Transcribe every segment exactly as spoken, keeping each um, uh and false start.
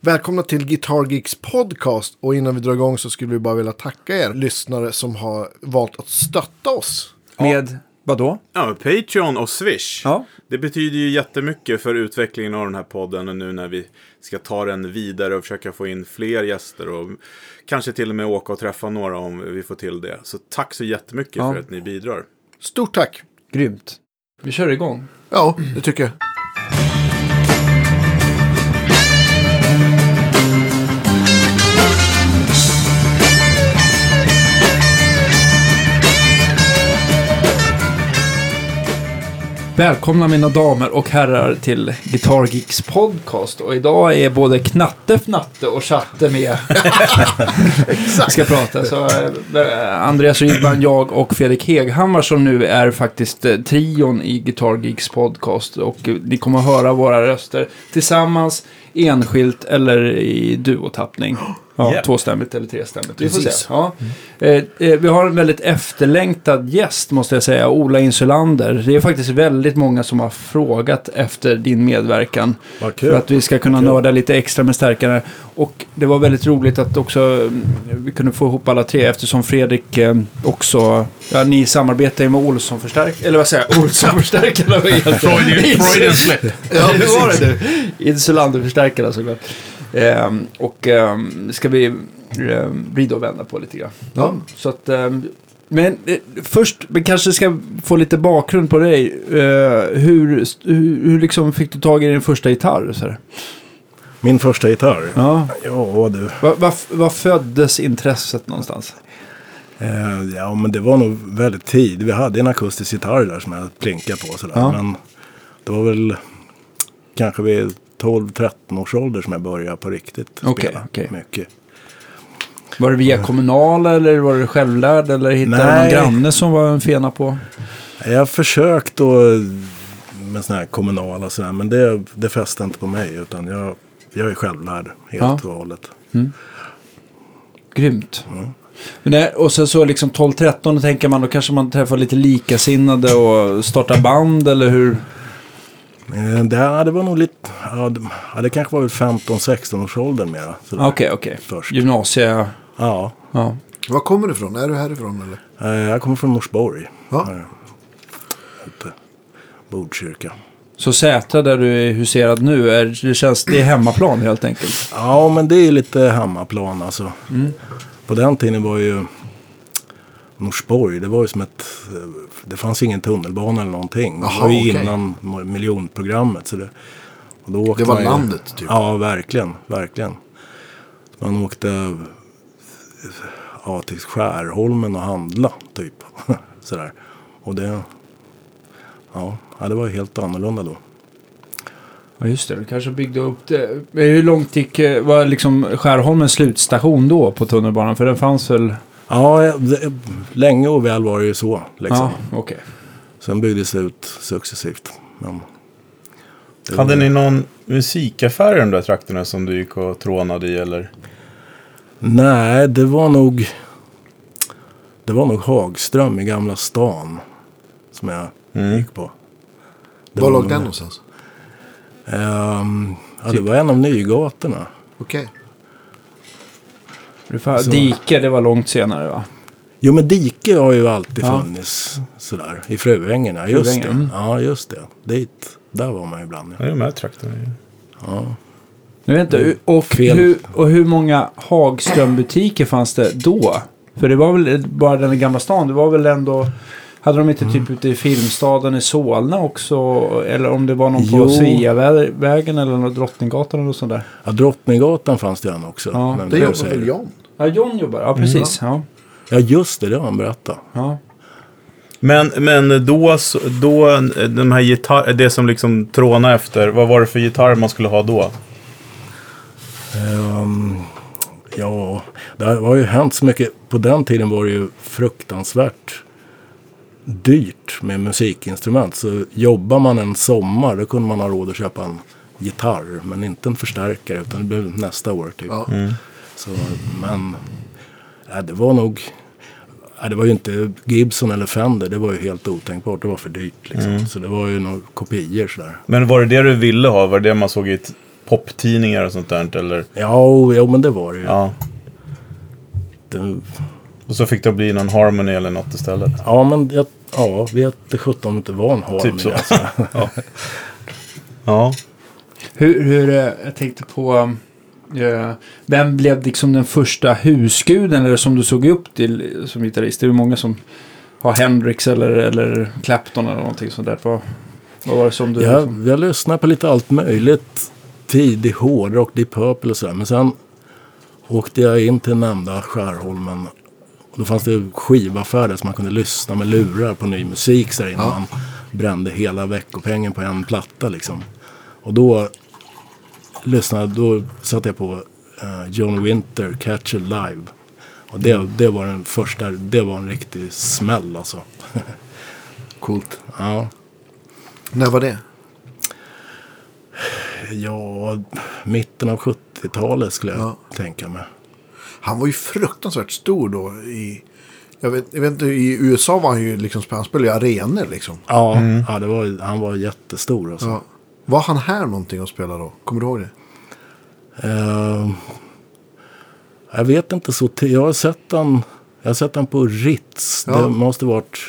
Välkomna till Guitar Geeks podcast. Och innan vi drar igång så skulle vi bara vilja tacka er lyssnare som har valt att stötta oss. Med vad då? Ja, Patreon och Swish. Ja. Det betyder ju jättemycket för utvecklingen av den här podden. Och nu när vi ska ta den vidare och försöka få in fler gäster. Och kanske till och med åka och träffa några om vi får till det. Så tack så jättemycket ja. för att ni bidrar. Stort tack. Grymt. Vi kör igång. Ja, det tycker jag. Välkomna mina damer och herrar till Guitar Geeks podcast. Och idag är både Knatte, Fnatte och Chatte med. Exakt. Ska prata. Så äh, Andreas Rydman, jag och Fredrik Heghammar som nu är faktiskt äh, trion i Guitar Geeks podcast. Och äh, ni kommer att höra våra röster tillsammans, enskilt eller i duotappning. Ja, yeah. Tvåstämmigt eller trestämmigt. Vi får se. Ja. Mm. Eh, eh, vi har en väldigt efterlängtad gäst måste jag säga, Ola Insulander. Det är faktiskt väldigt många som har frågat efter din medverkan. För att vi ska kunna nörda lite extra med stärkare. Och det var väldigt roligt att också vi kunde få ihop alla tre eftersom Fredrik eh, också, ja, ni samarbetar ju med Olsson-förstärkare. Eller vad säger jag? Olsson-förstärkarna. Freudian slip. Ja, det var det nu. Insulander-förstärkarna såklart. Um, och um, ska vi um, vrida och vända på lite grann. Ja. Så att, um, men eh, först vi kanske ska få lite bakgrund på dig. Uh, hur, hur, hur liksom fick du tag i din första gitarr? Så här? Min första gitarr? Ja. Ja, du. Vad va, va föddes intresset någonstans? Uh, ja, men det var nog väldigt tid. Vi hade en akustisk gitarr där som jag plinkade på. Sådär. Ja. Men det var väl kanske vid tolv tretton års ålder som jag började på riktigt spela okay, okay. mycket. Var det via kommunala eller var det självlärd eller hittade du någon granne som var en fena på? Jag försökt då med sådana här kommunala och sådär, men det, det fäste inte på mig utan jag, jag är självlärd helt ja. och hållet. Mm. Grymt. Mm. Men det, och sen så liksom tolv tretton då tänker man då kanske man träffar lite likasinnade och startar band eller hur? Det, det var nog lite, ja, det, ja, det kanske var väl femton sexton års ålder mera. Okej, okej. Gymnasie. Ja. ja. Var kommer du ifrån? Är du härifrån eller? Jag kommer från Norsborg. Ja. Här, ute, Botkyrka. Så Sätra där du är huserad nu, är, det känns det är hemmaplan helt enkelt? Ja, men det är lite hemmaplan alltså. Mm. På den tiden var ju Norsborg, det var ju som ett, det fanns ingen tunnelbana eller någonting. Aha, det var ju okay. innan miljonprogrammet. Så det, och då åkte det var man ju, landet typ? Ja, verkligen, verkligen. Man åkte ja, till Skärholmen och handla typ. Sådär. Och det, ja, det var helt annorlunda då. Ja just det, du kanske byggde upp det. Hur långt gick, var liksom Skärholmens slutstation då på tunnelbanan? För den fanns väl... Ja, det, länge och väl var det ju så. Liksom. Ja, okej. Okay. Sen byggdes det ut successivt. Men hade ni någon musikaffär i de där trakterna som du gick och trånade i eller? Nej, det var nog det var nog Hagström i Gamla stan som jag mm. gick på. Det var låg den någonstans? Um, ja, det var en av Nygatorna. Okej. Okay. Så. Dike, det var långt senare va? Jo, men Dike har ju alltid ja. funnits sådär, i Fruängerna, just Fruängen. det. Mm. Ja, just det. Dit, där var man ibland. Ja, de här trakterna. Ja. Nu vet inte, och hur, och hur många Hagström-butiker fanns det då? För det var väl bara den gamla stan, det var väl ändå... Hade de inte typ mm. ute i Filmstaden i Solna också? Eller om det var någon jo. på Sveavägen eller någon Drottninggatan eller något sånt där? Ja, Drottninggatan fanns det än också. Ja, men det jobbar väl John? Ja, John jobbar. Ja, precis. Mm. Ja. ja, just det. Det har han berättat. Ja. Men, men då, då de här gitarr, det som liksom tråna efter, vad var det för gitarr man skulle ha då? Um, ja, det har ju hänt så mycket. På den tiden var det ju fruktansvärt dyrt med musikinstrument. Så jobbar man en sommar, då kunde man ha råd att köpa en gitarr. Men inte en förstärkare, utan det blev nästa år typ. Ja. Mm. Så, men ja, det var nog... Ja, det var ju inte Gibson eller Fender, det var ju helt otänkbart, det var för dyrt liksom. Mm. Så det var ju några kopior sådär. Men var det det du ville ha? Var det det man såg i t- poptidningar och sånt där, eller? Ja, jo, men det var det ju. Ja. Det, Och så fick det bli någon Harmony eller något istället. ja, men jag, ja, vet sjutton om det inte var en Harmony. Typ så. Alltså. Ja. Ja. Hur, hur eh, jag tänkte på... eh, vem blev liksom den första husguden eller som du såg upp till som gitarrist? Det är ju många som har Hendrix eller, eller Clapton eller någonting sånt där. Vad, vad var det som du... Jag, liksom- jag lyssnade på lite allt möjligt. Tidig hårdrock, Deep Purple och sådär. Men sen åkte jag in till nämnda Skärholmen. Och då fanns det skivaffärer som man kunde lyssna med lurar på ny musik så där, innan Ja. man brände hela veckopengen på en platta liksom. Och då lyssnade, då satte jag på uh, John Winter, Catch It Live. Och det, det var den första, det var en riktig smäll alltså. Coolt. Ja. När var det? Ja, mitten av sjuttiotalet skulle jag Ja. tänka mig. Han var ju fruktansvärt stor då i... Jag vet, jag vet inte, i U S A var han ju liksom... Han spelade i arenor liksom. Ja, ja det var, han var jättestor alltså. Ja. Var han här någonting att spela då? Kommer du ihåg det? Eh, jag vet inte så. T- jag har sett han, jag har sett han på Ritz. Ja. Det måste varit...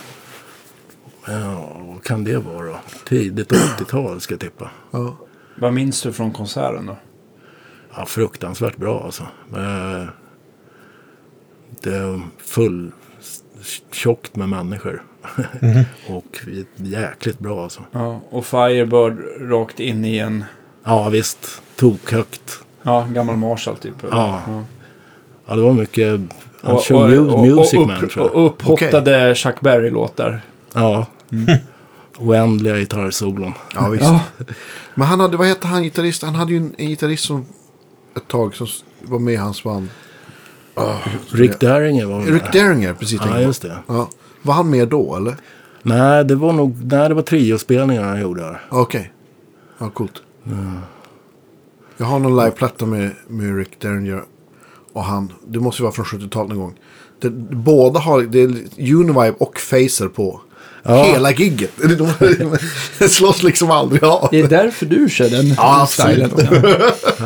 Ja, vad kan det vara då? Tidigt åttiotal ska jag tippa. Ja. Vad minns du från konserten då? Ja, fruktansvärt bra alltså. Eh, det är full tjockt med människor. Och jäkligt bra alltså. Ja, och Firebird rakt in i en Ja, visst. Tokhögt. ja, gammal Marshall typ. Ja. Ja, det var mycket... Han Och, kör och, mu- och, Music och, Man, upp, tror jag. och upphottade Chuck Berry-låtar. Ja. Oändliga gitarrsolon. Ja, visst. Ja. Men han hade... Vad hette han gitarrist? Han hade ju en, en gitarrist som... Ett tag som var med i hans band. Rick Derringer var Rick Derringer, precis. Ja, just det. Ja. Var han med då, eller? Nej, det var nog... Nej, det var triospelningar han gjorde där. Okej. Ja, coolt. Jag har någon liveplatta med, med Rick Derringer. Och han... Det måste ju vara från sjuttiotalet någon gång. Det, båda har... Det är Univibe och Phaser på. Ja. Hela gigget. De, de slåss liksom aldrig av. Det är därför du kör den Ja, stilen. absolut.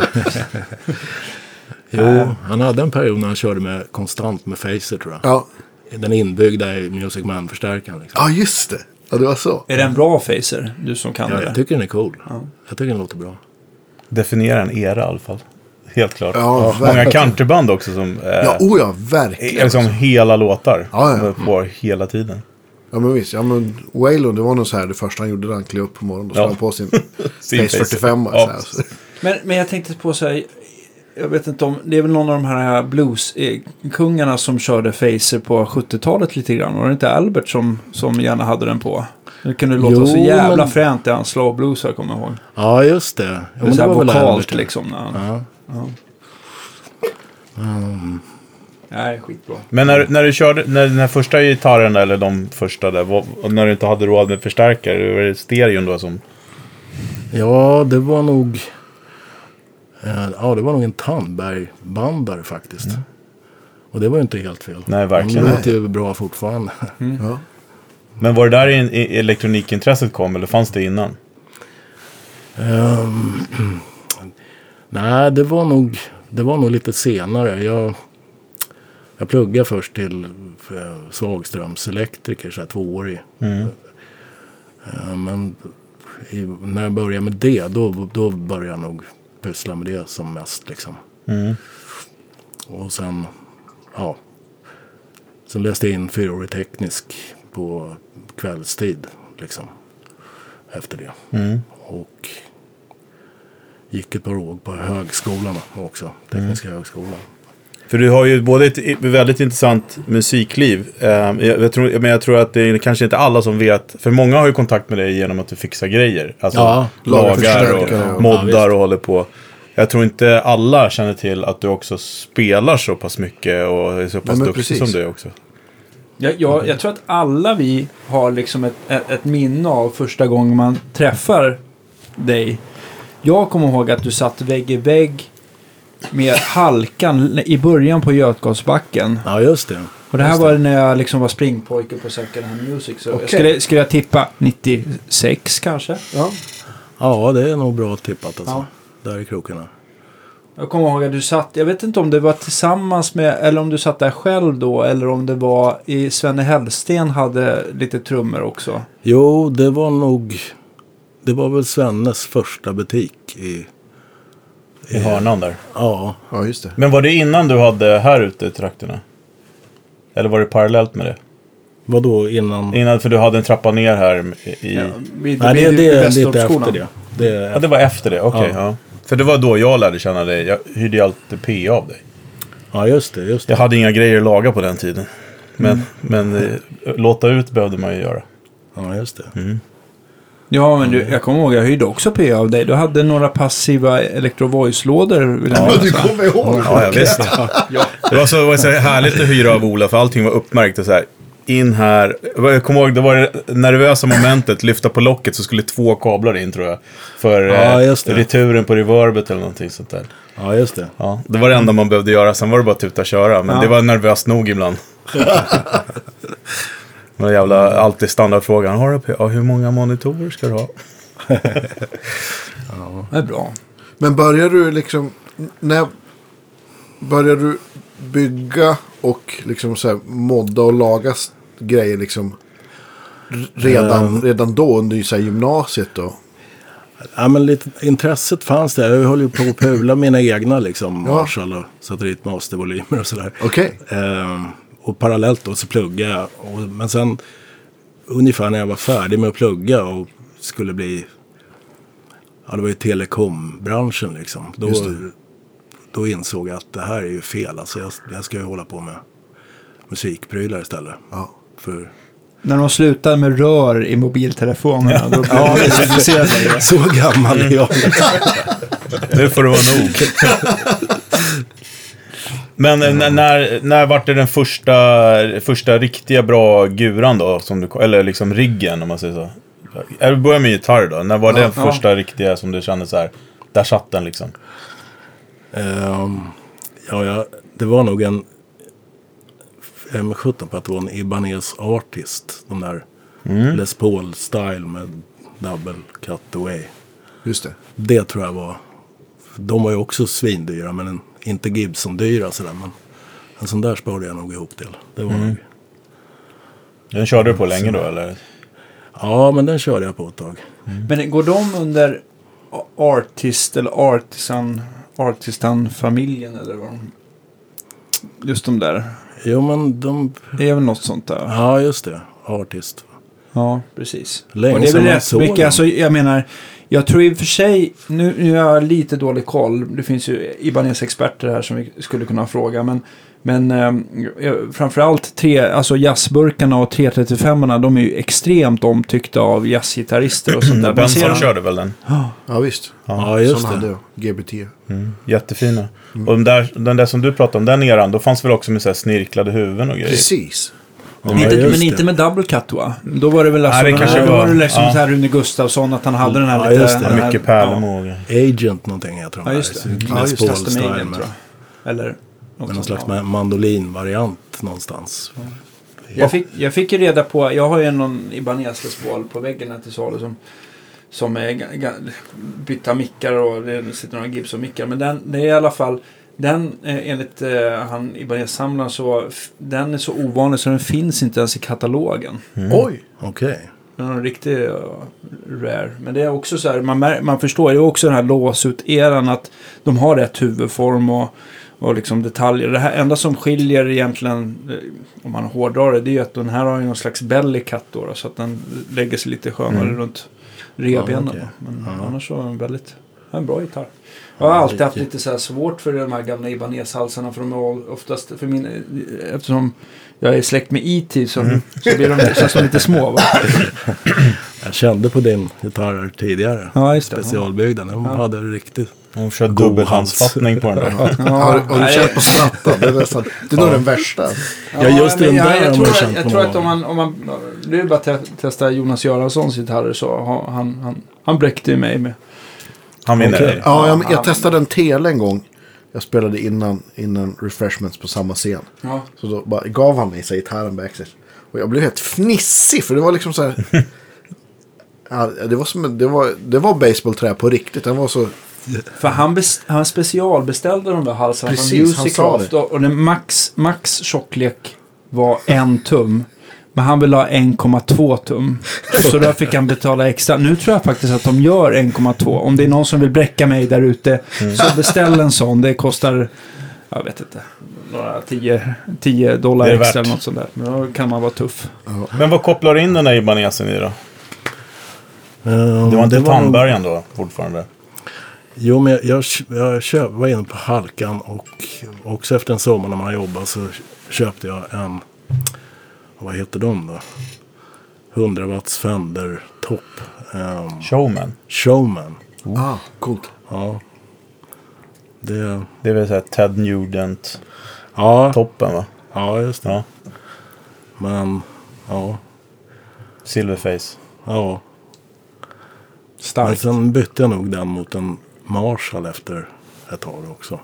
Jo, han hade en period när han körde med konstant med Phaser, tror jag. Ja. Den inbyggda i Music Man-förstärkaren. Liksom. Ja, just det. Ja, det var så. Är det en bra Phaser? Du som kan Ja, det. jag tycker den är cool. Jag tycker den låter bra. Definiera en era i alla fall. Helt klart. Ja, Många verkligen. countryband också som... Eh, Ja, oh ja, är verkligen. liksom hela låtar. Ja, ja. På hela tiden. Ja, men visst. Ja, men Waylon, det var nog så här det första han gjorde när han klev upp på morgonen. Då Ja. slog han på sin Sin Face fyrtiofem. Ja. Så här, så. Men, men jag tänkte på så här, jag vet inte om, det är väl någon av de här blues-kungarna som körde Phaser på sjuttiotalet lite grann. Var det inte Albert som, som gärna hade den på? Det kunde låta Jo, så jävla men- fränt i hans slow blues, jag kommer ihåg. Ja, just det. Ja, Det är men så här var väl vokalt Albert. liksom. När han, Ja. ja. Nej, skitbra. Men när, när du körde, när den här första gitarren eller de första där, vad, och när du inte hade råd med förstärkare, var det stereon då som... Ja, det var nog... eh, Ja, det var nog en Tandberg-bandare faktiskt. Och det var ju inte helt fel. Nej, verkligen. Det låter ju bra fortfarande. Ja. Men var det där i, i elektronikintresset kom, eller fanns det innan? Ehm, nej, det var nog... Det var nog lite senare. Jag, jag pluggade först till eh, svagströmselektriker, så här tvåårig. Mm. Eh, men i, när jag började med det, då, då började jag nog pyssla med det som mest liksom. Mm. Och sen, ja. Sen läste jag in fyraårig teknisk på kvällstid liksom. Efter det. Mm. Och gick ett par år på högskolan också. Tekniska högskolan. För du har ju både ett väldigt intressant musikliv. Eh, jag, jag tror, men jag tror att det är kanske inte alla som vet. För många har ju kontakt med dig genom att du fixar grejer. Alltså Ja, lagar lagerförstärkare och och- moddar ja, visst. och håller på. Jag tror inte alla känner till att du också spelar så pass mycket och är så pass men duktig precis. som du är också. Jag, jag, jag tror att alla vi har liksom ett, ett, ett minne av första gången man träffar dig. Jag kommer ihåg att du satt vägg i vägg med Halkan i början på Götgatsbacken. Ja, just det. Och det här Just var när jag liksom var springpojke på Second Hand Music. Så Okej. jag skulle, skulle jag tippa nittiosex kanske? Ja. Ja, det är nog bra tippat alltså. Ja. där i krokarna. Jag kommer ihåg att du satt, jag vet inte om det var tillsammans med, eller om du satt där själv då, eller om det var i Svenne Hellsten hade lite trummor också. Jo, det var nog, det var väl Svennes första butik i... I hörnan där. Ja. Ja, just det. Men var det innan du hade här ute i trakterna? Eller var det parallellt med det? Vad då innan? Innan, för du hade en trappa ner här i... Ja, vid, Nej, det, vid det är lite Västertorpsskolan. efter det. Det är, Ja, det var efter det, okej. Ja. ja. För det var då jag lärde känna dig. Jag hyrde ju alltid P av dig. ja, just det, just det. Jag hade inga grejer att laga på den tiden. Men, men eh, låta ut behövde man ju göra. Ja, just det. Mm. Ja, men du, jag kommer ihåg, jag hyrde också P av dig. Du hade några passiva Electro-Voice-lådor. Vill jag Ja, minnas, du va? kommer ihåg. Ja, jag visste. Det var så, det var så härligt att hyra av Ola, för allting var uppmärkt och så här. In här. Jag kommer ihåg, det var det nervösa momentet. Lyfta på locket så skulle två kablar in, tror jag. För Ja, eh, just det. returen på reverbet eller någonting sånt där. Ja, just det. Ja, det var det enda man behövde göra. Sen var det bara att tuta och köra. Men Ja. det var nervöst nog ibland. Men jävla, alltid standardfrågan. Har du P? Ja, hur många monitorer ska du ha? Det är bra. Men börjar du liksom, när börjar du bygga och liksom så här modda och laga s- grejer liksom r- redan, Um. redan då under så här gymnasiet då? Ja, men lite intresset fanns där. Jag höll ju på att pula mina egna liksom, Ja. Marshall och satellit-mastervolymer och sådär. Okej. Ehm, och parallellt då så pluggade jag. Och, men sen ungefär när jag var färdig med att plugga och skulle bli, ja, det var ju telekombranschen liksom. Då, Just det. då insåg jag att det här är ju fel. Alltså jag, jag ska ju hålla på med musikprylar istället. Ja. För När de slutade med rör i mobiltelefonerna, då blev Ja, det intresserade. så gammal är jag. Nu får det vara nog. Men eh, när, när, när var det den första, första riktiga bra guran då? Som du, eller liksom riggen, om man säger så. Jag börjar med gitarr då. När var Ja, den ja. första riktiga som du kände så här? Där satt den liksom. Ehm, ja, ja, det var nog en M sjutton på att det var en Ibanez Artist. De där Les Paul-style med double cutaway. Just det. Det tror jag var, de var ju också svindyra, men en, inte Gibson-dyra sådär. Men en sån där sparade jag nog ihop till. Det var nog, Den körde du på länge då, eller? ja, men den körde jag på ett tag. Men går de under artist eller artisan, artistan-familjen eller vad de... Just de där. Jo, men de, Det är väl något sånt där. ja just det, Artist. Ja, precis. Länge och det är väl sedan man rätt såg mycket, dem. alltså, jag menar, jag tror i och för sig, nu, nu har jag lite dålig koll, det finns ju Ibanez-experter här som vi skulle kunna fråga, men, men eh, framförallt tre, alltså jazzburkarna och tre trettiofemorna, de är ju extremt omtyckta av jazzgitarrister och sånt där. Man ser- Benson körde väl den? Ja, visst. Ja, just Sån det. hade jag. G B T. Mm. Jättefina. Och den där, den där som du pratade om, den eran, då fanns väl också med så här snirklade huvuden och grejer. Precis. Ja, inte, just men det. inte med double cut, va? Då var det väl alltså, Nej, det kanske då var- var det liksom ja. så här Rune Gustafsson, att han hade den här Ja, lite... just det. den här- Mycket pärlemor. Agent någonting heter de. Ja, just det. där. Ja, Les just det. Paul Custom style Agent, med, tror jag. Eller något med någon sånt, slags ja. mandolinvariant någonstans. Jag fick, jag fick ju reda på, jag har ju någon Ibanez Les Paul på väggen här till salu som, som är ga- ga- bytta mickar och det sitter några Gibson-mickar. Men den, det är i alla fall, den eh, enligt eh, han Ibanez-samlaren så, f- den är så ovanlig så den finns inte ens i katalogen. Oj. Okej. Den är en riktig uh, rare. Men det är också så här, man, mär, man förstår, det är också den här låsut-eran att de har rätt huvudform och och liksom detaljer. Det här enda som skiljer egentligen, eh, om man hårdrar det, det är ju att den här har ju någon slags belly cut då, då, så att den lägger sig lite skönare Mm. runt revbenen. Ja, okej. då. Men Ja. annars så är den väldigt, ja, en bra gitarr. Jag har alltid haft riktigt. lite så här svårt för de här gamla Ibanez-halsarna, för de är oftast, för min, eftersom jag är släkt med E T så, så blir de, känns de lite små, va? Jag kände på din gitarr tidigare. Ja, just det. Specialbyggda. De Ja. hade riktigt. De kör God dubbelhandsfattning på den där. Ja, Har, har du nej, känt på strattan? Det är nästan, det är nog den värsta. Ja, just men den jag, där jag, har tror, man att, känt jag på tror någon att om man, om man det är bara att te- testa Jonas Göranssons gitarrer så har han, han, han bräckte ju mig med. Han vinner. Okej. Ja, jag, Ja, jag testade en tele en gång. Jag spelade innan, innan Refreshments på samma scen. Ja. Så då bara gav han mig sig gitarren backstage. Och jag blev helt fnissig för det var liksom så här... ja, det var som en- det var, det var baseballträ på riktigt. Den var så För han, bes- han specialbeställde de där halsarna Precis, från han Music sa Craft. det. Och, och den max, max tjocklek var en tum. Men han ville ha en komma två tum. Så då fick han betala extra. Nu tror jag faktiskt att de gör en komma två. Om det är någon som vill bräcka mig där ute Mm. så beställ en sån. Det kostar, jag vet inte, några tio dollar Det är extra värt. eller något sånt där. Men då kan man vara tuff. Men vad kopplar du in den där Ibanesen i då? Eh, Det var inte nog- Tandbergen då fortfarande? Jo, men jag, jag, jag köp, var inne på Halkan och också efter en sommar när man jobbar så köpte jag en, vad heter de då? hundra watts Fender Top. Um, Showman. Showman. Ah, coolt. Ja. Det, Det är väl såhär Ted Nugent ja, toppen va? ja, just det. Ja. Men, ja, Silverface. ja. Men Starkt. sen bytte jag nog den mot en Marshall efter ett tag också.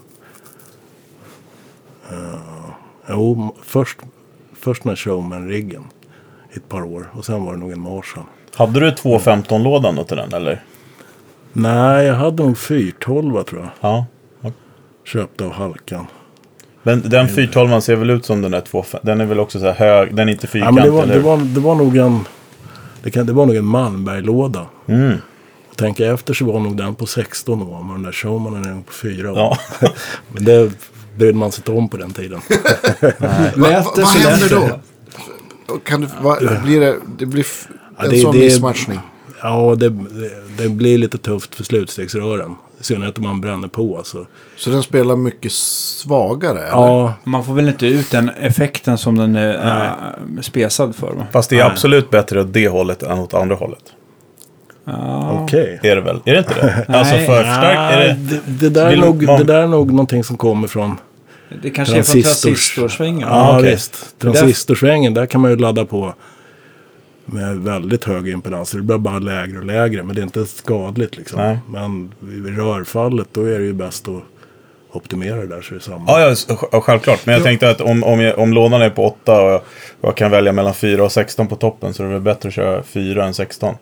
Uh, jo, först, först med Showman-riggen i ett par år. Och sen var det nog en Marshall. Hade du två femton-lådan då till den eller? Nej, jag hade nog fyrtolv tror jag. Ja. Köpte av Halkan. Men den fyrtolvan ser väl ut som den där två, den är väl också så här hög, den är inte Ja, fyrkant men det, var, eller? det, var, det var nog en det, kan, det var nog en Malmberg-låda. Mm. Och tänka efter så var nog den på sexton år. Men den där Showmanen är nog på fyra år. Ja. Men det brydde man sig inte om på den tiden. Va, Lät va, det vad så händer lätt? då? Kan du, va, blir det, det blir f- Ja, en det- sån det- missmatchning? Ja, det, det, det blir lite tufft för slutstegsrören. I synnerhet om man bränner på. Så. Så den spelar mycket svagare? Eller? Ja, Man får väl inte ut den effekten som den är äh, spesad för va? Fast det är absolut bättre åt det hållet än åt andra hållet. Ja. okej. Är det väl? Är det inte det? Nej. Alltså för stark, är Nej, det? det, det, där är Vill nog, man- det där är nog någonting som kommer från Det kanske är från Transistors. transistorsvängen. Ja, okej. visst. Transistorsvängen, där kan man ju ladda på med väldigt hög impedans. Det blir bara lägre och lägre, men det är inte skadligt liksom. Nej. Men vid rörfallet, då är det ju bäst att optimera det där så det är samma. Ja, ja, s- ja, självklart. Men jag tänkte att om, om, jag, om lådan är på åtta och jag, och jag kan välja mellan fyra och sexton på toppen så är det väl bättre att köra fyra än sexton.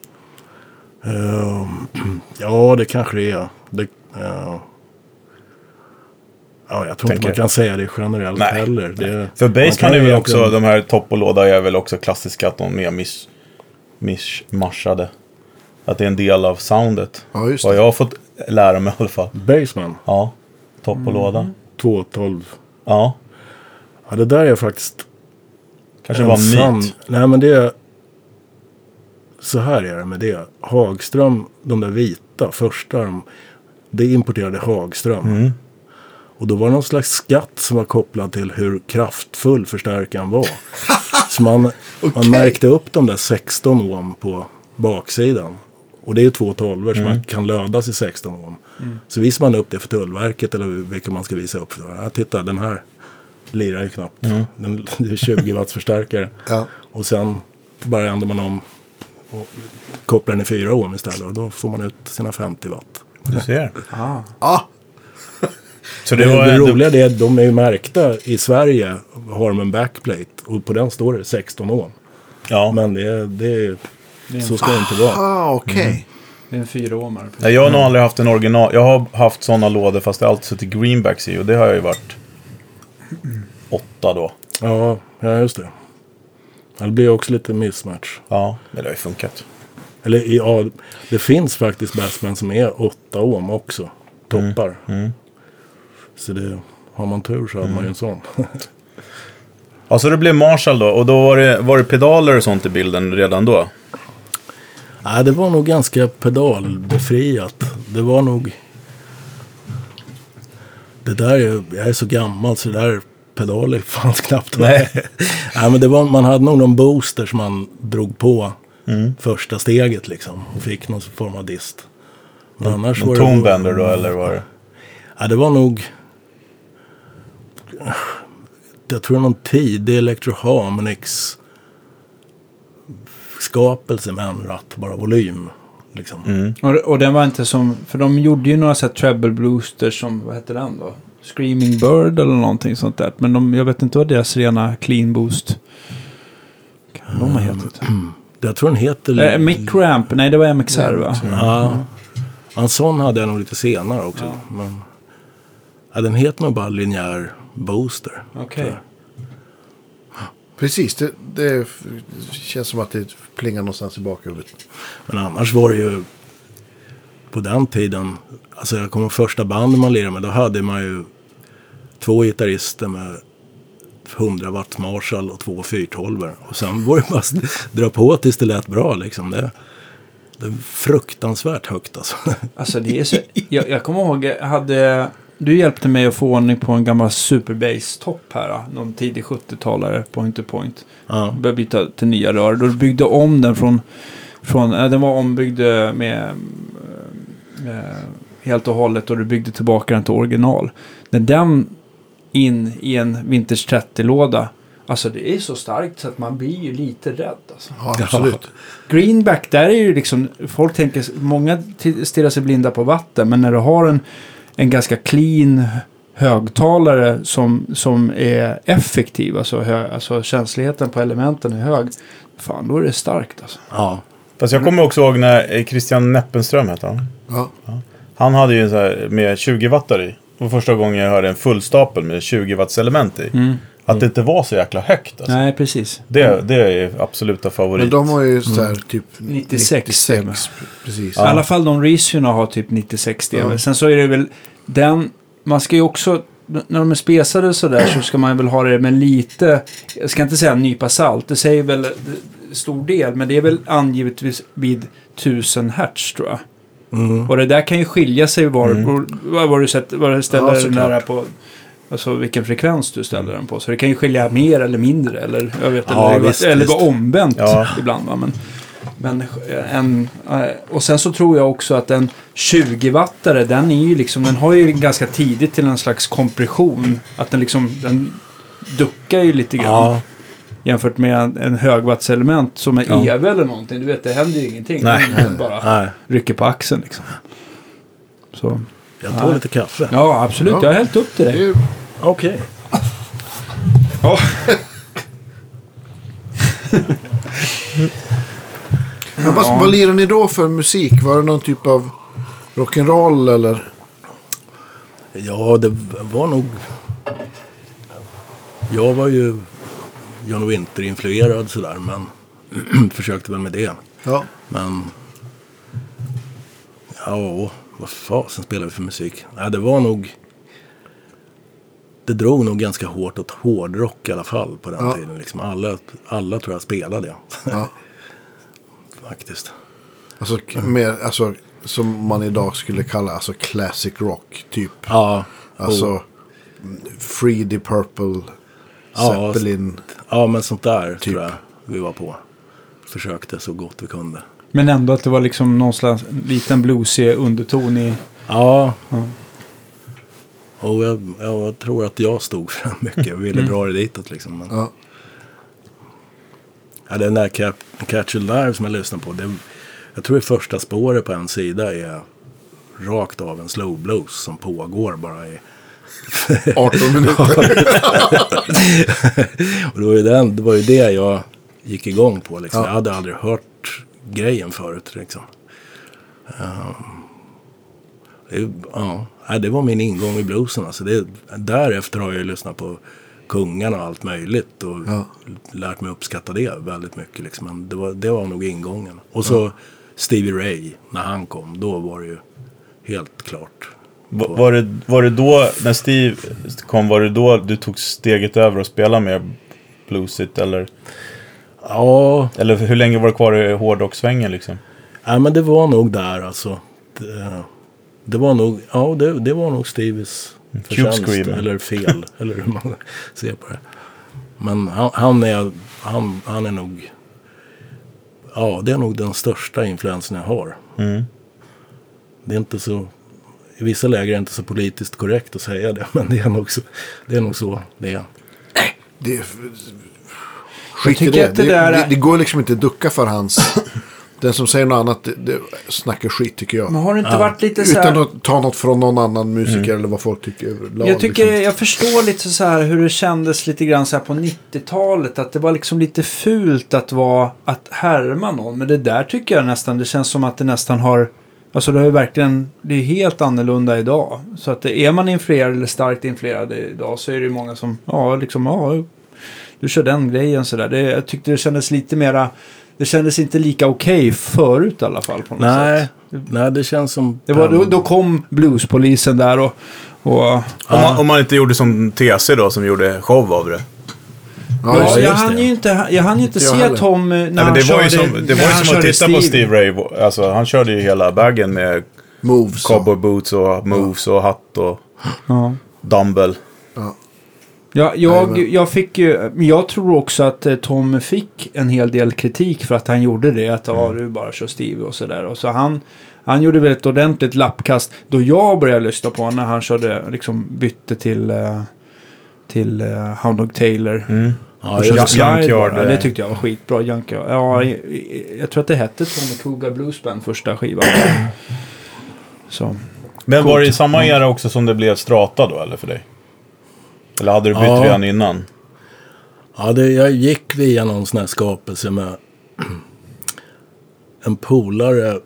Ehm, ja, det kanske det är. Det, ja. ja, jag tror Tänker- inte man kan säga det generellt Nej. heller. Det, För man Bassman kan är ju väl egentligen- också, de här topp och låda är väl också klassiska att de är miss, missmarsade. Att det är en del av soundet. Ja, just Vad det. jag har fått lära mig i alla fall. Bassman, Ja, topp och låda. två tolv. Ja, Ja, det där är faktiskt kanske var en sann- myt. Nej, men det är... Så här är det med det. Hagström, de där vita, första, de, det importerade Hagström. Mm. Och då var det någon slags skatt som var kopplad till hur kraftfull förstärkaren var. Så man, man märkte upp de där sexton ohm på baksidan. Och det är ju två tolvor som man kan lödas i sexton ohm. Så visar man upp det för Tullverket eller vilka man ska visa upp för. Ja, titta, den här lirar ju knappt. Den, det är tjugo watts förstärkare. Ja. Och sen bara ändrar man om och kopplar den i fyra ohm istället. Och då får man ut sina femtio watt. Du ser. Ah. Ja, Så Det, det var det en, roliga är att de är ju märkta i Sverige. Har de en backplate. Och på den står det sexton ohm. ja. Men det, är- det är, så ska det inte vara. ah, okej. Det är en fyraåmare. Nej, jag har nog aldrig haft en original. Jag har haft sådana lådor fast det har alltid suttit greenbacks i. Och det har ju varit åtta då. Ja, ja, just det. Det blir också lite mismatch. Ja, men det har ju funkat. Eller ja, det finns faktiskt Bassman som är åtta ohm också. Toppar. Mm. Så det, har man tur så hade man ju en sån. Ja, så det blev Marshall då. Och då var det, var det pedaler och sånt i bilden redan då? Nej, det var nog ganska pedalbefriat. Det var nog... Det där är, jag är så gammal så det där pedaler fanns knappt. Nej. Nej, men det var, man hade nog någon booster som man drog på första steget liksom. Och fick någon form av dist. Men annars Någon var tone det... bender då, eller var det? Ja, det var nog... Jag tror någon tidig Electro Harmonix skapelse med en ratt, bara volym. Liksom. Mm. Och, och den var inte som... För de gjorde ju några så här treble boosters som... Vad hette den då? Screaming Bird eller någonting sånt där. Men de, jag vet inte vad deras rena clean boost... Kan de ha hetat? Jag tror den heter... Eh, Mic Ramp. Nej, det var M X R va? Ja. En sån hade jag nog lite senare också. Ja. Men, ja, den heter nog bara Linear Booster. Okej. tror jag. Precis, det, det känns som att det plingar någonstans i bakhuvudet. Men annars var det ju på den tiden, alltså jag kommer ihåg första bandet man lirade med, då hade man ju två gitarrister med hundra watt Marshall och två fyrtolver. Och sen var det bara att dra på tills det lät bra liksom. Det, det är fruktansvärt högt alltså. Alltså det är så... Jag, jag kommer ihåg, jag hade... Du hjälpte mig att få ordning på en gammal Superbass-topp här. Någon tidig sjuttiotalare, point to point. Ja. Började byta till nya rör. Då byggde om den från... från äh, den var ombyggd med... Äh, helt och hållet. Och du byggde tillbaka den till original. När den in i en Vintage trettio-låda. Alltså det är så starkt så att man blir ju lite rädd. Alltså. Ja, absolut. Greenback, där är ju liksom... Folk tänker... Många stirrar sig blinda på vatten. Men när du har en... en ganska clean högtalare som, som är effektiv. Alltså, hö, alltså känsligheten på elementen är hög. Fan, då är det starkt alltså. Ja. Fast jag kommer också ihåg när Christian Neppenström hette han. Ja. Han hade ju så här med tjugo wattar i. Det var första gången jag hörde en fullstapel med tjugo watts element i. Mm. Att det inte var så jäkla högt. Alltså. Nej, precis. Det, det är absoluta favorit. Men de har ju så här typ nittiosex. nittiosex precis. I alla fall de Reisuna har typ nittiosex D V. Ja. Sen så är det väl den... Man ska ju också... När de är spesade så där så ska man väl ha det med lite... Jag ska inte säga nypa salt. Det säger väl stor del. Men det är väl angivetvis vid tusen hertz tror jag. Mm. Och det där kan ju skilja sig var, Mm. var, var du, sätter, var du ställer Ja, den såklart. där på... Alltså vilken frekvens du ställer den på. Så det kan ju skilja mer eller mindre. Eller, jag vet, Ja, eller, visst, eller visst. vara omvänt Ja. ibland. Va? Men, men en, och sen så tror jag också att en tjugo wattare, den är ju liksom, den har ju ganska tidigt till en slags kompression. Att den liksom, den duckar ju lite grann. Ja. Jämfört med en, en högwattselement som är Ja. E V eller någonting. Du vet, det händer ju ingenting. Nej. Den bara Nej. rycker på axeln liksom. Så. Jag tar Nej. lite kaffe. Ja, absolut. Ja. Jag har hällt upp till Det är dig. ju- Okej. Ja. Men vad, vad lirar ni då för musik? Var det någon typ av rock'n'roll eller? Ja, det var nog... Jag var ju John Winter-influerad sådär, men försökte väl med det. Ja. Men... Ja, vad fasen spelade vi för musik? Nej, det var nog... Det drog nog ganska hårt åt hårdrock i alla fall på den Ja. tiden. Liksom alla, alla tror jag spelade det. Ja. Faktiskt. Alltså, k- mer, alltså som man idag skulle kalla alltså classic rock typ. Ja, Alltså och, Free the Purple, Ja, Zeppelin. ja, men sånt där Typ. tror jag vi var på. Försökte så gott vi kunde. Men ändå att det var liksom någon slags liten bluesig underton i... Ja. Ja. Och jag, jag tror att jag stod för mycket. Jag ville dra det ditåt liksom. Men, Ja. ja, den där Cap, Catch It Live som jag lyssnade på. Det, jag tror det första spåret på en sida är rakt av en slow blues som pågår bara i... arton minuter. Och det var, ju den, det var ju det jag gick igång på. Liksom. Ja. Jag hade aldrig hört grejen förut. Liksom. Um, det, ja, nej, det var min ingång i bluesen. Alltså det, därefter har jag ju lyssnat på kungarna och allt möjligt. Och Ja. lärt mig uppskatta det väldigt mycket. Liksom. Men det var, det var nog ingången. Och så Stevie Ray, när han kom, då var det ju helt klart. Va- Var det, var det då, när Steve kom, var det då du tog steget över och spelade mer bluesigt? Eller, Ja, eller hur länge var det kvar i hårdrocksvängen liksom? nej, men det var nog där alltså. Det, det var nog, ja, det, det var nog Stevies förtjänst Screamer. eller fel, eller hur man ser på det. Men han, han är, han, han är nog, ja, det är nog den största influensen jag har. Mm. Det är inte så, i vissa läger är det inte så politiskt korrekt att säga det, men det är nog så, det är nog så det är. Det är, skit i tycker det. att det Det, där det, är- det går liksom inte att ducka för hans... Den som säger något annat, det, det snackar skit tycker jag. Men har det inte varit lite så Utan här... att ta något från någon annan musiker eller vad folk tycker överlag. Jag tycker, liksom. jag förstår lite så här hur det kändes lite grann så här på nittiotalet. Att det var liksom lite fult att vara, att härma någon. Men det där tycker jag nästan, det känns som att det nästan har, Alltså det är verkligen, det är helt annorlunda idag. Så att är man influerad eller starkt influerad idag så är det ju många som, ja liksom, ja, du kör den grejen sådär. Det, jag tyckte det kändes lite mera, det kändes inte lika okej okay förut i alla fall på något nej, sätt. Nej, det känns som... Det var, då, då kom bluespolisen där och... och om, man, om man inte gjorde som T C då, som gjorde show av det. Ja, ja, just jag det. hann ju inte, jag hann ju inte Inte jag se heller. Tom när Nej, men han det var ju körde, som, det när var ju han som att körde titta på Steve Ray. Alltså, han körde ju hela baggen med Moves. cowboy boots och moves och hatt och Ja. dumbbell. Ja. Ja, jag, Jajamän. jag fick ju, jag tror också att eh, Tom fick en hel del kritik för att han gjorde det. Att ja, du bara kör Steve och sådär. Och så han, han gjorde väl ett ordentligt lappkast då jag började lyssna på honom när han körde, liksom bytte till, eh, till uh, Hound Dog Taylor. Mm. Ja, Och just körde det. Junkyard, Junkyard, ja, eh. det tyckte jag var skitbra. Junkyard. Ja, jag, jag tror att det hette Tommy Cougar Blues Band första skivan. Så. Men var det i samma era också som det blev Strata då, eller för dig? Eller hade du bytt Ja. redan innan? Ja, det, jag gick via någon sån här skapelse med en polare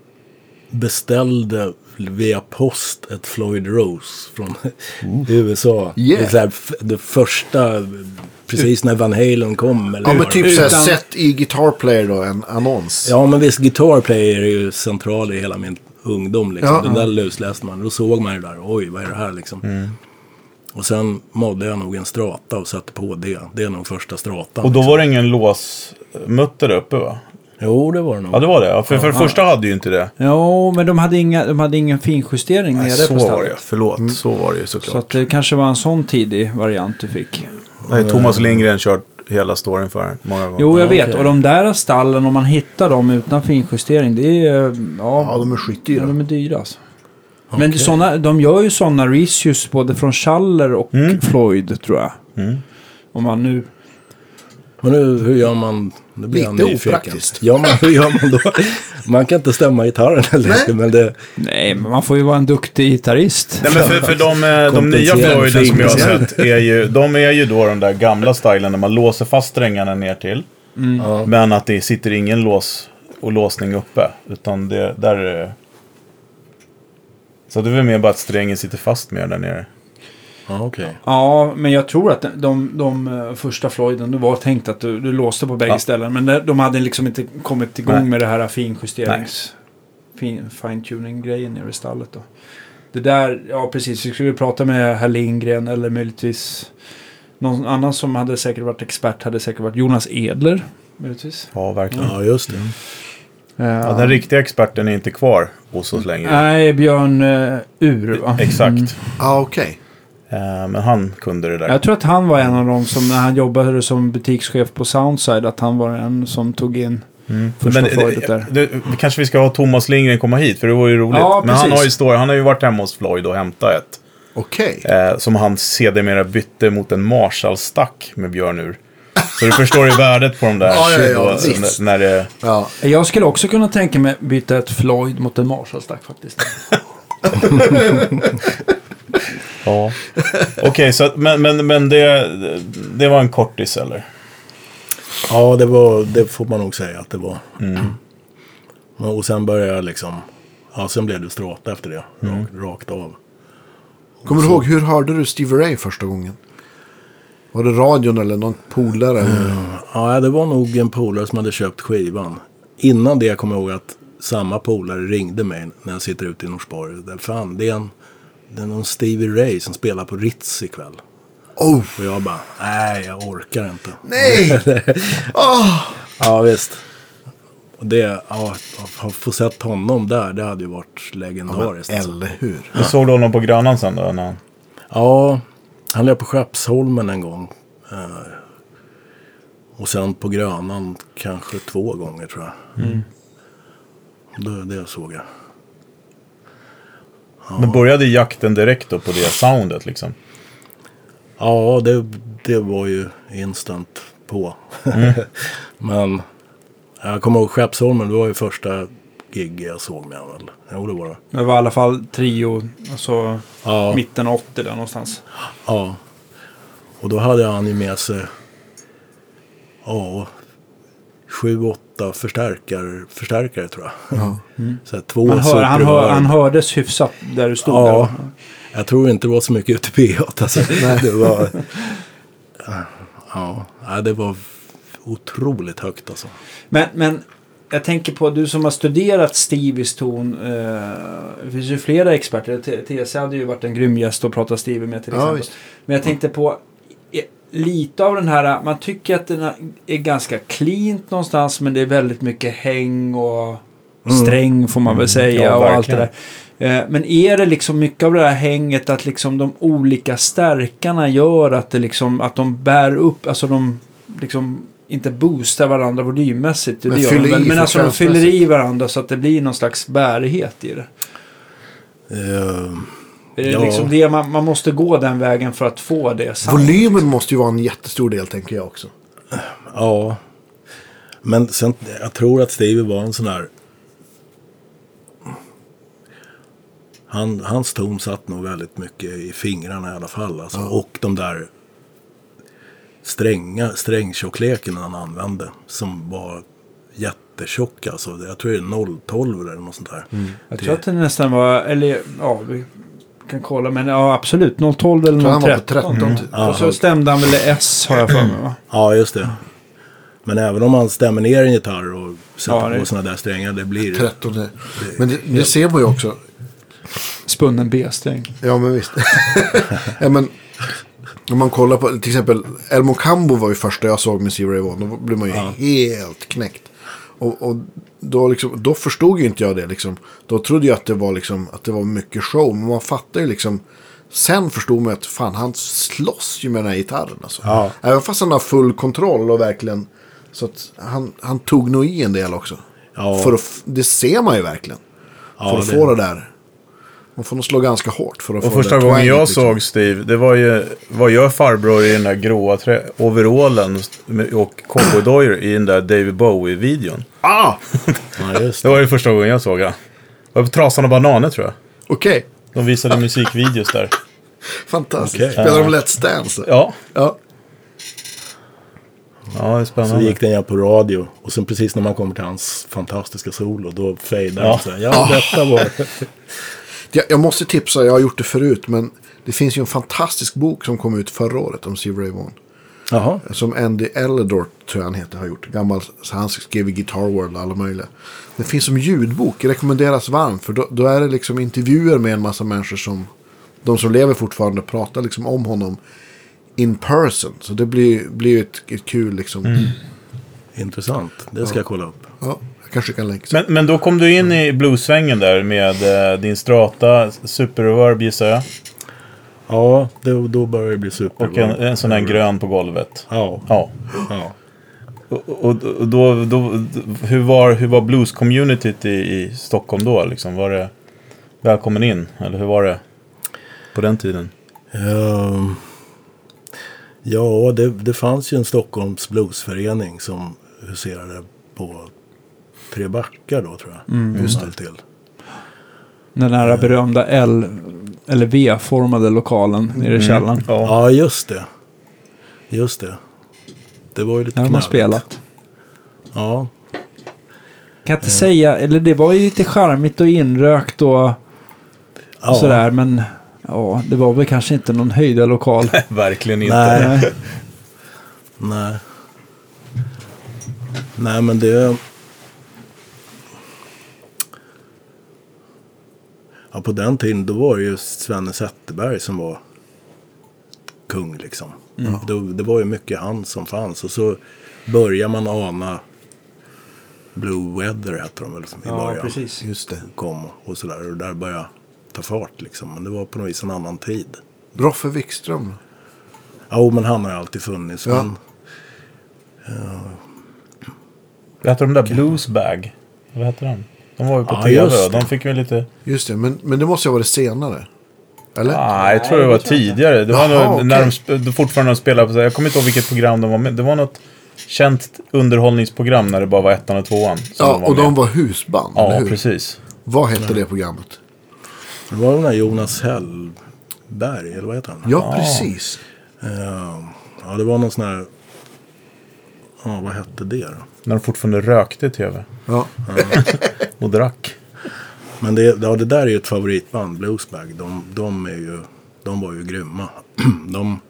beställde via post ett Floyd Rose från U S A. Yeah. Det, är så här, f- det första, precis när Van Halen kom. Eller Ja, men vad det typ var. såhär, Utan- sett i Guitar Player då, en annons. Ja, men visst, Guitar Player är ju central i hela min ungdom. Liksom. Ja. Den där lusläste man. Då såg man ju där, oj, vad är det här liksom. Och sen mådde jag nog en strata och satte på det. Det är nog första stratan. Och då var det ingen låsmutter uppe, va? Jo, det var det nog. Ja, det var det. Ja, för, för det första hade ju inte det. Ja, men de hade, inga, de hade ingen finjustering nere Så på var det, stället. förlåt. Så var det ju såklart. Så att det kanske var en sån tidig variant du fick. Nej, Thomas Lindgren kört hela storyn för många gånger. Jo, jag Ja, vet. okej. Och de där stallen, om man hittar dem utan finjustering, det är... Ja, Ja, de är ja, skitdyra. de är dyra alltså. Men såna, de gör ju sådana reissues både från Schaller och Floyd, tror jag. Mm. Om man nu... Men nu, hur gör man? Det blir jag Lite nyfiken. opraktiskt. Ja, men hur gör man då? Man kan inte stämma gitarren eller men det... Nej, men man får ju vara en duktig gitarrist. Nej, men för, för de, eh, de nya Kompensera Floyden som jag har fingrar. sett är ju, de är ju då de där gamla stilen när man låser fast strängarna ner till. Ja. Men att det sitter ingen lås och låsning uppe. Utan det, där är det... Så det är väl mer bara att strängen sitter fast mer där nere. Ja, okej. Ja, men jag tror att de, de, de eh, första Floyden, det var tänkt att du, du låste på bägge Ja. ställen. Men de, de hade liksom inte kommit igång Nej. med det här finjusterings... Fin, fine-tuning-grejen nere i stallet då. Det där, ja precis, vi skulle prata med herr Lindgren eller möjligtvis någon annan som hade säkert varit expert hade säkert varit Jonas Edler, möjligtvis. Ja, verkligen. Ja, just det. Ja, den riktiga experten är inte kvar hos oss längre. Nej, Björn uh, Ur, va? Exakt. Mm. Ja, okej. Eh, men han kunde det där. Jag tror att han var en av dem som när han jobbade som butikschef på Soundside, att han var en som tog in Mm. första Men Floydet det, där. det, det, kanske vi ska ha Thomas Lindgren komma hit, för det vore ju roligt. Ja, men han precis. har ju story, han har ju varit hemma hos Floyd och hämtat ett. Okej. Eh, som han sedermera bytte mot en Marshall-stack med Björn ur. Så du förstår ju värdet på de där. Ja, ja, ja, då, visst. när, när det... Ja. Jag skulle också kunna tänka mig byta ett Floyd mot en Marshall-stack faktiskt. Ja. Okej, så att- men, men, men det, det var en kortis eller? Ja, det var, det får man nog säga att det var. Mm. Och sen började jag liksom, ja, sen blev det strata efter det, rakt, rakt av. Kommer du ihåg, hur hörde du Stevie Ray första gången? Var det radion eller någon polare? Eller? Ja, det var nog en polare som hade köpt skivan. Innan det kom jag ihåg att samma polare ringde mig när jag sitter ute i Norsborg. Där, fan, det är, en, det är någon Stevie Ray som spelar på Ritz ikväll. Oh, Och jag bara, nej, jag orkar inte. nej! Oh. Ja, visst. Och det, ja, att få sett honom där, det hade ju varit legendariskt. Eller hur? Du såg du honom på Grönan sen då? När han... Ja, han lär på Skeppsholmen en gång. Eh, och sen på Grönan kanske två gånger tror jag. Mm. Det, det såg jag. Men började jakten direkt då på det soundet liksom? Ja, det, det var ju instant på. Mm. Men jag kommer ihåg Skeppsholmen, det var ju första gig jag såg med honom. Väl. Jo, det var det. Det var i alla fall trio, alltså Ja. mitten av åttio där någonstans. Ja. Och då hade han ju med sig ja, sju, åtta åtta förstärkare, förstärkare tror jag. Ja. Mm. Så här, två Man hör, han, hör, han hördes hyfsat där du stod. Ja, där. jag tror inte det var så mycket ute i P åtta. Alltså. det var, ja, det var otroligt högt alltså. Men, men jag tänker på du som har studerat Stevies ton. Eh, det finns ju flera experter. T- TC hade ju varit en grym gäst och pratat Stevie med till Ja, exempel. visst. Men jag tänkte på eh, lite av den här. Man tycker att den är ganska cleant någonstans. Men det är väldigt mycket häng och sträng får man väl säga. Ja, och allt det verkligen. där. Eh, men är det liksom mycket av det här hänget att liksom de olika stärkarna gör att det liksom att de bär upp. Alltså de liksom inte boostar varandra volymmässigt. Det Men gör de fyller väl. i Men alltså de fyller frekvensmässigt. i varandra så att det blir någon slags bärighet i det. Uh, Är det Ja. liksom det man, man måste gå den vägen för att få det sant? Volymen måste ju vara en jättestor del, tänker jag också. ja. Men sen, jag tror att Stevie var en sån där... Han, hans ton satt nog väldigt mycket i fingrarna i alla fall. Alltså. Och de där stränga, strängtjockleken han använde som var jättetjock. Alltså. Jag tror det är noll tolv eller något sånt där. Jag tror att det nästan var, eller ja, vi kan kolla, men ja absolut, noll tolv eller tror han noll var på tretton. tretton typ. Och så stämde han väl S har jag för mig va? Ja, just det. Men även om man stämmer ner en gitarr och sätter Ja, det- på såna där strängar, det blir... tretton. det- Men det, det ser man ju också. Spunnen B-sträng. Ja, men visst. ja, men om man kollar på, till exempel, El Mocambo var ju första jag såg med Stevie Ray Vaughan. Då blev man ju helt knäckt. Och, och då, liksom, då förstod ju inte jag det. Liksom. Då trodde jag att det var, liksom, att det var mycket show. Men man fattar ju liksom... Sen förstod man att fan, han slåss ju med den här gitarren. Alltså. Ja. Även fast han har full kontroll och verkligen... Så att han, han tog nog i en del också. Ja. För att, f- det ser man ju verkligen. Ja, för att det- få det där. Man får nog slå ganska hårt för att Och få första det där gången jag twanget, liksom. såg Steve, det var ju, vad gör farbror i den där gråa trä- overallen med- och cowboydojor i den där David Bowie-videon. Ah! Ja, just Det det. var ju första gången jag såg det. Det var på Trasan och Bananer tror jag. Okej. De visade musikvideos där. Fantastiskt. Okej. Spelar de Let's Dance? Ja, Ja. ja det är Så spännande. gick den ja på radio. Och sen precis när man kommer till hans fantastiska solo, då fejdar Ja. han så här. Ja, detta var... Jag, jag måste tipsa, jag har gjort det förut, men det finns ju en fantastisk bok som kom ut förra året om Stevie Ray Vaughan. Jaha. Som Andy Elledort, tror jag han heter, har gjort. Gammal, så han skrev i Guitar World och alla möjliga. Det finns som ljudbok, rekommenderas varmt. För då, då är det liksom intervjuer med en massa människor som, de som lever fortfarande, pratar liksom om honom in person. Så det blir, blir ett, ett kul liksom. Mm. Intressant. Det ska jag kolla upp. Ja, jag kanske kan länka. Men, men då kom du in i bluesvängen där med eh, din strata, superreverb gissar jag. Ja, då, då börjar det bli super. Och en, en sån här grön på golvet. Ja. Ja. Ja. Och, och, och då, då, hur var, hur var blues-communityt i, i Stockholm då? Liksom? Var det välkommen in? Eller hur var det på den tiden? Ehm, ja, det, det fanns ju en Stockholms bluesförening som huserade på Tre Backar då, tror jag. Mm, just det. Till. Den här berömda L eller V-formade lokalen nere i källaren. Ja. Ja, just det. Just det. Det var ju lite Där har man knalligt. spelat. Ja. Kan inte säga, eller det var ju lite charmigt och inrökt och, Ja. och sådär, men ja, det var väl kanske inte någon höjda lokal. Verkligen inte. Nej. Nej. Nej. Nej, men det... Ja, på den tiden då var det ju Svenne Zetterberg som var kung liksom. Mm. Det, det var ju mycket han som fanns. Och så börjar man ana Blue Weather heter de väl som i Ja, början. precis. Just det. Kom och sådär. Och där började ta fart liksom. Men det var på något vis en annan tid. Roffe Wikström. Ja, men han har ju alltid funnits. Ja. Men, Vad heter de där Bluesbag? Vad heter de? De var ju på Ja, tv. just det. De fick ju lite... Just det, men, men det måste ju ha varit senare. Eller? Nej, jag tror det var det tror jag tidigare. Det var Jaha, nog när de okej. sp- de fortfarande spelade på... så här- Jag kommer inte ihåg vilket program de var med. Det var något känt underhållningsprogram när det bara var ettan och tvåan. som Ja, var och med. de var husband, eller Ja, hur? precis. Vad hette det programmet? det var den där Jonas Hellberg, eller vad heter han? Ja, precis. Ja, ja, det var någon sån här... Ja, vad hette det då? När de fortfarande rökte i tv. Ja. Och drack. Men det, ja, det där är ju ett favoritband, Bluesbag. De, de, är ju, de var ju grymma. De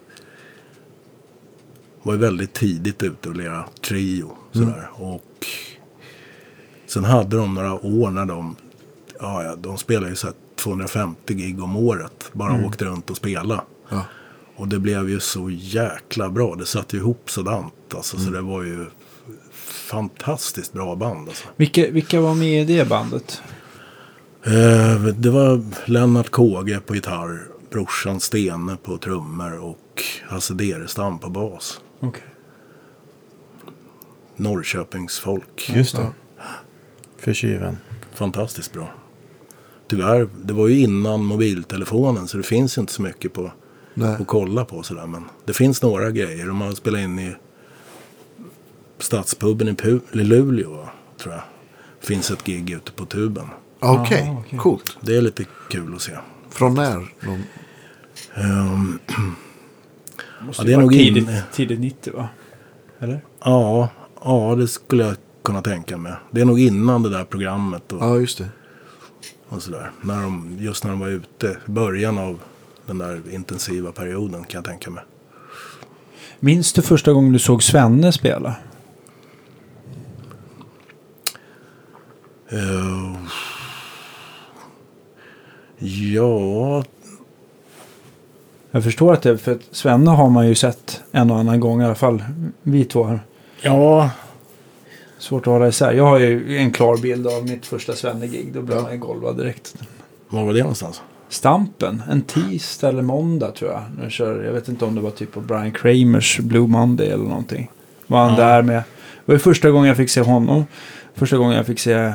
var ju väldigt tidigt ute och lera trio. Sådär. Mm. Och sen hade de några år när de, ja, ja, de spelade ju så här tvåhundrafemtio gig om året. Bara mm. åkte runt och spelade. Ja. Och det blev ju så jäkla bra. Det satt ju ihop sådant. Alltså, mm. Så det var ju fantastiskt bra band. Alltså. Vilka, vilka var med i det bandet? Eh, det var Lennart Kåge på gitarr. Brorsan Stene på trummor. Och Hasse Derestam på bas. Okay. Norrköpings folk. Just det. Ja. Förkiven. Fantastiskt bra. Tyvärr, det var ju innan mobiltelefonen. Så det finns inte så mycket på Nej. Att kolla på sådär. Men det finns några grejer. De har spelat in i Stadspubben i, Pu- i Luleå, tror jag. Finns ett gig ute på tuben. Okej, okay. okay. Coolt. Det är lite kul att se. Från när? De... Um, Måste ja, det är nog tidigt, in... tidigt nittio, va? Eller? Ja, ja, det skulle jag kunna tänka mig. Det är nog innan det där programmet. Och, ja, just det. Och sådär. När de, just när de var ute, början av den där intensiva perioden, kan jag tänka mig. Minns du första gången du såg Svenne spela? Uh, ja... Jag förstår att det, för att Svenne har man ju sett en och annan gång i alla fall. Vi två här. Ja. Svårt att hålla isär. Jag har ju en klar bild av mitt första Svenne-gig. Då blev ja. man ju golvad direkt. Var var det någonstans? Stampen. En tisdag eller måndag tror jag. Jag, kör, jag vet inte om det var typ på Brian Kramers Blue Monday eller någonting. Var han ja. där med. Det var ju första gången jag fick se honom. Första gången jag fick se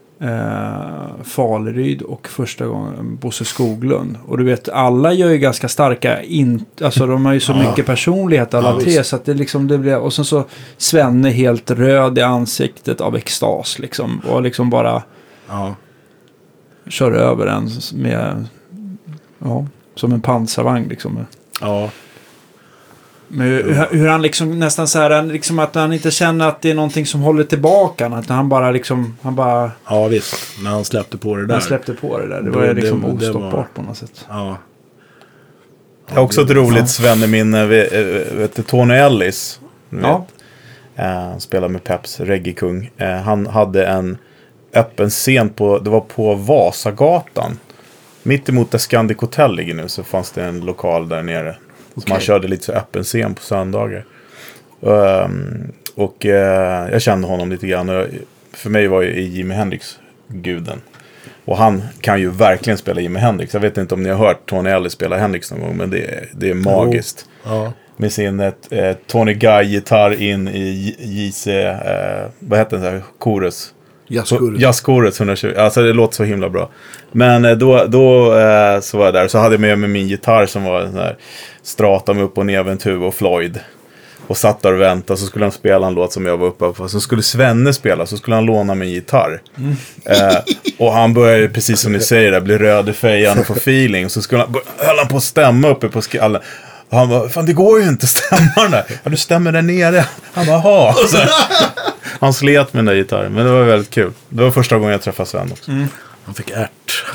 eh, Faleryd och första gången Bosse Skoglund. Och du vet, alla gör ju ganska starka in, alltså de har ju så ja. mycket personlighet alla ja, tre visst. Så att det liksom det blev, och sen så Svenne helt röd i ansiktet av extas liksom och liksom bara ja. kör över en med ja, som en pansarvagn liksom. Ja. Men hur, hur han liksom nästan så här liksom att han inte känner att det är någonting som håller tillbaka att han bara liksom han bara ja visst när han släppte på det där han släppte på det där det var ju liksom det, ostoppbart det var, på något sätt ja. Jag har också ett roligt ja. Svenneminne vet du, Tony Ellis ja. Han spelar med Peps reggae-kung han hade en öppen scen på det var på Vasagatan mitt emot där Scandic Hotel ligger nu så fanns det en lokal där nere. Okay. Så man körde lite så öppen scen på söndagar. Um, och uh, jag kände honom lite grann. Och för mig var ju Jimi Hendrix guden. Och han kan ju verkligen spela Jimi Hendrix. Jag vet inte om ni har hört Tony Ellis spela Hendrix någon gång. Men det är, det är magiskt. Oh. Ja. Med sin ett, eh, Tony Guy-gitarr in i J C. Eh, vad heter den här? Chorus. Jazzchorus. Jazzchorus hundratjugo. Alltså det låter så himla bra. Men då, då eh, så var jag där. Så hade jag med mig min gitarr som var en sån här strata med upp och ner Ventura och Floyd. Och satt där och väntade. Så skulle han spela en låt som jag var uppe på. Så skulle Svenne spela. Så skulle han låna min gitarr. Mm. Eh, och han började, precis som ni säger där, bli röd i fejan och få feeling. Så skulle han, höll han på att stämma uppe på skallen. Och han bara, fan det går ju inte att stämma där. Ja, du stämmer där nere. Han bara, ha. Så, han slet med den där gitarren. Men det var väldigt kul. Det var första gången jag träffade Sven också. Mm. Han fick ärt.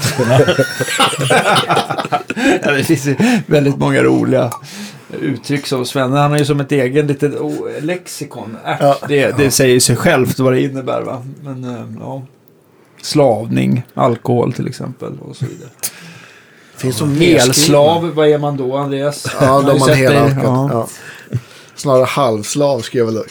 Ja, det finns väldigt många roliga uttryck som Sven. Han är ju som ett egen litet oh, lexikon. Ärt, ja. det, det säger sig självt vad det innebär va. Men ja. Slavning, alkohol till exempel och så vidare. Finns som helslav, vad är man då Andreas? Ja, då man hela ja. ja. Snarare halvslav ska jag väl.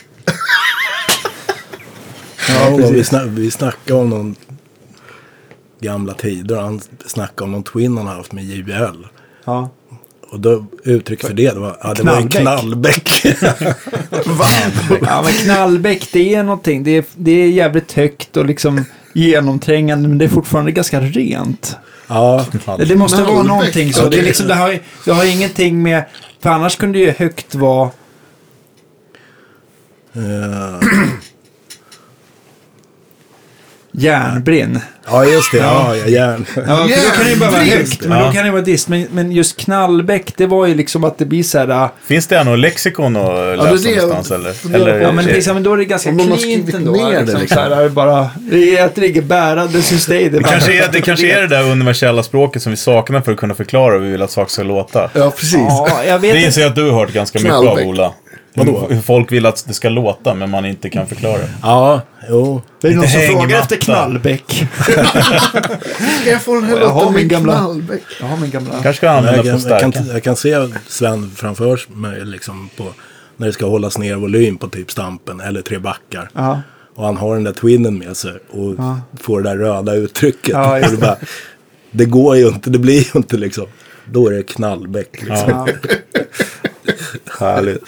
Ja, vi, snack, vi snackade om någon gamla tider. Han snackade om någon twin han haft med J B L. Ja. Och då uttryck för det, det var, ja, det var en knallbäck. Ja, men knallbäck, det är någonting. Det är, det är jävligt högt och liksom genomträngande, men det är fortfarande ganska rent. Ja. Det måste vara någonting så. Det, är liksom, det, har, det har ingenting med... För annars kunde ju högt vara... Uh. järnbrinn. Ja, just det. Ja, ja, järn. Ja, för då kan det ju bara vara Järnbrinn! högt, men då kan det vara dist. Men, men just knallbäck, det var ju liksom att det blir så här... Finns det något lexikon att det är läsa det jag någonstans? Eller? funderar eller på. Ja, men liksom, då är det ganska Om de har cleant skrivit ändå. ner det, Liksom, liksom. så här, är det bara... Det är att det ligger bärande system. det, kanske är, det kanske är det där universella språket som vi saknar för att kunna förklara hur vi vill att saker ska låta. Ja, precis. Ja, jag vet Det inte. inser jag att du har hört ganska mycket Knallbäck. av, Ola. Vadå? Hur folk vill att det ska låta, men man inte kan förklara. Ja, jo. Det är någon Lite som frågar hängmatta. efter knallbäck. Ska jag få den här Jag har låten min med gamla- knallbäck? Jag har min gamla... Kanske ska använda Jag på kan, stärka. jag, kan, jag kan se Sven framför mig liksom på, när det ska hållas ner volym på typ stampen eller tre backar. Ja. Och han har den där twinnen med sig och Ja. får det där röda uttrycket. Ja, just och det, bara, det går ju inte, det blir ju inte liksom. Då är det knallbäck liksom. Ja. Härligt.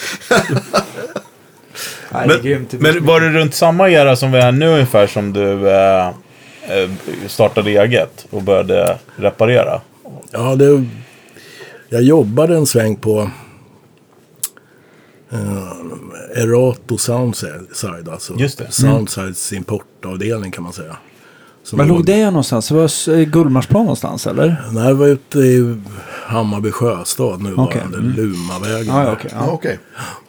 Nej, det är grymt. Men, men var det runt samma era som vi är nu ungefär som du eh, eh, startade eget och började reparera? Ja, det, jag jobbade en sväng på uh, Erato Soundside, alltså Just det. Soundsides importavdelning kan man säga. Som Var låg det någonstans? Det var i Gullmarsplan någonstans, eller? Nej, det var ute i Hammarby Sjöstad nu, Okej. okay. Lumavägen. Ja, ja, okej. Ja, Ja. okej.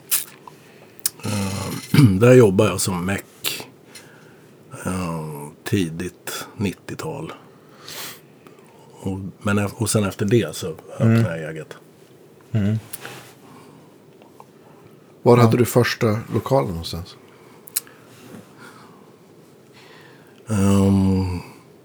Där jobbade jag som meck uh, tidigt nittiotal. Och, men, e- och sen efter det så öppnade jag eget. Var hade du första lokalen någonstans? Um,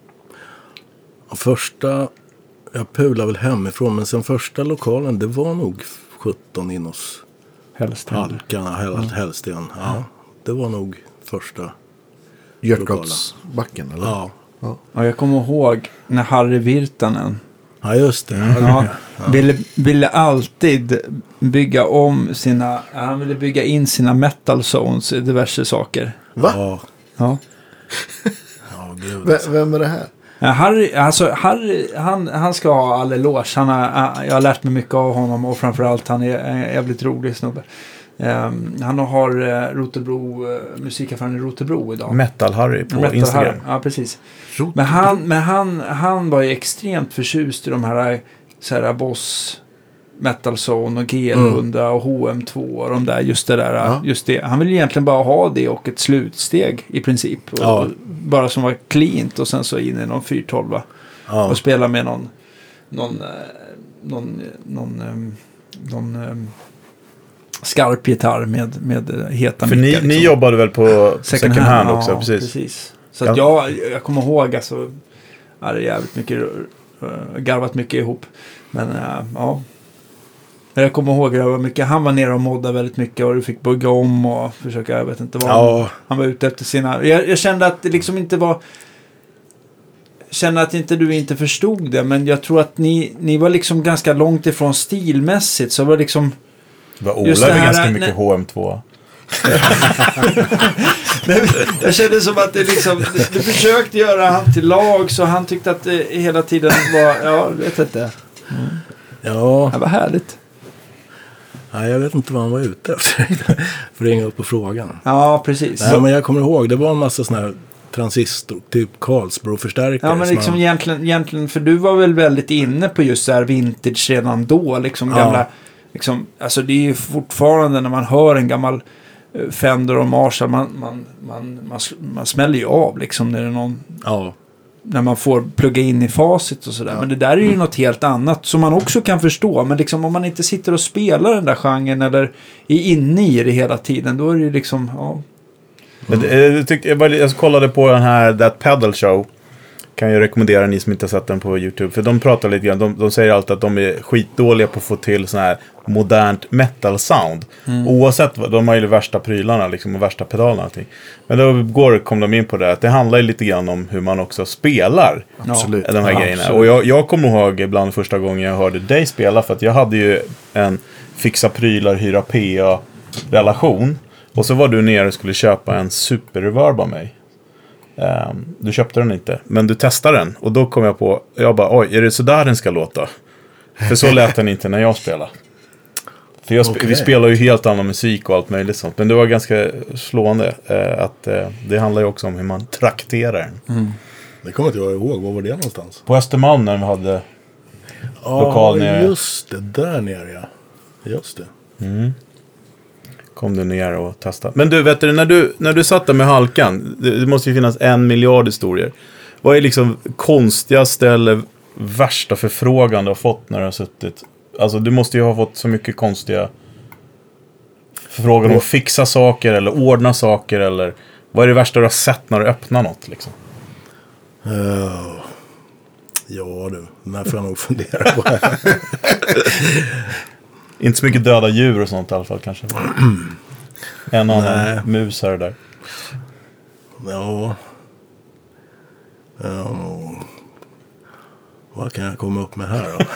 första, jag pulade väl hemifrån, men sen första lokalen, det var nog sjutton in hos Helst. Halkarna, Häl- Hällsten. Ja, det var nog första. Götgatsbacken, eller? Ja, Ja, jag kommer ihåg när Harry Virtanen ja just det. ja, ville, ville alltid bygga om sina... Han ville bygga in sina metal zones i diverse saker. Va? Ja, Ja. ja gud. V- vem är det här? Ja, Harry, alltså Harry, han, han ska ha all eloge. Han har, jag har lärt mig mycket av honom och framförallt han är en jävligt rolig snubbe. Um, han har uh, Rotebro, uh, musikaffären i Rotebro idag. Metal-Harry på Metal Instagram. Harry. Ja, precis. Men, han, men han, han var ju extremt förtjust i de här, så här Boss, Metal Zone och G hundra och H M två och de där, just det där. Ja. Just det. Han vill egentligen bara ha det och ett slutsteg i princip. Och, Ja. bara som var cleant och sen så in i någon fyrtolva. Ja. Och spela med någon någon eh, någon någon, um, någon um, skarp gitarr med, med eh, heta För ni, mickar, ni liksom. jobbade väl på second, hand, också? Ja, Precis. precis. Så Ja. att jag, jag kommer ihåg alltså, jag hade jävligt mycket uh, garvat mycket ihop. Men uh, ja. Jag kommer ihåg det var mycket, han var nere och moddade väldigt mycket och du fick bygga om och försöka, jag vet inte vad. Ja. Han var ute efter sina, jag, jag kände att det liksom inte var, kände att inte du inte förstod det, men jag tror att ni, ni var liksom ganska långt ifrån stilmässigt, så det var liksom Var Just Ola det är här, ganska nej- mycket H M två? Nej, jag kände som att det liksom, du, du försökte göra han till lag så han tyckte att det hela tiden var, ja, jag vet inte. Ja, Det var härligt. nej, jag vet inte vad han var ute efter. För att ringa upp på frågan. Ja, precis. Nej, men jag kommer ihåg, det var en massa sådana här transistor, typ Karlsbro-förstärkare. Ja, men som liksom man- egentligen, egentligen, för du var väl väldigt inne på just så här vintage redan då, liksom Ja. gamla, liksom, alltså det är ju fortfarande när man hör en gammal eh, Fender och Marshall, man, man, man, man, man smäller ju av liksom när det är någon, Ja, när man får plugga in i facit och sådär. Men det där är ju något helt annat som man också kan förstå. Men liksom om man inte sitter och spelar den där genren eller är inne i det hela tiden, då är det ju liksom, ja. Men, eh, jag, tyck, jag, var- jag kollade på den här That Pedal Show. Kan jag rekommendera ni som inte har sett den på YouTube. För de pratar lite grann. De, de säger alltid att de är skitdåliga på att få till sån här modernt metal sound. Oavsett, vad- de har ju de värsta prylarna liksom, och värsta pedalerna och allting. Men då går, kom de in på det. Att det handlar ju lite grann om hur man också spelar. Absolut. De här Ja, grejerna. absolut. Och jag, jag kommer ihåg ibland första gången jag hörde dig spela. För att jag hade ju en fixa prylar, hyra P A-relation. Och så var du nere och skulle köpa en superreverb av mig. Um, du köpte den inte, men du testade den. Och då kom jag på, jag bara, oj, är det så där den ska låta? För så lät den inte när jag spelade. För jag sp- Okay. vi spelar ju helt annan musik och allt möjligt sånt. Men det var ganska slående eh, att eh, det handlar ju också om hur man trakterar den. Mm. Det kommer inte jag ihåg. Var var det någonstans? På Östermalm när vi hade... Ja, Lokal nere. just det. Där nere, ja. Just det. Mm. Kom du ner och testade. Men du, vet du, när du, när du satt där med halkan, det, det måste ju finnas en miljard historier. Vad är liksom konstigaste eller värsta förfrågan du har fått när du har suttit? Alltså, du måste ju ha fått så mycket konstiga förfrågan om att fixa saker eller ordna saker, eller vad är det värsta du har sett när du öppnar något liksom? Uh, ja du, när får jag nog fundera på. Inte så mycket döda djur och sånt i alla fall kanske. En annan Nej. mus här och där. Ja. Ja. Vad kan jag komma upp med här då?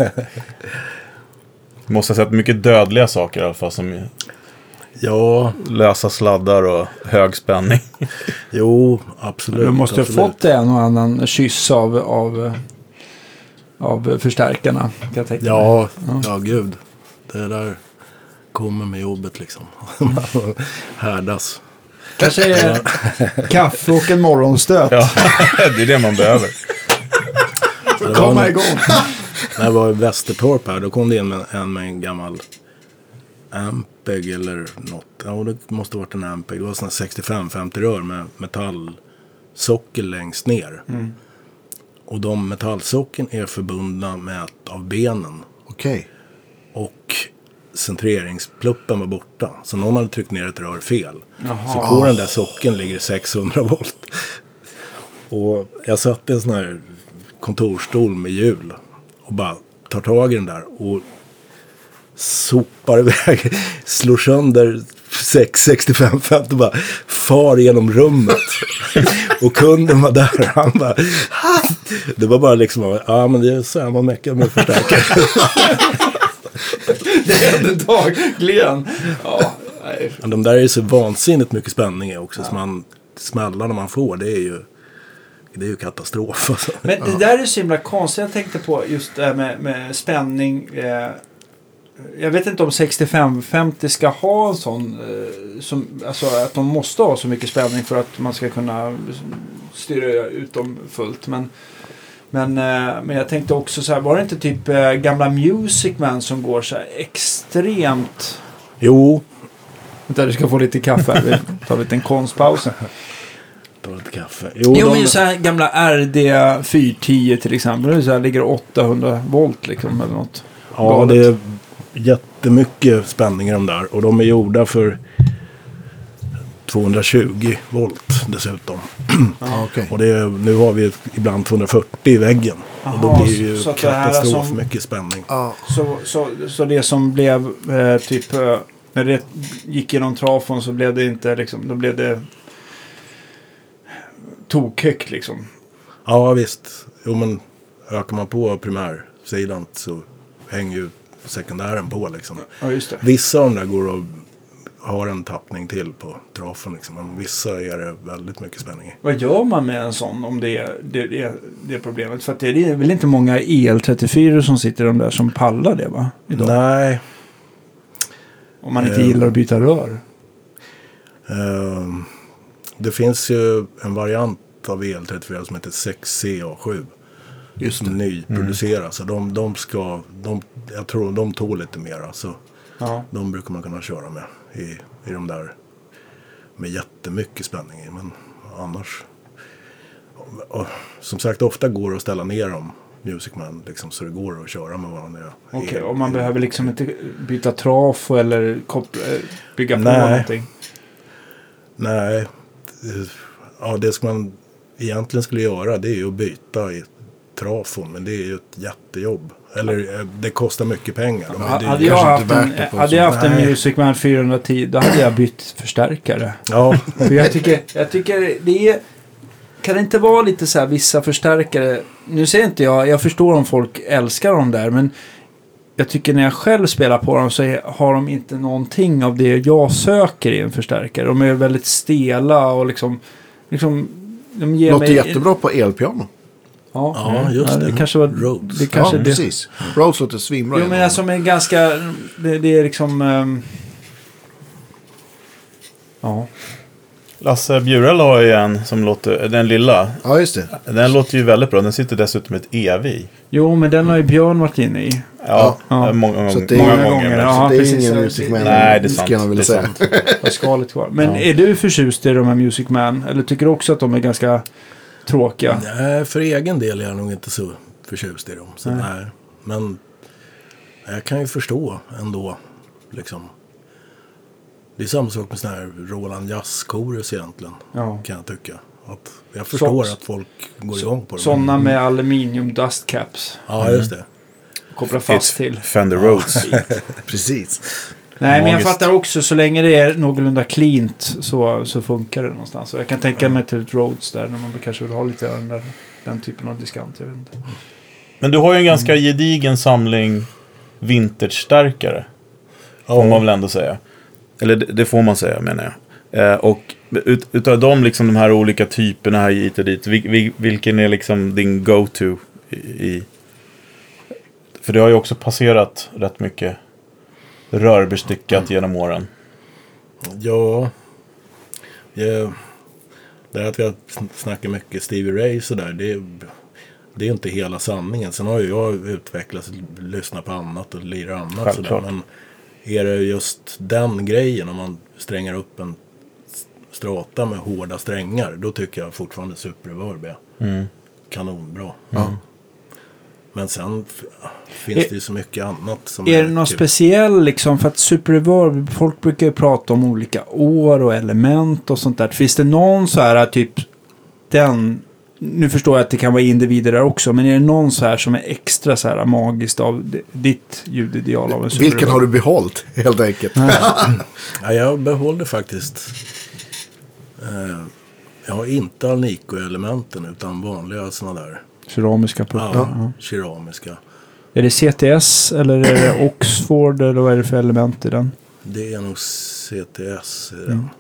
Du måste ha sett mycket dödliga saker i alla fall, som Ja, lösa sladdar och hög spänning. jo, absolut. Du måste absolut. ha fått en och annan kyss av, av, av förstärkarna. Kan jag tänka mig. Ja, ja, gud. Det där kommer med jobbet liksom. Härdas. Kanske är kaffe och en morgonstöt. Ja, det är det man behöver. Komma igång. När jag var i Västertorp här, då kom det in med en med en gammal Ampeg eller något. Ja, det måste ha varit en Ampeg. Det var sådana sextiofem femtio rör med metallsockel längst ner. Mm. Och de metallsockeln är förbundna med ett av benen. Okej. Och centreringspluppen var borta. Så någon hade tryckt ner ett rör fel. Jaha. Så på den där sockeln ligger sexhundra volt. Och jag satt i en sån här kontorstol med hjul. Och bara tar tag i den där. Och sopar iväg. Slår sönder sex sextiofem femtio och bara far genom rummet. Och kunden var där. Han bara... Ha! Det var bara liksom... Ja, men det är så här man mäckar med förstärkare. Det händer dagligen. Ja, nej. De där är ju så vansinnigt mycket spänning i också. Så man smällar när man får. Det är ju, det är ju katastrof. Alltså. Men det där är så himla konstigt. Jag tänkte på just det här med, med spänning. Eh, jag vet inte om sextiofem femtio ska ha en sån. Eh, som, alltså att de måste ha så mycket spänning för att man ska kunna styra ut dem fullt. Men, men, eh, men jag tänkte också så här. Var det inte typ eh, gamla Music Man som går så här extremt... Jo. Vänta, du ska få lite kaffe här. Vi tar en liten konstpaus. Ta lite kaffe. Jo, Jo, de, men så här gamla R D fyra tio till exempel. Det är så här, ligger åttahundra volt liksom eller något. ja, galet. det är jättemycket spänning i de där. Och de är gjorda för tvåhundratjugo volt dessutom. Ja, okej. Och det är, nu har vi ibland tvåhundrafyrtio i väggen. och då Aha, blir det ju så att det här katastrof som- mycket spänning. Ja. Så, så, så det som blev eh, typ eh, när det gick genom trafon så blev det inte liksom, då blev det tokhögt liksom. Ja visst. Jo men ökar man på primärsidan så hänger ju sekundären på liksom. Ja, just det. Vissa av de där går och har en tappning till på trafen liksom. Men vissa är det väldigt mycket spänning i. Vad gör man med en sån om det är det, det, det problemet? För att det är väl inte många E L trettiofyra som sitter de där som pallar det va? Idag. Nej. Om man inte Eh. gillar att byta rör. Ehm, det finns ju en variant av E L trettiofyra som heter sex C A sju. Just Som det. nyproduceras. Så de, de ska, de, jag tror de tål lite mer. Så Ja. de brukar man kunna köra med i, i de där med jättemycket spänning i. Men annars, och, som sagt, ofta går det att ställa ner dem Music Man liksom, så det går att köra med varandra. Okej, I- och man i- behöver liksom inte byta trafo eller koppla, eh, bygga på Nej. någonting. Nej, ja, det som man egentligen skulle göra det är ju att byta i trafon, men det är ju ett jättejobb. Eller eh, det kostar mycket pengar. De är Ha- dyra. Hade jag kanske haft inte en, värt det på hade så- jag haft en Nej. Music Man fyrahundratio då hade jag bytt förstärkare. Ja, För jag tycker, jag tycker det är... Kan det inte vara lite så här vissa förstärkare... Nu säger inte jag... Jag förstår om folk älskar dem där, men... Jag tycker när jag själv spelar på dem så är, har de inte någonting av det jag söker i en förstärkare. De är väldigt stela och liksom... liksom de ger Låter mig, jättebra på elpiano. Ja, Ja, just ja, det. det kanske var Rhodes. det kanske Ja, det. precis. Rhodes låter svinbra. Jo, men alltså med ganska det, det är liksom um, ja. Lasse Bjurel har ju en som låter, den lilla. Ja, just det. Den låter ju väldigt bra. Den sitter dessutom ett E V i. Jo, men den har ju Björn varit inne i. Ja, Ja. många, Så många, det är många många gånger. gånger, men- ja. Så det är precis. ingen Music Man. Nej, det är sant. Ska jag vilja Det är säga. sant. Har skalet kvar. Men Ja. är du förtjust i de här Music Man? Eller tycker du också att de är ganska tråkiga? Nej, för egen del är jag nog inte så förtjust i dem. Så Nej. nej. Men jag kan ju förstå ändå. Liksom. Det är samma sak med sådana här Roland Jazz-chorus egentligen. Ja. Kan jag tycka. Att jag förstår Så- att folk går igång på det. Sådana med aluminium dust caps. Ja, just det. Koppla fast till. Fender Rhodes. Precis. Nej, men jag Magiskt. fattar också. Så länge det är någorlunda cleant så, så funkar det någonstans. Och jag kan tänka mig till ett Rhodes där. När man kanske vill ha lite av den, där, den typen av diskant. Jag vet inte. Men du har ju en ganska gedigen samling vintage-stärkare. Får man väl ändå säga. Eller det, det får man säga, menar jag. Eh, och ut, utav dem, liksom de här olika typerna här hit och dit. Vil, vil, vilken är liksom din go-to i, i... För det har ju också passerat rätt mycket rörbestyckat genom åren. Ja. ja. Det är att vi har snackat mycket Stevie Ray sådär. Det är, det är inte hela sanningen. Sen har ju jag utvecklats, lyssnat på annat och lirar annat. Sådär. Självklart. Men är det just den grejen om man strängar upp en strata med hårda strängar, då tycker jag fortfarande Super Reverb är Mm. kanonbra. Ja. Men sen f- finns det ju så mycket annat som Är det någon kul. speciell liksom, för att Super Reverb, folk brukar ju prata om olika år och element och sånt där. Finns det någon så här typ den, nu förstår jag att det kan vara individer där också, men är det någon så här som är extra så här magiskt av d- ditt ljudideal av en Super Vilken Reverb? har du behållit, helt enkelt? Ja, jag behåller faktiskt eh, jag har inte Alnico-elementen utan vanliga sådana där Keramiska puckar. ja, Ja. keramiska. Är det C T S eller är det Oxford eller vad är det för element i den? Det är nog C T S i den. Mm.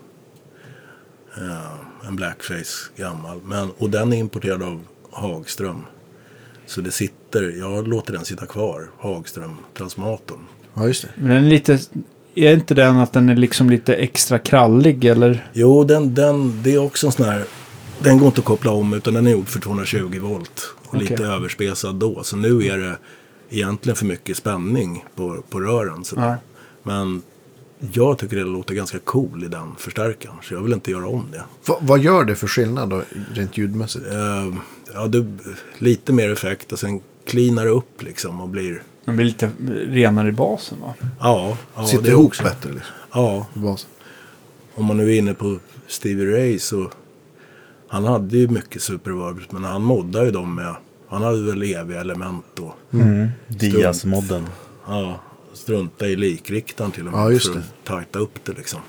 Ja, en blackface gammal. Men, och den är importerad av Hagström. Så det sitter, jag låter den sitta kvar, Hagström-transmatorn. Ja, just det. Men den är lite, är inte den att den är liksom lite extra krallig eller? Jo, den, den, det är också en sån här, den går inte att koppla om utan den är gjord för tvåhundratjugo volt. Och Okej. lite överspesad då. Så nu är det egentligen för mycket spänning på, på rören. Så. Nej. Men jag tycker det låter ganska cool i den förstärkaren. Så jag vill inte göra om det. Va, vad gör det för skillnad då, rent ljudmässigt? Uh, ja, det, lite mer effekt och sen cleanar det upp liksom och blir... Den blir lite renare i basen va? Ja, ja Sitter det ihop också. bättre liksom. Ja, på basen. om man nu är inne på Stevie Ray så han hade ju mycket superverbs men han moddade ju dem med, han hade väl eviga element och Mm. Diaz-modden. ja, strunta i likriktaren till och med Ja, just för det. att tajta upp det liksom.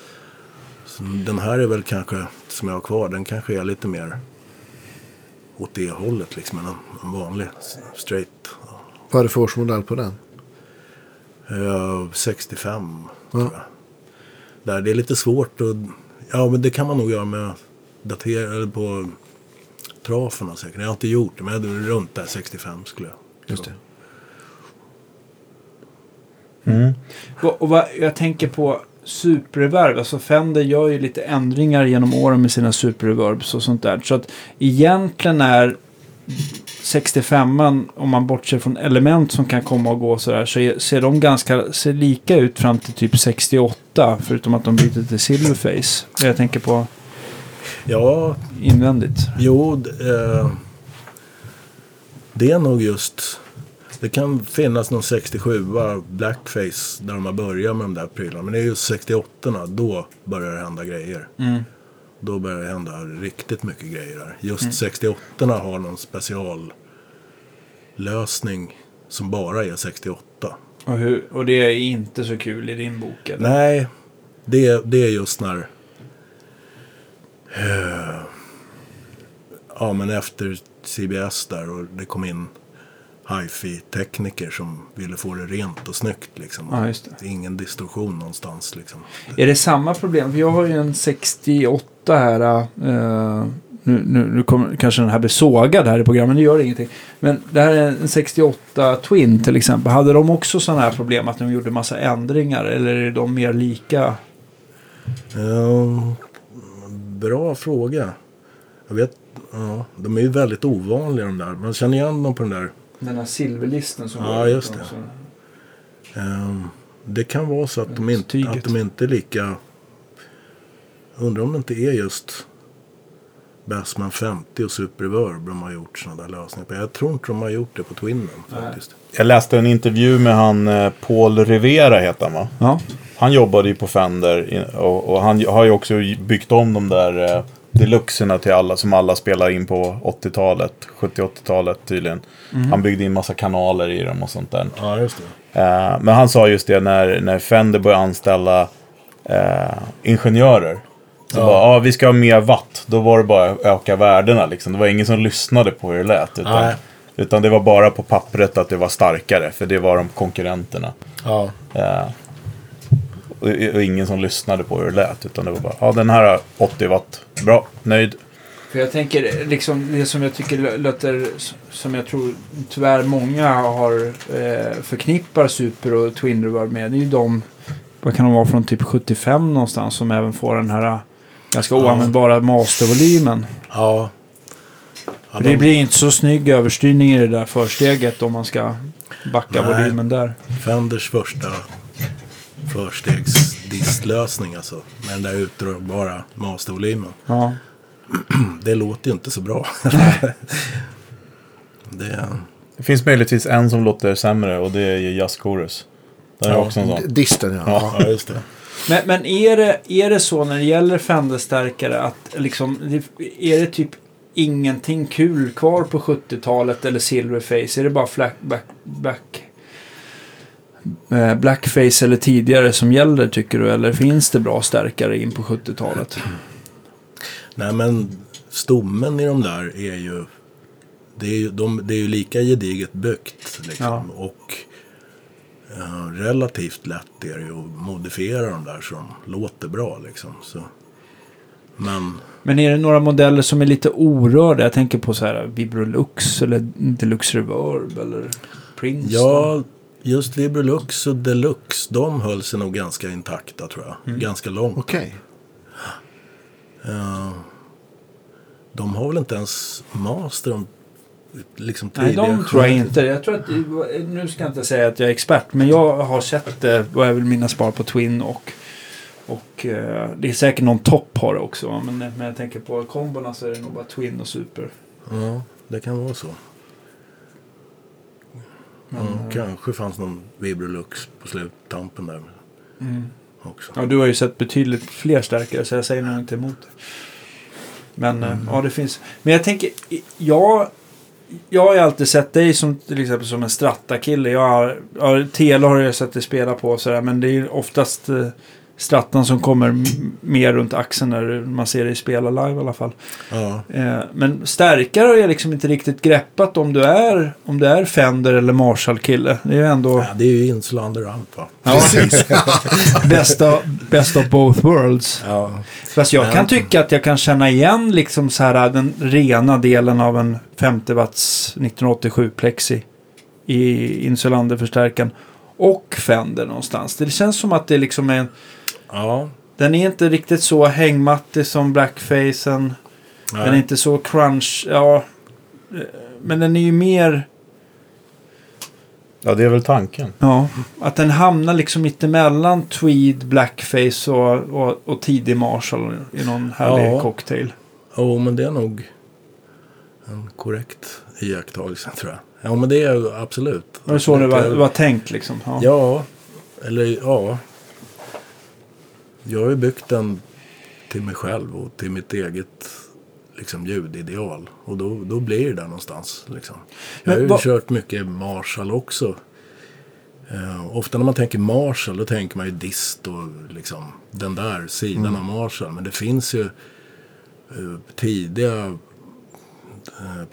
Så den här är väl kanske, som jag har kvar, den kanske är lite mer åt det hållet liksom än en, en vanlig straight. Vad är det för årsmodell på den? Uh, sextiofem Ja. tror jag. Där det är lite svårt att, ja men det kan man nog göra med datera eller på traferna säkert. Jag har inte gjort det men jag är runt där sextiofem skulle jag. Just det. Mm. Och, och vad, jag tänker på superreverb. Alltså Fender gör ju lite ändringar genom åren med sina superreverbs och sånt där. Så att egentligen är sextiofem, om man bortser från element som kan komma och gå sådär, så är, ser de ganska ser lika ut fram till typ sextioåtta. Förutom att de byter till silverface. Jag tänker på Ja, invändigt. jo d- eh, det är nog just, det kan finnas någon sextiosju blackface där de har börjat med de där prylarna. Men det är just sextioåtta, då börjar det hända grejer. Mm. Då börjar det hända riktigt mycket grejer där. Just mm. sextioåtta har någon speciallösning som bara är sextioåtta. Och, hur, och det är inte så kul i din bok eller? Nej, det, det är just när uh, ja men efter C B S där och det kom in hi-fi-tekniker som ville få det rent och snyggt liksom. Ja, just det. Ingen distorsion någonstans liksom. Är det samma problem? För jag har ju en sextioåtta här. Uh, nu, nu, nu kommer kanske den här bli sågad här i programmet, det gör ingenting. Men det här är en sextioåtta Twin till exempel. Hade de också sådana här problem att de gjorde massa ändringar? Eller är de mer lika? Um, bra fråga. Jag vet, ja, de är ju väldigt ovanliga de där. Man känner igen dem på den där. Den här silverlisten som Ja, just det. Um, det kan vara så att de, inte, att de inte är lika... Undrar om det inte är just Bassman femtio och Super Reverb de har gjort sådana där lösningar på. Jag tror inte de har gjort det på Twinnen faktiskt. Jag läste en intervju med han Paul Rivera heter han va? Ja. Han jobbade ju på Fender och, och han har ju också byggt om de där eh, deluxerna till alla som alla spelar in på åttiotalet, sjuttio-åttiotalet tydligen. Mm. Han byggde in massa kanaler i dem och sånt där. Ja, just det. Eh, men han sa just det när, när Fender började anställa eh, ingenjörer. Så ja. Bara, ah, vi ska ha mer watt. Då var det bara att öka värdena liksom. Det var ingen som lyssnade på hur det lät. Utan, utan det var bara på pappret att det var starkare. För det var de konkurrenterna. Ja. Eh, och, och ingen som lyssnade på hur det lät. Utan det var bara, ja ah, den här har åttio watt. Bra, nöjd. För jag tänker, liksom, det som jag tycker låter, som jag tror tyvärr många har eh, förknippar Super och Twin Reverb med. Det är ju de, vad kan de vara från typ sjuttiofem någonstans som även får den här ganska ja. oanvändbara mastervolymen. Ja. Ja de... Det blir inte så snygg överstyrning i det där försteget om man ska backa Nej. volymen där. Fenders första förstegsdistlösning alltså. Med den där utdragbara mastervolymen. Ja. Det låter ju inte så bra. det... det finns möjligtvis en som låter sämre och det är Just Chorus. Den är ja, också en sån. Disten, ja. ja. ja just det. Men, men är, det, är det så när det gäller Fender-stärkare att liksom, är det typ ingenting kul kvar på sjuttiotalet eller Silverface? Är det bara flack, back, back, eh, Blackface eller tidigare som gäller tycker du? Eller finns det bra stärkare in på sjuttiotalet? Nej men stommen i de där är ju det är ju, de, det är ju lika gediget byggt liksom. Ja. Och uh, relativt lätt är det ju att modifiera de där så de låter bra liksom. Så. Men, Men är det några modeller som är lite orörda? Jag tänker på så här Vibrolux eller Deluxe Reverb eller Prince. Ja, just Vibrolux och Deluxe de höll sig nog ganska intakta tror jag. Mm. Ganska långt. Okej. Okay. Uh, de har väl inte ens master om liksom Nej, de tror jag inte. Jag tror att, nu ska jag inte säga att jag är expert, men jag har sett det och jag vill minnas spar på Twin och, och uh, det är säkert någon topp har det också, men när jag tänker på komborna så är det nog bara Twin och Super. Ja, det kan vara så. Men, ja, uh, kanske fanns någon Vibrolux på sluttampen där. Mm. Också. Ja, du har ju sett betydligt fler stärkare så jag säger nog inte emot det. Men mm. ja, det finns. Men jag tänker, jag, jag har ju alltid sett dig som till exempel som en Strata-kille. Jag har, ja, Tele har jag sett dig spela på sådär, men det är oftast eh, Strattan som kommer m- mer runt axeln när man ser dig spela live i alla fall. Ja. Eh, men stärkare har jag liksom inte riktigt greppat om du är om du är Fender eller Marshall-kille. Det är ju ändå... Ja, det är ju Insulander allt va? Ja, precis. best, of, best of both worlds. Ja. Fast jag kan tycka att jag kan känna igen liksom så här den rena delen av en femtio watts nittonhundraåttiosju plexi i Insulander-förstärkan och Fender någonstans. Det känns som att det liksom är en... Ja. Den är inte riktigt så hängmattig som Blackfacen. Nej. Den är inte så crunch. Ja, men den är ju mer... Ja, det är väl tanken. Ja, att den hamnar liksom mitt emellan Tweed, Blackface och, och, och tidig Marshall i någon härlig ja. cocktail. Ja, oh, men det är nog en korrekt iakttagelse tror jag. Ja, men det är absolut. Var det så det var, var tänkt liksom? Ja. ja, eller ja. Jag har ju byggt den till mig själv och till mitt eget liksom ljudideal. Och då, då blir det där någonstans. Liksom. Jag har ju va- kört mycket Marshall också. Uh, ofta när man tänker Marshall då tänker man ju dist och liksom den där sidan mm. av Marshall. Men det finns ju uh, tidiga uh,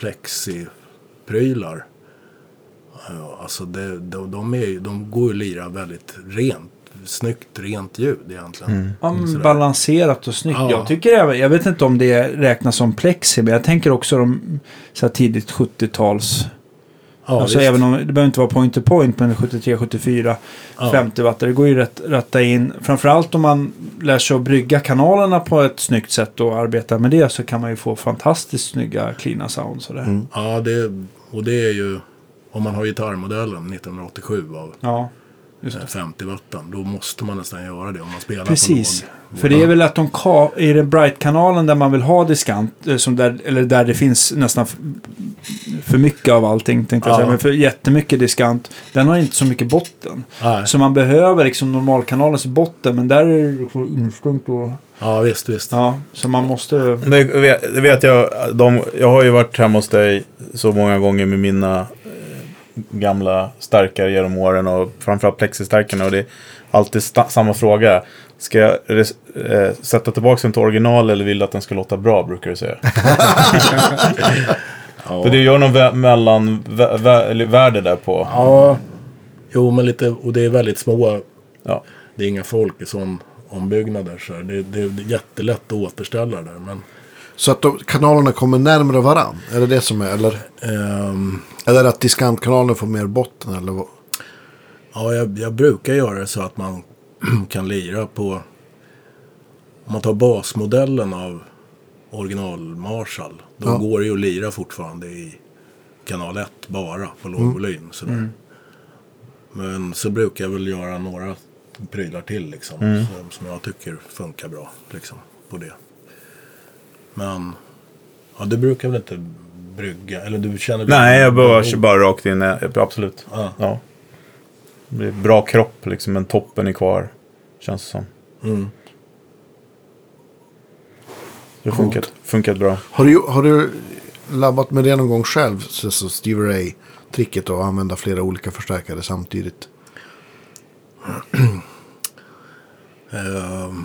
plexi-prylar. Uh, alltså det, de, de, är, de går ju att lira väldigt rent snyggt, rent ljud egentligen. Mm. Ja, men Sådär. balanserat och snyggt. Ja. Jag tycker även, jag vet inte om det räknas som plexi, men jag tänker också de så här tidigt sjuttio-tals. Ja, alltså visst. även om det behöver inte vara point to point, men sjuttiotre sjuttiofyra Ja. femtio watt. Det går ju rätt rätta in. Framförallt om man lär sig att brygga kanalerna på ett snyggt sätt och arbeta med det, så kan man ju få fantastiskt snygga cleana sounds. Sådär. Mm. Ja, det, och det är ju, om man har gitarrmodellen nittonhundraåttiosju av Ja, just det. eh, femtio watten, då måste man nästan göra det om man spelar Precis. på låg. För det är väl att de ka- i den Bright-kanalen där man vill ha diskant, eh, som där, eller där det finns nästan f- för mycket av allting, tänkte jag Ja. säga, men för jättemycket diskant, den har inte så mycket botten. Nej. Så man behöver liksom normalkanalens botten, men där är det liksom instängt och... Ja, visst, visst. Ja, så man måste... Det vet, det vet jag. De, jag har ju varit hemma hos dig så många gånger med mina eh, gamla stärkare genom åren och framförallt plexistärkarna, och det är alltid sta- samma fråga. Ska jag res- eh, sätta tillbaka den till original eller vill att den ska låta bra, brukar du säga. Ja. För det gör någon vä- mellan vä- vä- eller värde där på. Ja, jo, men lite, och det är väldigt små, Ja. det är inga folk i sån ombyggnader, så här. det, det är jättelätt att återställa där, men Så att de, kanalerna kommer närmare varann? Är det det som är? Eller, ehm, eller att diskantkanalen får mer botten? Eller vad? ja, jag, jag brukar göra det så att man kan lira på, om man tar basmodellen av original Marshall, då Ja. går det ju att lira fortfarande i kanal ett bara på låg volym. Sådär. Men så brukar jag väl göra några prylar till liksom, som, som jag tycker funkar bra liksom, på det. Men ja, du brukar väl inte brygga, eller du känner... Nej, jag bara kör bara rakt in. eh, Absolut. Ja. Ja. Det blir bra kropp liksom, men toppen är kvar. Känns det som. Mm. Det funkat, funkat bra. Har du, har du labbat med det någon gång själv? Så, så Stevie Ray-tricket att använda flera olika förstärkare samtidigt. Ehm,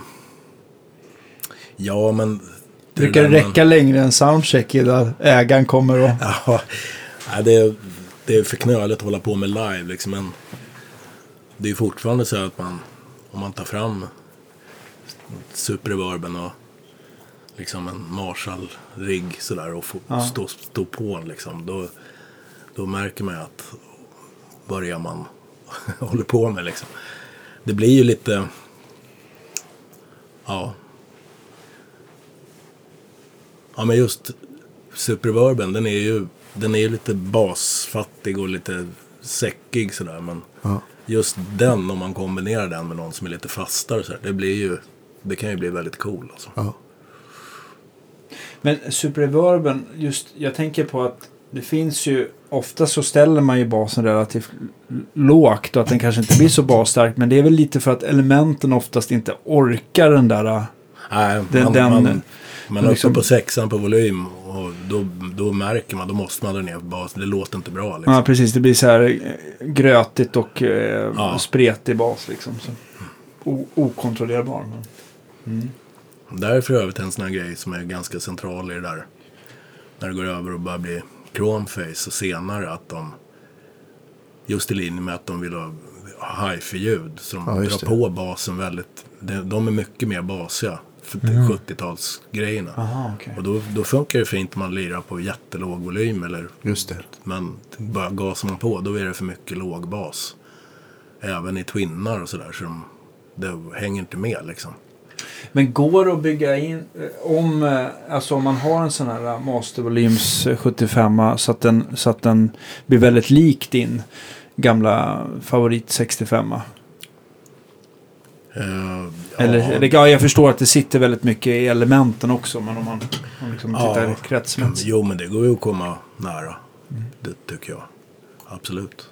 ja, men... Brukar det där man- räcka längre än soundcheck där ägaren kommer och... Ja, nej, det, är, det är för knöligt att hålla på med live liksom, men det är ju fortfarande så att man, om man tar fram superreverben och liksom en Marshall-rigg sådär och får Ja. stå, stå på liksom, då, då märker man att börjar man håller på med liksom. Det blir ju lite, ja, ja men just superreverben, den är ju den är ju lite basfattig och lite säckig sådär, men Ja. just den, om man kombinerar den med någon som är lite fastare så här, det blir ju, det kan ju bli väldigt cool alltså. Ja. Men superreverben, just, jag tänker på att det finns ju, ofta så ställer man ju basen relativt l- lågt och att den kanske inte blir så basstark, men det är väl lite för att elementen oftast inte orkar den där... Nej, Den- man, den- man, man är liksom- uppe på sexan på volym och då, då märker man, då måste man dra ner på basen, det låter inte bra liksom. Ja, precis. Det blir så här eh, grötigt och eh, Ja. spretig bas liksom. Så. O- okontrollerbar. Men. Mm. Det här är för övrigt en sån här grej som är ganska central i det där. När det går över och börjar bli chromeface och senare att de, just i linje med att de vill ha hi-fi-ljud, så de Ja, just drar det. på basen väldigt, de, de är mycket mer basiga för sjuttiotalsgrejerna. Aha, okej. Och då, då funkar det fint om man lirar på jättelåg volym eller, Just det. men bara gasar man på, då är det för mycket låg bas. Även i twinnar och sådär, så de, det hänger inte med liksom. Men går det att bygga in eh, om, eh, alltså om man har en sån här mastervolyms eh, sjuttiofem så att den, så att den blir väldigt lik din gamla favorit sextiofem. Uh, Eller, eller ja, jag förstår att det sitter väldigt mycket i elementen också, men om man, om man liksom Ja. tittar kretsmässigt. Jo, men det går ju att komma nära. Det tycker jag. Absolut.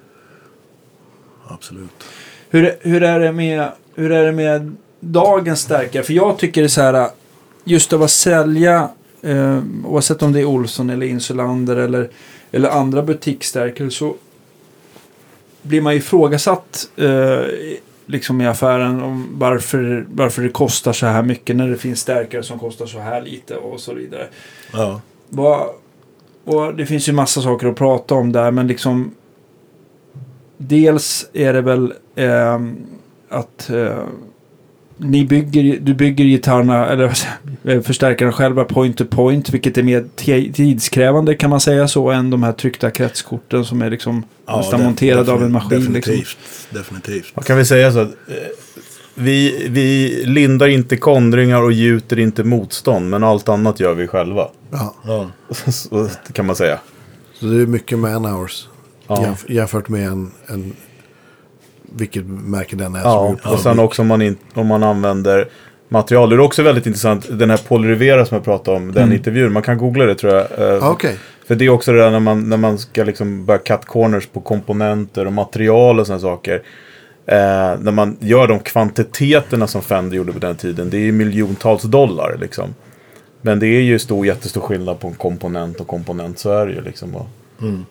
Absolut. Hur, hur, är det med, hur är det med dagens stärkare? För jag tycker det är så här, just av att sälja, eh, oavsett om det är Olsson eller Insulander eller, eller andra butiksstärkare, så blir man ju ifrågasatt eh, liksom i affären om varför, varför det kostar så här mycket när det finns stärkare som kostar så här lite och så vidare. Ja. Vad, och det finns ju massa saker att prata om där, men liksom dels är det väl eh, att uh, ni bygger, du bygger gitarrerna eller förstärkarna själva point to point, vilket är mer t- tidskrävande kan man säga så än de här tryckta kretskorten som är liksom Ja, nästan det- monterade av en maskin. Definitivt, Liksom. definitivt. Vad kan vi säga så att eh, vi, vi lindar inte kondringar och gjuter inte motstånd, men allt annat gör vi själva. Ja. Ja. Så kan man säga. Så det är mycket man hours Ja. jämf- jämfört med en, en vilket märke den är som Ja, gjort. och sen också om man, in, om man använder material. Det är också väldigt intressant, den här Paul Rivera som jag pratade om, den Mm. intervjun. Man kan googla det tror jag. eh, Ah, okej. För det är också det där när man, när man ska liksom börja cut corners på komponenter och material och sådana saker. Eh, när man gör de kvantiteterna som Fender gjorde på den tiden. Det är miljontals dollar liksom. Men det är ju stor, jättestor skillnad på en komponent och komponent. Så är det ju liksom. Och Mm.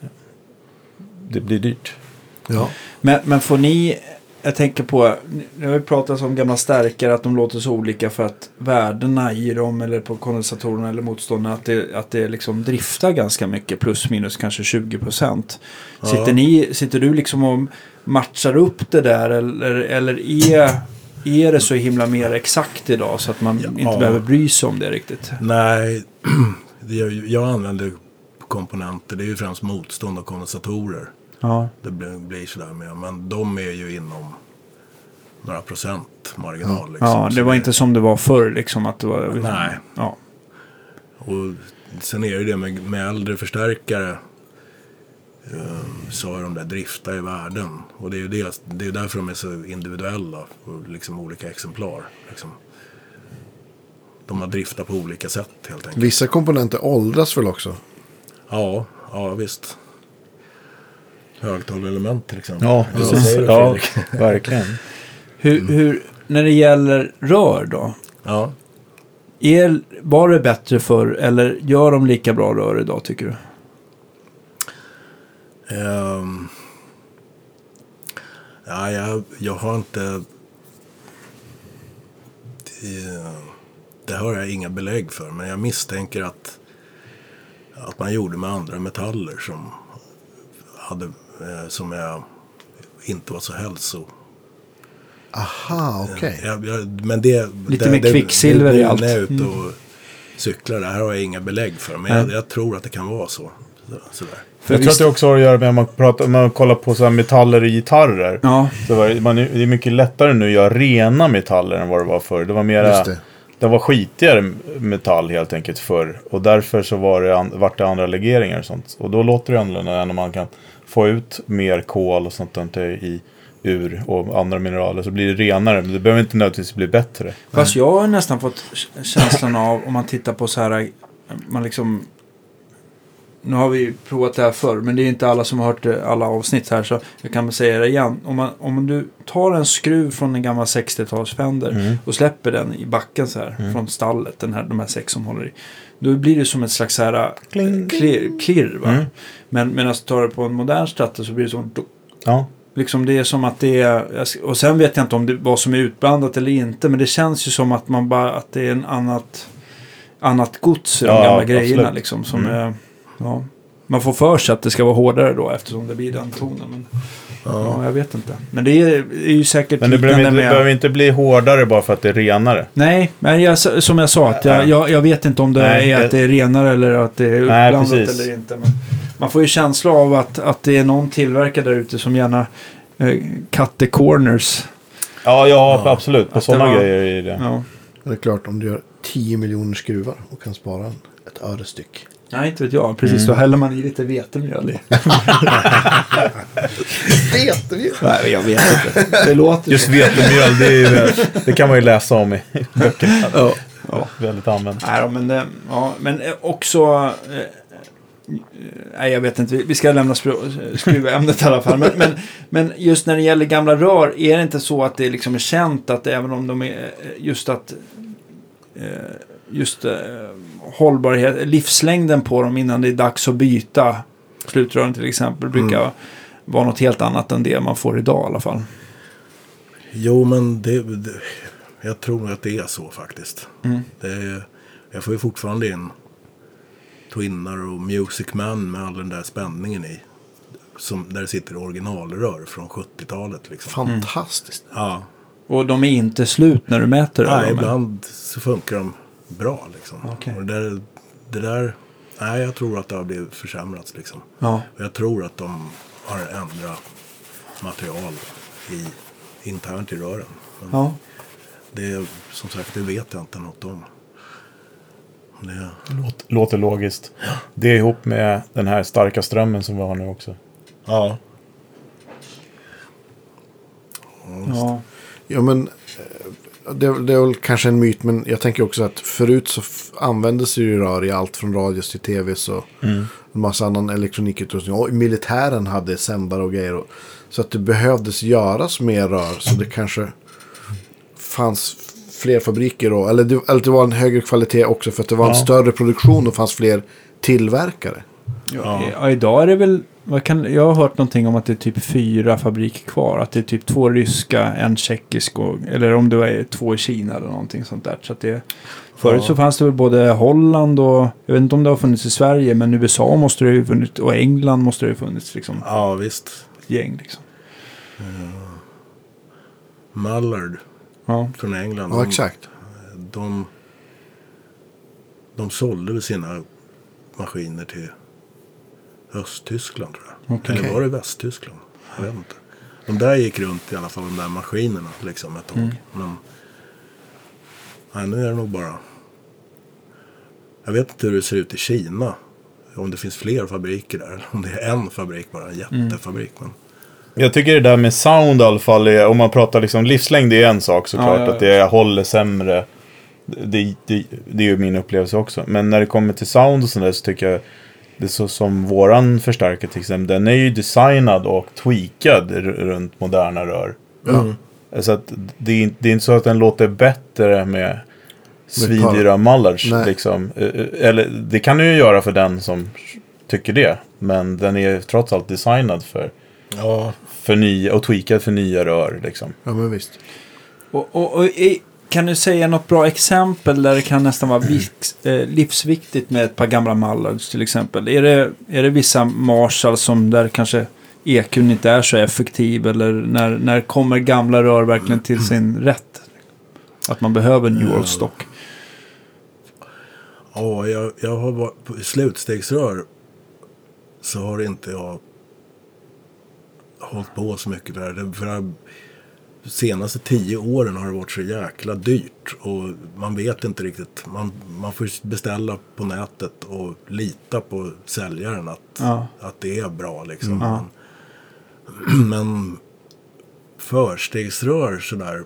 det blir dyrt. Ja. Men, men får ni, jag tänker på, nu har vi pratat om gamla stärkare att de låter så olika för att värdena i dem eller på kondensatorerna eller motståndarna att det, att det liksom driftar ganska mycket plus minus kanske tjugo procent. Sitter, Ja. ni, sitter du liksom och matchar upp det där eller, eller är, är det så himla mer exakt idag så att man Ja. inte behöver bry sig om det riktigt? Nej, det är- jag använder komponenter. Det är ju främst motstånd och kondensatorer. Ja. Det blir, blir sådär med. Men de är ju inom några procent marginal. Liksom. Ja, Så det var inte som det var förr liksom att det var... Nej. Ja. Och sen är det det med, med äldre förstärkare. eh, Så har de där drifta i världen. Och det är ju det, det är därför de är så individuella. Och liksom olika exemplar. Liksom. De har driftat på olika sätt helt enkelt. Vissa komponenter åldras väl också? Ja, ja visst. Högtalarelement till exempel. Ja, Vad precis. säger du, Ja, Fredrik? verkligen. Hur, hur, när det gäller rör då? Ja. Är, var det bättre förr eller gör de lika bra rör idag tycker du? Ehm, ja, jag, jag har inte... Det, det har jag inga belägg för. Men jag misstänker att, att man gjorde med andra metaller som, hade, eh, som jag inte var så hälso. Aha, okej. Jag, jag, men det, Lite det, mer det, kvicksilver det, i det, allt. När jag är ute Mm. och cyklar, det här har jag inga belägg för. Men Nej. jag, jag tror att det kan vara så. så sådär. För Jag tror att det också har att göra med om man, pratar, om man kollar på så här metaller i gitarrer. Ja, Så var det, man, det är mycket lättare nu att göra rena metaller än vad det var förr. Det var mera, Just det. det. var skitigare metall helt enkelt förr. Och därför så var det, an, vart det andra legeringar och sånt. Och då låter det annorlunda än om man kan få ut mer kol och sånt där i ur och andra mineraler. Så blir det renare. Men det behöver inte nödvändigtvis bli bättre. fast jag har nästan fått känslan av om man tittar på så här, man liksom, nu har vi provat det här förr men det är inte alla som har hört det, alla avsnitt här så jag kan väl säga det igen. Om, man, om du tar en skruv från en gammal sextio-tals Fender Mm. och släpper den i backen så här Mm. från stallet, den här, de här sex som håller i, då blir det som ett slags så här Kling. klirr, klirr va? Mm. Men medan du tar det på en modern stratta så blir det som Ja. liksom det är som att det är, och sen vet jag inte om det vad som är utblandat eller inte, men det känns ju som att man bara, att det är en annat annat gods i de Ja, gamla absolut. grejerna liksom som Mm. är, ja, man får för sig att det ska vara hårdare då eftersom det blir den tonen, men ja, Ja. jag vet inte. Men det är, är ju säkert Men det behöver, liknande inte, det med, behöver inte bli hårdare bara för att det är renare. nej, men jag, som jag sa att jag, jag, jag vet inte om det Nej, är det- att det är renare eller att det är Nej, uppblandat precis. eller inte, men man får ju känsla av att, att det är någon tillverkare där ute som gärna eh, cut the corners. Ja, ja, Ja. absolut. På Att det sådana var- grejer är det. Ja. Det är klart, om du gör tio miljoner skruvar och kan spara en, ett öre styck. Nej, inte vet jag. Precis, Mm. då häller man i lite vetemjöl i. Vet vi? Nej, jag vet inte. Det låter Just vetemjöl, det, är ju, det kan man ju läsa om i böckerna. Ja. Ja. Väldigt använt. Nej, då, men, det, ja, men eh, också... Eh, eh, nej, jag vet inte. Vi, vi ska lämna spru- skruvämnet i alla fall. Men, men, men just när det gäller gamla rör, är det inte så att det liksom är känt att även om de är eh, just att... Eh, just eh, hållbarhet, livslängden på dem innan det är dags att byta slutrören till exempel brukar Mm. vara något helt annat än det man får idag i alla fall. Jo, men det, det, jag tror att det är så faktiskt. Mm. Det är, jag får ju fortfarande in Twinnar och Music Man med all den där spänningen i. som, där det sitter originalrör från sjuttiotalet. Liksom. Fantastiskt. Mm. Ja. Och de är inte slut när du mäter dem? Nej, ibland så funkar de bra. Liksom. Okay. Och det, där, det där, nej, jag tror att det har blivit försämrats. Liksom. Ja. Och jag tror att de har ändrat material i, internt i rören. Men Ja. det, som sagt, det vet jag inte något om. Det Låter, låter logiskt. Det är ihop med den här starka strömmen som vi har nu också. ja. Ja. Ja, men eh, det, det är väl kanske en myt, men jag tänker också att förut så f- användes ju rör i allt från radios till tv och Mm. en massa annan elektronikutrustning. Och militären hade sändare och grejer. Och, så att det behövdes göras mer rör, så det kanske fanns fler fabriker då. Eller det, eller det var en högre kvalitet också för att det var en Ja. större produktion och fanns fler tillverkare. Ja. Ja, idag är det väl, vad kan, jag har hört någonting om att det är typ fyra fabriker kvar. Att det är typ två ryska, en tjeckisk och, eller om det är två i Kina eller någonting sånt där. Så att det, förut Ja. så fanns det väl både Holland och, jag vet inte om det har funnits i Sverige, men U S A måste det ju funnits, och England måste det ju funnits liksom, Ja, visst. gäng liksom. Mallard Ja. från England. Ja, de, exakt. de, de sålde väl sina maskiner till Östtyskland, tror jag. Okej. Eller var det Västtyskland? Jag vet inte. De där gick runt i alla fall, de där maskinerna liksom ett tag. Mm. Men nej, nu är det nog bara... Jag vet inte hur det ser ut i Kina. Om det finns fler fabriker där. Eller om det är en fabrik bara, en jättefabrik. Men... Jag tycker det där med sound i alla fall är, om man pratar liksom livslängd, det är en sak såklart, Ja, ja, ja. att det håller sämre. Det, det, det är ju min upplevelse också. Men när det kommer till sound och sånt där så tycker jag det är så som våran förstärkare till exempel, den är ju designad och tweakad r- runt moderna rör. Ja. Så att det är, det är inte så att den låter bättre med svindyra Mallards Nej. liksom. Eller det kan du ju göra för den som tycker det. Men den är trots allt designad för Ja, för nya, och tweakad för nya rör liksom. Ja, men visst. Och, och, och i, kan du säga något bra exempel där det kan nästan vara vix, eh, livsviktigt med ett par gamla Mallards till exempel? Är det, är det vissa Marshall som där kanske E Q:n inte är så effektiv, eller när, när kommer gamla rör verkligen till sin rätt? Att man behöver New World Stock. ja jag, jag har varit på slutstegsrör, så har inte jag hållit på så mycket där. Det, för de senaste tio åren har det varit så jäkla dyrt. Och man vet inte riktigt. Man, man får beställa på nätet och lita på säljaren att, Ja. att det är bra. Liksom. Ja. Men, men förstegsrör sådär.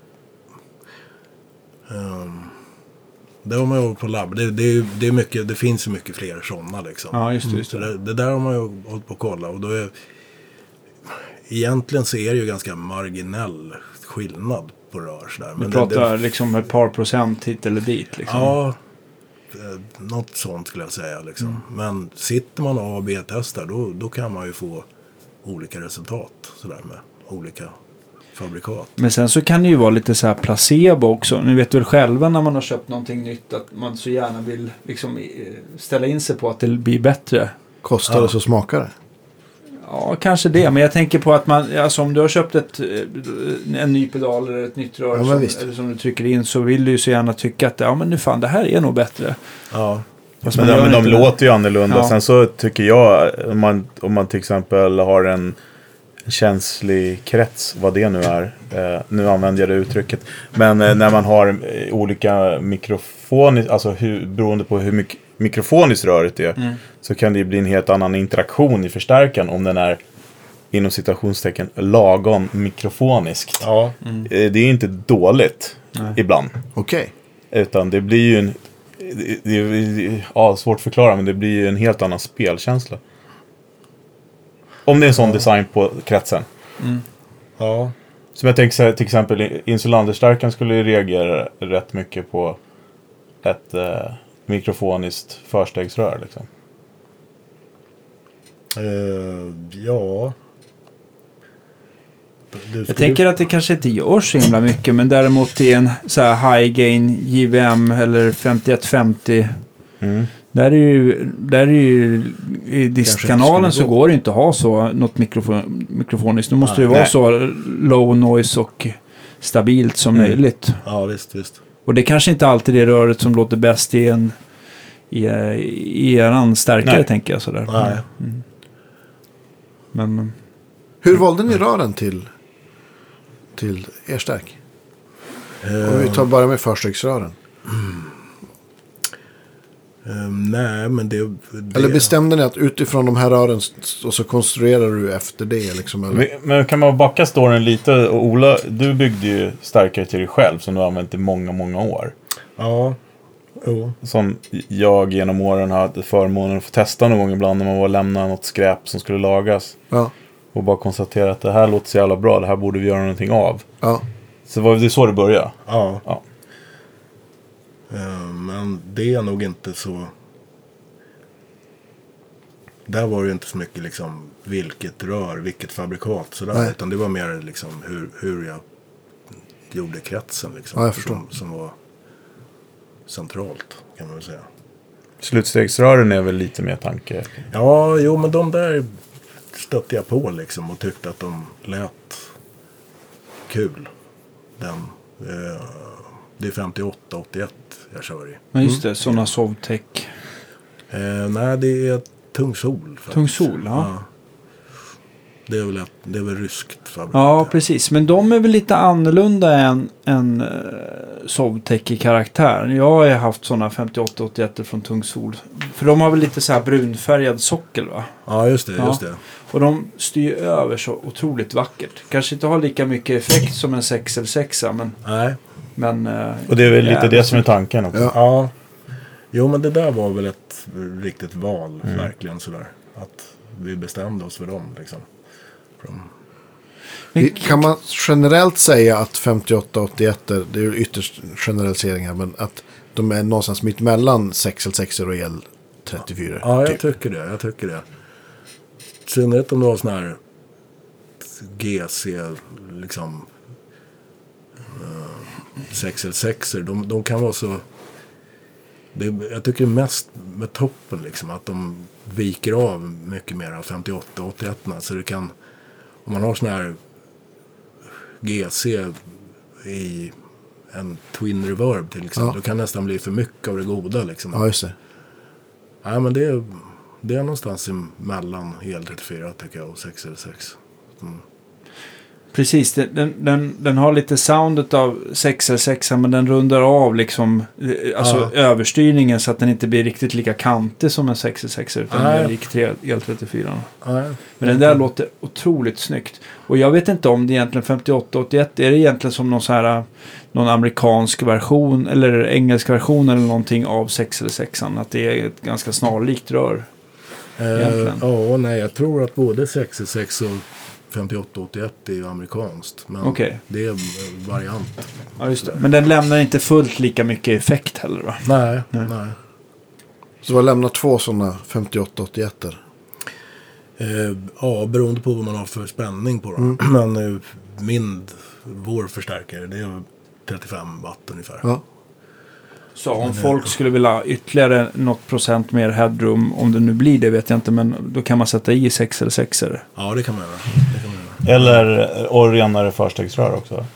Um, det har man ju på labb. Det, det, det, är mycket, det finns ju mycket fler sådana. Liksom. Ja, just det. Just Så det. det, det där har man ju hållit på att kolla. Och då är, egentligen så är det ju ganska marginell skillnad på rör. Sådär. Vi Men pratar det, det, liksom ett par procent hit eller dit. Liksom. ja, eh, något sånt skulle jag säga. Liksom. Mm. Men sitter man A och B-testar då, då kan man ju få olika resultat sådär, med olika fabrikat. Men sen så kan det ju vara lite så här placebo också. Ni vet väl själva när man har köpt någonting nytt att man så gärna vill liksom eh, ställa in sig på att det blir bättre. Kostar det så smakar det. Ja, kanske det. Men jag tänker på att man, alltså om du har köpt ett, eh, en ny pedal eller ett nytt rör Ja, men som, visst. eller som du trycker in, så vill du ju så gärna tycka att ja, men nu fan, det här är nog bättre. Ja, Fast Men, man de, gör men de inte det. låter ju annorlunda. Ja. Sen så tycker jag, om man, om man till exempel har en känslig krets, vad det nu är. Eh, nu använder jag det uttrycket. Men eh, när man har eh, olika mikrofoner, alltså hur, beroende på hur mycket mikrofoniskt röret är, Mm. så kan det ju bli en helt annan interaktion i förstärkaren om den är inom citationstecken lagom mikrofoniskt. ja. Mm. Eh, det är inte dåligt Nej. ibland. Okej. Utan det blir ju en... Det, det, det, ja, svårt att förklara, men det blir ju en helt annan spelkänsla. Om det är en sån design på kretsen. ja. Som jag tänker så här, till exempel Insulander-stärkan skulle ju reagera rätt mycket på ett eh, mikrofoniskt förstegsrör liksom. Eh, ja. Du Jag skulle- tänker att det kanske inte gör så himla mycket, men däremot i en så här high gain J V M eller femtioett femtio Mm. Där är ju, där är ju i distkanalen så går det inte att ha så något mikrofon, mikrofoniskt. Nu måste det vara nej. så low noise och stabilt som Mm. möjligt. Ja, visst, visst. Och det kanske inte alltid är röret som låter bäst i en i, i eran stärkare, Nej. tänker jag sådär. Nej. Mm. Men Hur valde ni rören till, till er stärk? Om vi tar bara med förstegsrören. Um, nej, men det... det Eller bestämde ni att utifrån de här rören s- och så konstruerar du efter det liksom? Eller? Men- Men kan man backa storyn lite? Och Ola, du byggde ju starkare till dig själv som du har använt i många, många år. Ja, jo. Som jag genom åren hade förmånen att få testa någon gång ibland när man var och lämna något skräp som skulle lagas. Ja, Och bara konstatera att det här låter så jävla bra, det här borde vi göra någonting av. ja. Så var det så det började. Ja. Ja. Eh, Men det är nog inte så... Där var det inte så mycket liksom vilket rör, vilket fabrikat sådär. Nej. Utan det var mer liksom hur, hur jag gjorde kretsen liksom. Ja, jag förstår. Som, som var centralt, kan man väl säga. Slutstegsrören är väl lite mer tanke. Ja, jo, men de där stötte jag på liksom och tyckte att de lät kul. Den, eh, det är femtioåtta åttioett jag kör i. ja, just det, sådana Sovtech. Eh, nej, det är Tung Sol. faktiskt. Tung Sol, ja. Det är väl, ett, det är väl ryskt fabrikat. Ja, precis. Men de är väl lite annorlunda än, än uh, Sovtech i karaktär. Jag har ju haft sådana femtioåtta åttioett från Tung Sol. För de har väl lite så här brunfärgad sockel, va? Ja, just det. Ja. Just det. Och de styr över så otroligt vackert. Kanske inte har lika mycket effekt som en sex L sex, men... Nej. men uh, Och det är väl lite jävligt det som är tanken också. Ja. Ja. Jo, men det där var väl ett riktigt val, Mm. verkligen sådär. Att vi bestämde oss för dem, liksom. Från, Vi- Kan man generellt säga att femtioåtta åttioett, är- det är ju ytterst generaliseringar, men att de är någonstans mitt mellan sex L sex och L trettiofyra? ja, jag typ. tycker det. Jag tycker det. I synnerhet om det var sån här G C, liksom uh, sex L sex, de, de kan vara så... Det, jag tycker mest med toppen, liksom, att de viker av mycket mer av femtioåtta åttioett. Så det kan... Om man har sån här G C i en Twin Reverb till exempel, Ja. då kan det nästan bli för mycket av det goda, liksom. Ja, just det. Nej, men det är, det är någonstans mellan L trettiofyra, tycker jag, och sex L sex. Mm. Precis, den, den, den, den har lite soundet av sex L sex, men den rundar av liksom, eh, alltså Ja. överstyrningen så att den inte blir riktigt lika kantig som en sex L sex, utan Nej. mer lik L trettiofyra. Nej. Men den där låter otroligt snyggt. Och jag vet inte om det egentligen femtioåtta åttioett, är det egentligen som någon så här, någon amerikansk version eller engelsk version eller någonting av sex L sex, att det är ett ganska snarlikt rör. Eh, Egentligen. ja, nej, jag tror att både sex L sex och femtioåtta åttioett är ju amerikanskt. Men Okej. det är en variant. Ja, just det. Men den lämnar inte fullt lika mycket effekt heller, va? Nej, Nej. nej. Så vi har lämnat två sådana femtioåtta åttioett. Eh, ja, beroende på vad man har för spänning på dem. Mm. Men eh, min, vår förstärkare, det är trettiofem watt ungefär. Ja. Så om folk skulle vilja ha ytterligare något procent mer headroom, om det nu blir det vet jag inte, men då kan man sätta i sex L sex. Ja, det kan man göra. Det kan man göra. Eller och renare förstegsrör också.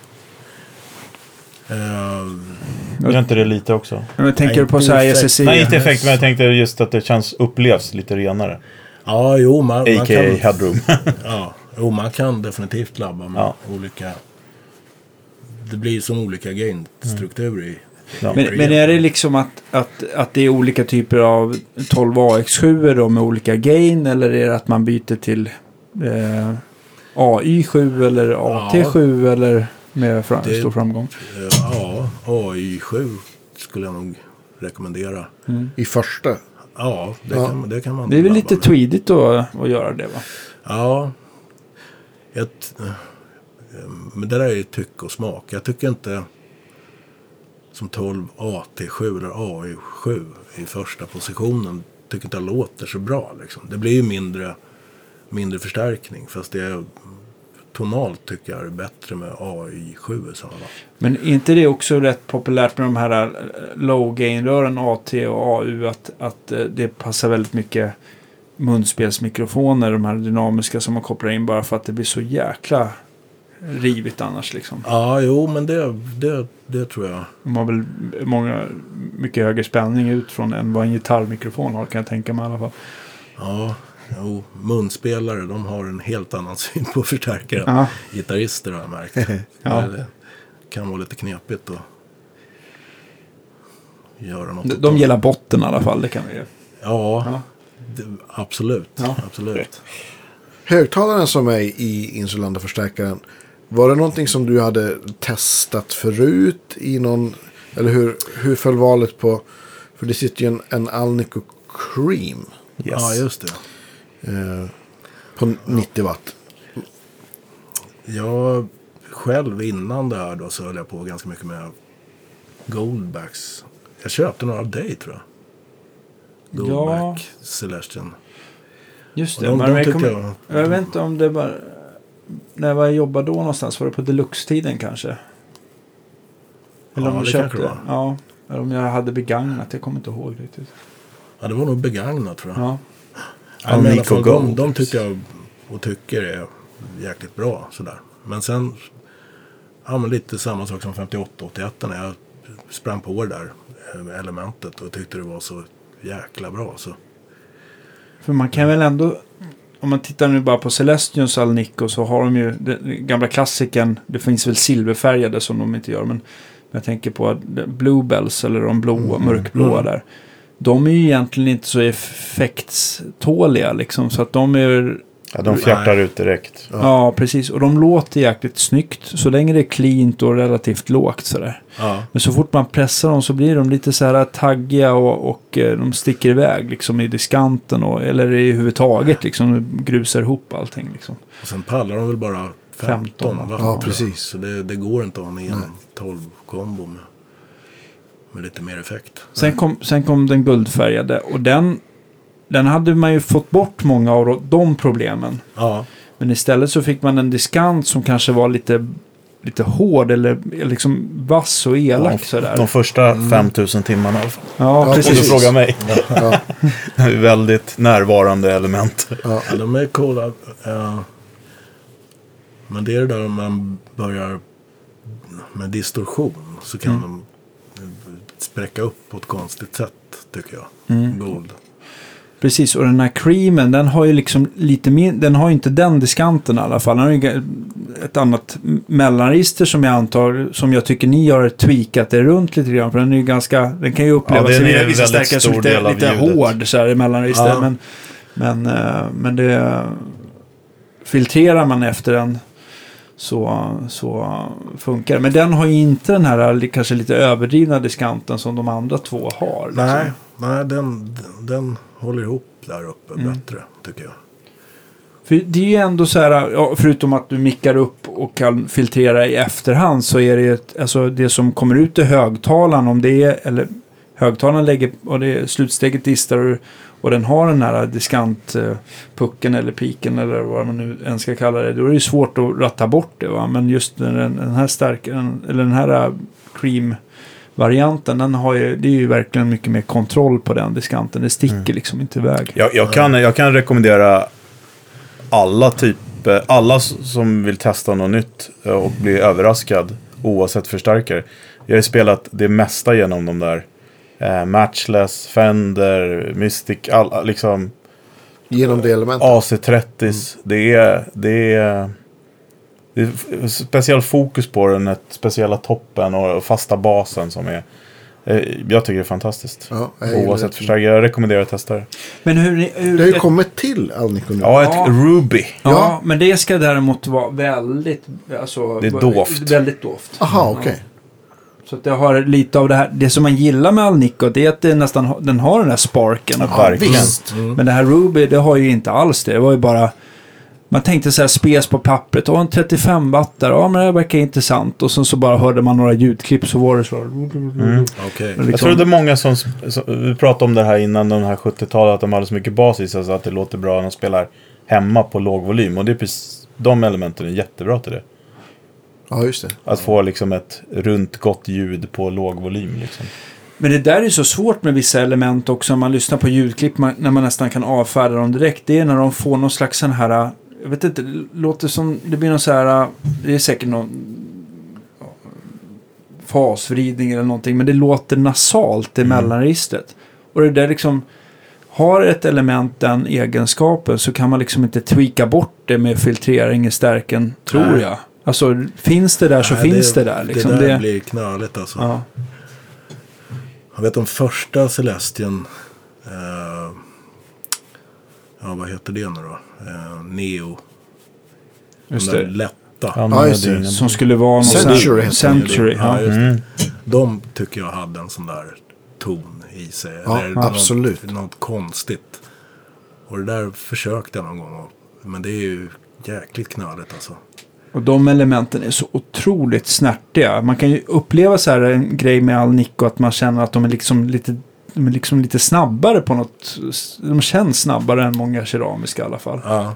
Eh, Gör inte det lite också? Men tänker Nej, du på så här inte S S I? Nej, inte effekt, men jag tänkte just att det känns, upplevs lite renare. ja, jo, man, A man K A kan... headroom. Ja, jo, man kan definitivt labba med Ja. olika... Det blir som olika gain-strukturer i... Ja. Men, men är det liksom att, att, att det är olika typer av tolv A X sju då med olika gain, eller är det att man byter till eh, A Y sju eller A T sju eller med fram, Det- stor framgång? Eh, Ja, A Y sju skulle jag nog rekommendera. I första. Ja, det, Ja. Kan, det kan man Det är väl labba lite med. tweedigt då att göra det, va? Ja. Ett, eh, men det där är ju tycke och smak. Jag tycker inte som tolv A T sju eller A Y sju i första positionen, tycker inte det låter så bra. Liksom. Det blir ju mindre, mindre förstärkning, fast det är tonalt tycker jag är bättre med A I sju i sådana. Men är inte det också rätt populärt med de här low gain-rören A T och A U att, att det passar väldigt mycket munspelsmikrofoner, de här dynamiska som man kopplar in bara för att det blir så jäkla rivigt annars liksom. Ja, jo, men det, det, det tror jag. De har väl många, mycket högre spänning ut från än vad en gitarrmikrofon har, kan jag tänka mig i alla fall. Ja, jo, munspelare, de har en helt annan syn på förstärkare. Ja. Gitarrister har jag märkt. Ja. Det kan vara lite knepigt att göra något. De, de gillar botten i alla fall, det kan vi ju. Ja, Ja. Det, absolut. Ja. absolut. Högtalaren som är i Insulanda-förstärkaren, var det någonting som du hade testat förut i någon, eller hur, hur föll valet på, för det sitter ju en, en Alnico Cream. Yes. Ja, just det. Eh, på nittio watt. Jag själv innan det här då så höll jag på ganska mycket med Goldbacks. Jag köpte några av dig tror jag. Goldback, Celestion. Just Och det, de- men de jag, tycker kommer, jag- jag vet inte om det var när jag jobbade då någonstans, var det på Deluxe-tiden kanske? Eller Ja, om det du kanske köpte det var. Ja, eller om jag hade begagnat, jag kommer inte ihåg riktigt. Ja, det var nog begagnat tror jag. Ja. Ja, men i alla Alnico fall, de, Gold. de tycker jag och tycker är jäkligt bra sådär. Men sen, ja men lite samma sak som femtioåtta åttioett när jag sprang på det där eh, elementet och tyckte det var så jäkla bra så. För man kan väl ändå, om man tittar nu bara på Celestions Alnico, så har de ju den gamla klassiken, det finns väl silverfärgade som de inte gör, men jag tänker på Bluebells eller de blåa, Mm. mörkblåa där. De är ju egentligen inte så effektståliga liksom, så att de är Ja, de fjärtar ut direkt. Ja. ja. precis, och de låter jäkligt snyggt så länge det är cleant och relativt lågt sådär. Ja, Men så fort man pressar dem så blir de lite så här taggiga och, och eh, de sticker iväg liksom i diskanten och, eller i huvudtaget liksom grusar ihop allting liksom. och sen pallar de väl bara femton. femton. va? Ja, precis. Så det, det går inte att ha en tolv kombo med, med lite mer effekt. Sen kom, sen kom den guldfärgade och den, den hade man ju fått bort många av de problemen. Ja, Men istället så fick man en diskant som kanske var lite, lite hård eller liksom vass och elak Ja, sådär. De första femtusen timmarna i alla fall. Ja, Ja, Om du precis. frågar mig. Ja. Det är väldigt närvarande element. ja de är coola. Ja. Men det är det där om man börjar med distorsion så kan de spräcka upp på ett konstigt sätt tycker jag. Mm. Gold. Precis, och den här creamen, den har ju liksom lite mer, den har ju inte den diskanten i alla fall. Den har ju ett annat mellanregister som jag antar, som jag tycker ni har tweakat det runt lite grann, för den är ju ganska, den kan ju upplevas Ja, den är i vissa en väldigt stärkare som stor lite, del av lite ljudet. hård så här i mellanregister, Ja. men, men, eh, men det filtrerar man efter den så, så funkar det. Men den har ju inte den här kanske lite överdrivna diskanten som de andra två har. Liksom. Nej, nej den, den håller ihop där uppe Mm. bättre tycker jag. För det är ju ändå så här, ja, förutom att du mickar upp och kan filtrera i efterhand, så är det ju ett, alltså det som kommer ut i högtalaren, om det är, eller högtalaren lägger, och det är slutsteget distar och, och den har den här diskantpucken eller piken eller vad man nu än ska kalla det, då är det ju svårt att ratta bort det, va? Men just den, den här starkaren, eller den här cream varianten, den har ju, det är ju verkligen mycket mer kontroll på den diskanten. Det sticker Mm. liksom inte iväg. Jag, jag, kan, jag kan rekommendera alla typer, alla s- som vill testa något nytt eh, och bli överraskad oavsett förstärkare. Jag har ju spelat det mesta genom de där eh, Matchless, Fender, Mystic, all, liksom Genom det elementet. A C trettio. Det är det är det är f- speciell fokus på den, ett speciella toppen och fasta basen som är eh, jag tycker det är fantastiskt. Ja, jag gillar Oavsett det. förstärkare, jag rekommenderar att testa det. Men hur... hur Det har ju kommit till Alnico nu. Ja, ett Ja. Ruby. Ja, Ja. men det ska däremot vara väldigt... Alltså, Det är doft. Väldigt doft. Aha, okej. Så att det har lite av det här... Det som man gillar med Alnico, det är att det nästan ha- den har den här sparken. Ja, verkligen. Visst. Men det här Ruby, det har ju inte alls det. Det var ju bara... Man tänkte så här spes på pappret. Ja, en trettiofem watt där. Ja, men det verkar intressant. Och sen så bara hörde man några ljudklipp så var det så... Mm. Okej. Liksom- Jag tror det är många som, som... Vi pratade om det här innan de här sjuttiotalet, att de hade så mycket bas i sig så att det låter bra när de spelar hemma på låg volym. Och det är precis, de elementen är jättebra till det. Ja, just det. Att få liksom ett runt gott ljud på låg volym liksom. Men det där är så svårt med vissa element också. Om man lyssnar på ljudklipp man, när man nästan kan avfärda dem direkt. Det är när de får någon slags sån här... Jag vet inte, det låter som... Det blir någon så här... Det är säkert någon fasvridning eller någonting. Men det låter nasalt i mm. mellanregistret. Och det där liksom... Har ett element den egenskapen så kan man liksom inte tweaka bort det med filtrering i stärken, tror Nej. jag. Alltså, finns det där så Nej, finns det, det där. Liksom. Det där det blir knöligt alltså. Ja. Jag vet om första Celestion, eh, ja vad heter det nu då? Eh, Neo. Just de där det. lätta. Ja, just det. Som skulle vara någon Century. Här, Century. Ja, just det. Mm. De tycker jag hade en sån där ton i sig. Ja, eller absolut. Något, något konstigt. Och det där försökte jag någon gång. Men det är ju jäkligt knöligt alltså. Och de elementen är så otroligt snärtiga. Man kan ju uppleva så här en grej med Alnico att man känner att de är liksom lite, de är liksom lite snabbare på något. De känns snabbare än många keramiska i alla fall. Ja.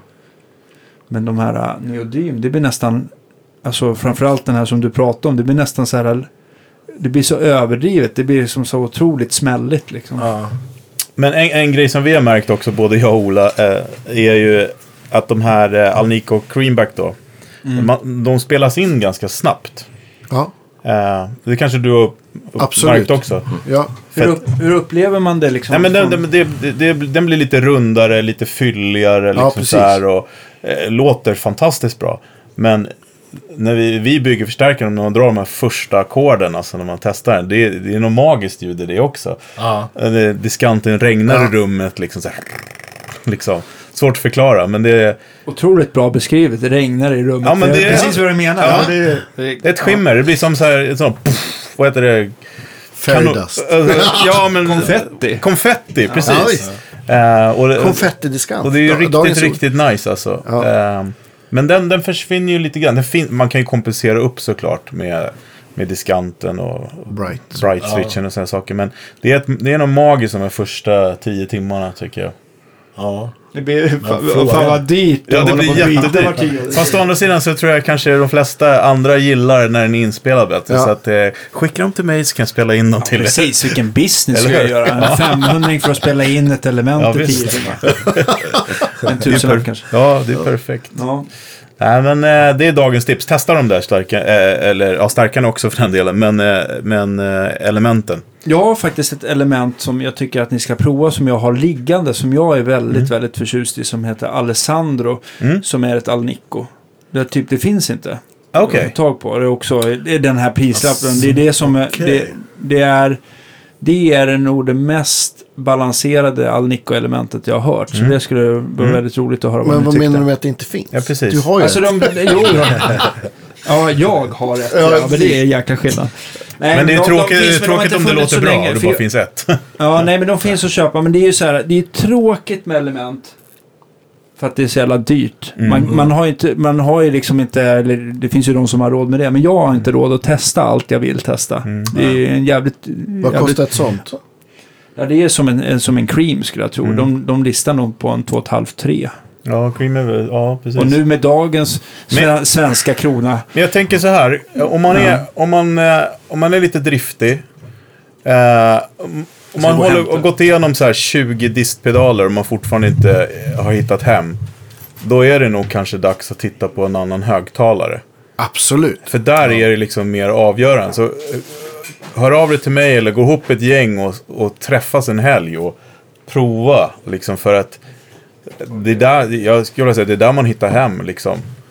Men de här neodym, det blir nästan, alltså framförallt den här som du pratade om, det blir nästan så här, det blir så överdrivet. Det blir liksom så otroligt smälligt liksom. Ja. Men en, en grej som vi har märkt också, både jag och Ola, eh, är ju att de här eh, Alnico Creamback då, mm. man, de spelas in ganska snabbt. Ja. Eh, det kanske du har Absolut. märkt också. Ja. Hur, upp, hur upplever man det liksom? Nej, men den, den, det, det, det, den blir lite rundare, lite fylligare liksom ja, så här, och eh, låter fantastiskt bra. Men när vi, vi bygger förstärkaren, när man drar de här första ackorden, alltså när man testar den, det, det är något magiskt ljud i det också. Ja. Det, diskanten regnar ja. i rummet liksom så här, liksom. Svårt att förklara, men det är... Otroligt bra beskrivet. Det regnar i rummet. Ja, men det är precis vad du menar. Ja. Det är, det är, ett skimmer, det blir som så här, ett sånt, puff, vad heter det? Fairy dust. Ja, men... Konfetti. Konfetti, precis. Ja, uh, och det, konfettidiskant. och det är ju Ja, riktigt, riktigt nice alltså. Ja. Uh, men den, den försvinner ju lite grann. Den fin- man kan ju kompensera upp såklart med, med diskanten och Bright, bright switchen ja. och sådana saker. Men det är, ett, det är nog magiskt de första tio timmarna tycker jag. Ja. Det blir fan, fan vad dyrt. Ja, det blir jättedyrt. Fast å andra sidan så tror jag kanske de flesta andra gillar när den är inspelad bättre. Ja. Så att eh, skicka dem till mig så kan jag spela in dem ja, till er. Precis, vilken business ska jag göra. En femhundring för att spela in ett element ja, i tio timmar. En tusen kanske. Ja, det är perfekt. Ja. Nej, men eh, det är dagens tips. Testa de där starka, eh, eller ja, starkarna också för den delen, men, eh, men eh, elementen. Jag har faktiskt ett element som jag tycker att ni ska prova, som jag har liggande, som jag är väldigt, mm. väldigt förtjust i, som heter Alessandro, mm. som är ett Alnico. Det, typ, det finns inte. Okej. Okay. Tag på det också. Det är den här prislappen. Alltså, det är det som okay. det, det är det är nog det mest balanserade Alnico-elementet jag har hört. Mm. Så det skulle vara mm. väldigt roligt att höra. Men vad, vad ni menar du med att det inte finns? Ja, precis. Du har ju alltså, de, jo, ja, jag har ett. Ja, men det är jäkla skillnad. Nej, men det är de, tråkigt, de finns, tråkigt om det låter bra länge, och det bara finns ett. Ja, nej, men de finns att köpa. Men det är ju så här, det är tråkigt med element. För att det är så jävla dyrt. Mm. Man, man, har inte, man har ju liksom inte, eller det finns ju de som har råd med det, men jag har inte råd att testa allt jag vill testa. Mm. Det är en jävligt... Vad jävligt, kostar ett sånt? Ja, det är som en, en, som en cream skulle jag tro. Mm. De, de listar nog på en två och ett halvt, tre. Ja, cream är väl, ja, precis. Och nu med dagens men, svenska krona. Men jag tänker så här, om man är, mm. om man, om man är lite driftig, eh, om man håller och gått igenom så här tjugo distpedaler och man fortfarande inte har hittat hem, då är det nog kanske dags att titta på en annan högtalare. Absolut. För där ja. är det liksom mer avgörande. Så hör av dig till mig eller gå ihop ett gäng och, och träffas en helg och prova liksom, för att det är där, jag skulle vilja säga, det är där man hittar hem liksom.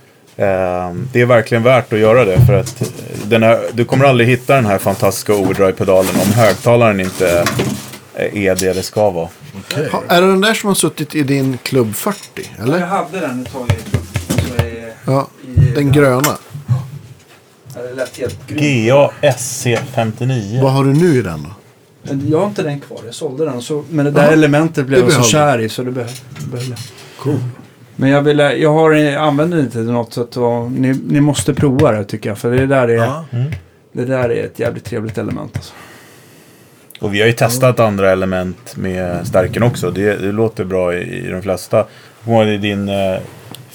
Eh, det är verkligen värt att göra det, för att den här, du kommer aldrig hitta den här fantastiska overdrive-pedalen om högtalaren inte är det det ska vara. Okay. Ha, är det den där som har suttit i din klubb fyrtio, eller? Jag hade den ett tag i, alltså i, ja, i den gröna. Det lät helt G A S C femtionio. Vad har du nu i den då? Jag har inte den kvar, jag sålde den. Så, men det där Aha, elementet blev jag så kär i, så det behöll jag. Cool. Men jag, vill, jag har använder inte till något, så att, och, ni, ni måste prova det tycker jag. För det där är, mm. det där är ett jävligt trevligt element. Alltså. Och vi har ju testat mm. andra element med stärken också. Det, det låter bra i, i de flesta. I din eh,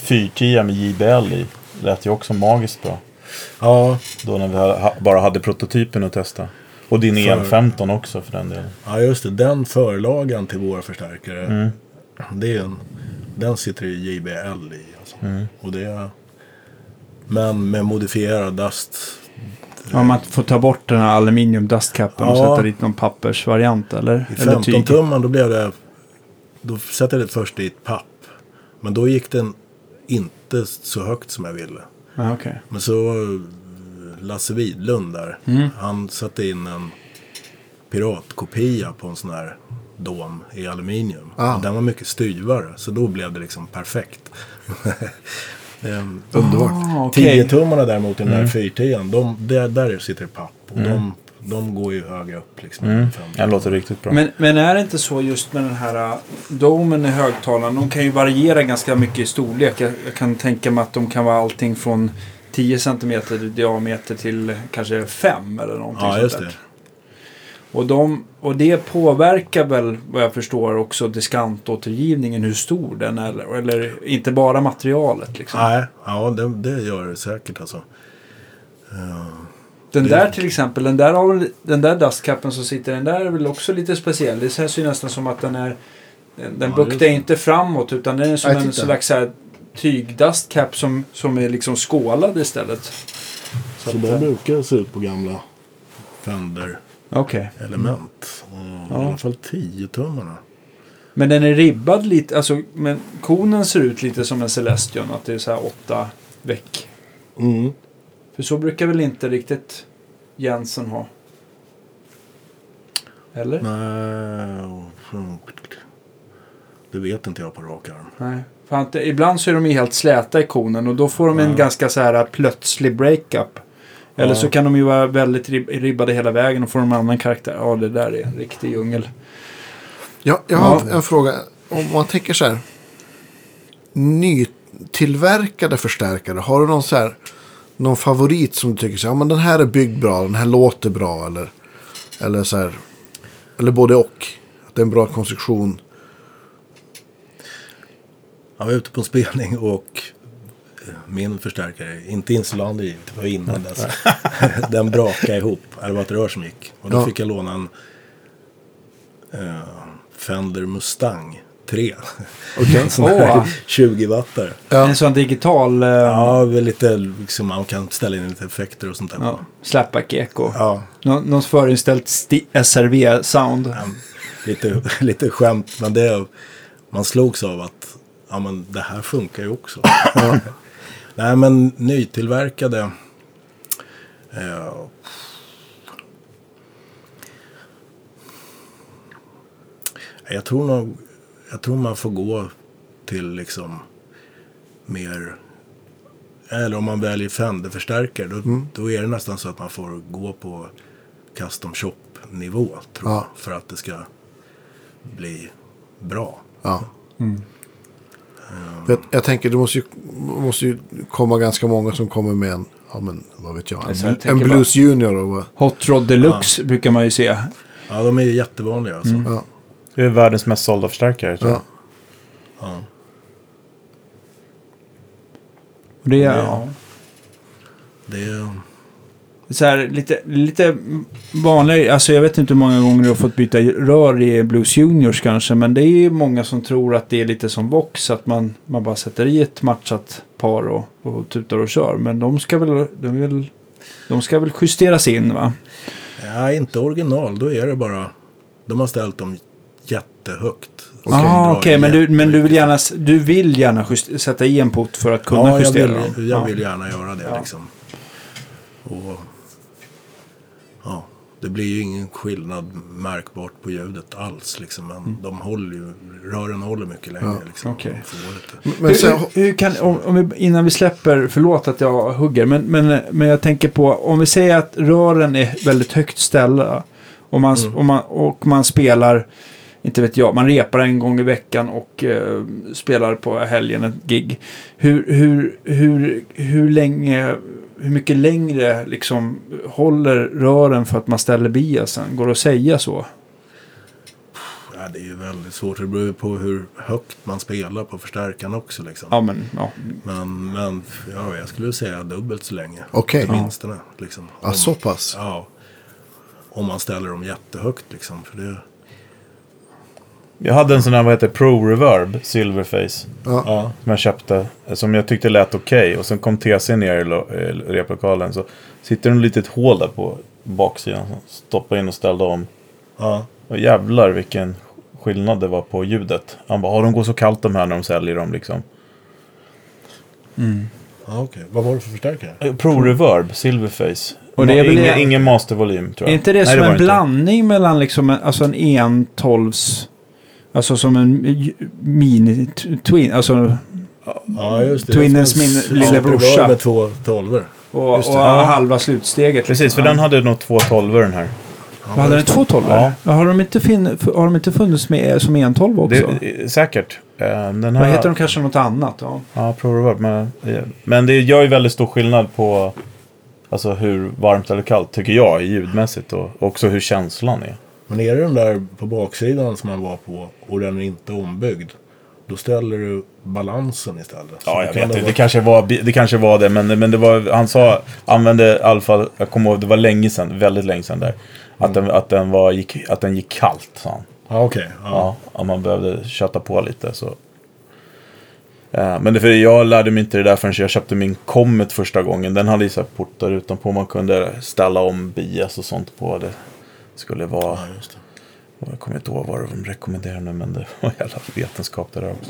fyrtio med J B L i. Lät ju också magiskt bra. Ja. Då när vi ha, bara hade prototypen att testa. Och din E M femton också för den delen. Ja, just det. Den förlagan till våra förstärkare. Mm. Det är en, den sitter i J B L i. Alltså. Mm. Och det är, men med modifierad dust. Ja, man får ta bort den här aluminium dustcapen och Ja. sätta dit någon pappersvariant, eller? I eller femton tumman då blev det, då satte jag det först dit papp. Men då gick den inte så högt som jag ville. Ja, okej. Okay. Men så Lasse Widlund där, Mm. han satte in en piratkopia på en sån här dom i aluminium. Ah. Och den var mycket styvare, så då blev det liksom perfekt. um, Underbart. Ah, okej. tio tummarna däremot i den där Mm. fyrtian, de, där, där sitter det papp. Och Mm. de, de går ju högre upp liksom. Mm. Fem- Det låter riktigt bra. Men, men är det inte så just med den här uh, domen i högtalaren? De kan ju variera ganska mycket i storlek. Jag, jag kan tänka mig att de kan vara allting från tio centimeter i diameter till kanske fem eller någonting Ja, sånt just där. det. Och, de, och det påverkar väl vad jag förstår också diskantåtergivningen, hur stor den är. Eller, eller inte bara materialet liksom. Nej, ja, det, det gör det säkert alltså. Uh, Den det- där till exempel, den där, har, väl- den där dustcapen som sitter, den där är väl också lite speciell. Det känns ju nästan som att den är, den, den Ja, buktar just det. inte framåt utan den är som Nej, en titta. slags så här tygdustcap som, som är liksom skålad istället. så att, det eh, brukar se ut på gamla Fender Okej. element. Mm. Ja. I alla fall tio tummarna. Men den är ribbad lite, alltså, men konen ser ut lite som en Celestion, att det är så här åtta veck. Mm. För så brukar väl inte riktigt Jensen ha? Eller? Nej, det vet inte jag på rak arm. Nej. För att, ibland så är de ju helt släta i konen och då får de en Ja. ganska så här plötslig breakup. Eller Ja. så kan de ju vara väldigt rib- ribbade hela vägen och får de en annan karaktär. Ja, det där är en riktig djungel. Ja, jag har Ja. en fråga. Om man tänker så här. Nytillverkade förstärkare. Har du någon så här, någon favorit som du tycker så här, ja, men den här är byggd bra, den här låter bra eller eller så här, eller både och. Att det är en bra konstruktion. Jag var ute på en spelning och min förstärkare, inte insulande givet, det var innan dess. Den brakade ihop. Det var ett rör som gick. Och då Ja. fick jag låna en eh, Fender Mustang tre. Okej. En sån här Åh. tjugo wattare. Ja. En sån digital uh, Ja, väl lite, liksom, man kan ställa in lite effekter och sånt där. ja, slapback eko. Ja, Nå- något förinställt sti- S R V-sound. ja, lite, lite skämt. Men det, man slogs av att ja, men det här funkar ju också. Ja. Nej, men nytillverkade. Eh, jag tror nog, jag tror man får gå till liksom mer, eller om man väljer Fender-förstärkare, då, Mm. då är det nästan så att man får gå på custom shop-nivå, tror Ja. jag, för att det ska bli bra. Ja. Jag, jag tänker det måste ju, måste ju komma ganska många som kommer med en, ja men vad vet jag, Alltså, en, jag tänker en Blues Junior och vad- Hot Rod Deluxe brukar man ju se. Ja, de är ju jättevanliga alltså. ja, Det är världens mest sålda förstärkare, tror jag. ja. Ja. Och det är, Det- ja. Det är, Så här, lite, lite vanligare, alltså jag vet inte hur många gånger du har fått byta rör i Blues Juniors kanske, men det är ju många som tror att det är lite som Vox, att man, man bara sätter i ett matchat par och, och tutar och kör, men de ska väl, de vill, de ska väl justeras in, va? ja, inte original, då är det bara, de har ställt dem jättehögt. Och Ja, de ah, drar okej, men, du, men du vill jättemycket. gärna, du vill gärna just, sätta i en port för att kunna Ja, jag justera vill, dem? jag Ja. vill gärna göra det Ja. liksom. Och ja, det blir ju ingen skillnad märkbart på ljudet alls liksom, men Mm. de håller ju, rören håller mycket längre Ja, liksom. okej. De får lite. Men sen, hur, hur kan, om, om vi, innan vi släpper, förlåt att jag hugger, men, men, men jag tänker på, om vi säger att rören är väldigt högt ställda och man, Mm. och man, och man spelar, inte vet jag, man repar en gång i veckan och eh, spelar på helgen ett gig. Hur, hur, hur, hur länge, hur mycket längre liksom håller rören för att man ställer biasen? Går det att säga så? Ja, det är ju väldigt svårt. Det beror ju på hur högt man spelar på förstärkan också. Liksom. Ja, men ja. Men, men ja, jag skulle säga dubbelt så länge. Okej. Okay. Åtminstone. Liksom. Ja, så pass? Ja. Om man ställer dem jättehögt liksom. För det... Jag hade en sån här, vad heter Pro Reverb, Silverface. Ja. Ja. Som jag köpte, som jag tyckte lät okej. Okay. Och sen kom T C ner i lo- i replokalen. Så sitter det en litet hål där på baksidan. Stoppa in och ställde om. Ja. Och jävlar vilken skillnad det var på ljudet. Han bara, har de går så kallt de här när de säljer dem liksom. Mm. Ja, okej. Okay. Vad var det för förstärkare? Pro Reverb, Silverface. Och det är väl ingen, det... ingen mastervolym tror jag. Är inte det Nej, som det en inte. blandning mellan liksom en, alltså en en tolvs, alltså som en mini-twin, alltså Ja, just det. Twinens min lillebrorsa. Med två tolvor. och, och Just det. Ja. halva slutsteget. Precis, för ja. den hade nog två tolvor den här. Vad hade den två tolvor? Ja. Ja. Har, de inte fin, har de inte funnits med som en tolv också? Det, säkert. Eh, Den här, Vad heter de kanske något annat? Ja. Ja, Pro Reverb. Men, men det gör ju väldigt stor skillnad på alltså hur varmt eller kallt tycker jag ljudmässigt och också hur känslan är. Men är det den där på baksidan som man var på och den är inte ombyggd, då ställer du balansen istället. Så Ja, jag kan vet det det. vara- Det kanske var det, kanske var det men, men det var, han sa, använde alfa, jag kommer ihåg, det var länge sedan, väldigt länge sedan där. Att, den, att, den, var, gick, att den gick kallt, sa han. Ja, okej. Ja. Ja, om man behövde köta på lite så. Ja, men det, för jag lärde mig inte det där förrän jag köpte min Comet första gången. Den hade ju så här portar utanpå, man kunde ställa om bias och sånt på. Det skulle vara, Ja, just det. jag kommer inte ihåg vad de rekommenderar nu, men det var jävla vetenskap det där också.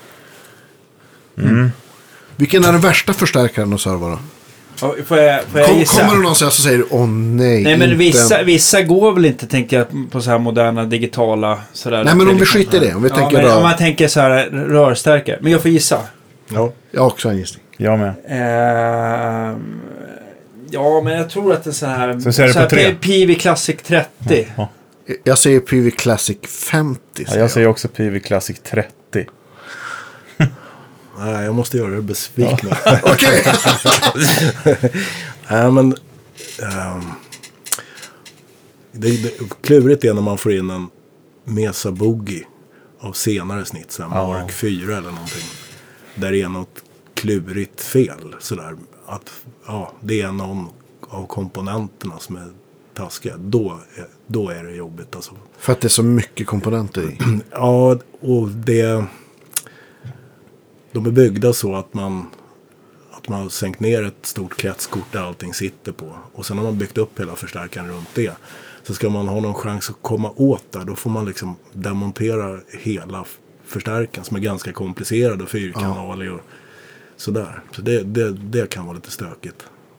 Mm. Vilken är den värsta förstärkaren att serva då? Ja, får jag, får jag Kom, gissa? kommer det någon säga så säger du, åh nej. Nej, men inte vissa, en- vissa går väl inte, tänker jag, på så här moderna digitala sådär. Nej, men om vi skiter i det. Om vi ja, tänker men då. om man tänker så här rörstärkare. Men jag får gissa. Ja. Jag har också en gissning. Jag med. Ehm, ja, men jag tror att det är så här... Så säger du så här på tre? P- P V Classic trettio. Ja. Jag säger P V Classic femtio. Ja, jag säger också P V Classic trettio. Nej, jag måste göra det besvikna. Okej. Nej, men... ehm, det, det, klurigt är när man får in en Mesa Boogie av senare snitt, så här Ja. Mark fyra eller någonting. Där det är något klurigt fel. Sådär. Att ja, det är någon av komponenterna som är taskiga. Då, är- då är det jobbigt alltså. För att det är så mycket komponenter i. Ja, och det... De är byggda så att man, att man har sänkt ner ett stort kretskort där allting sitter på. Och sen har man byggt upp hela förstärkaren runt det. Så ska man ha någon chans att komma åt där, då får man liksom demontera hela f- förstärkaren som är ganska komplicerad och fyrkanalig och sådär. Så det, det, det kan vara lite stökigt.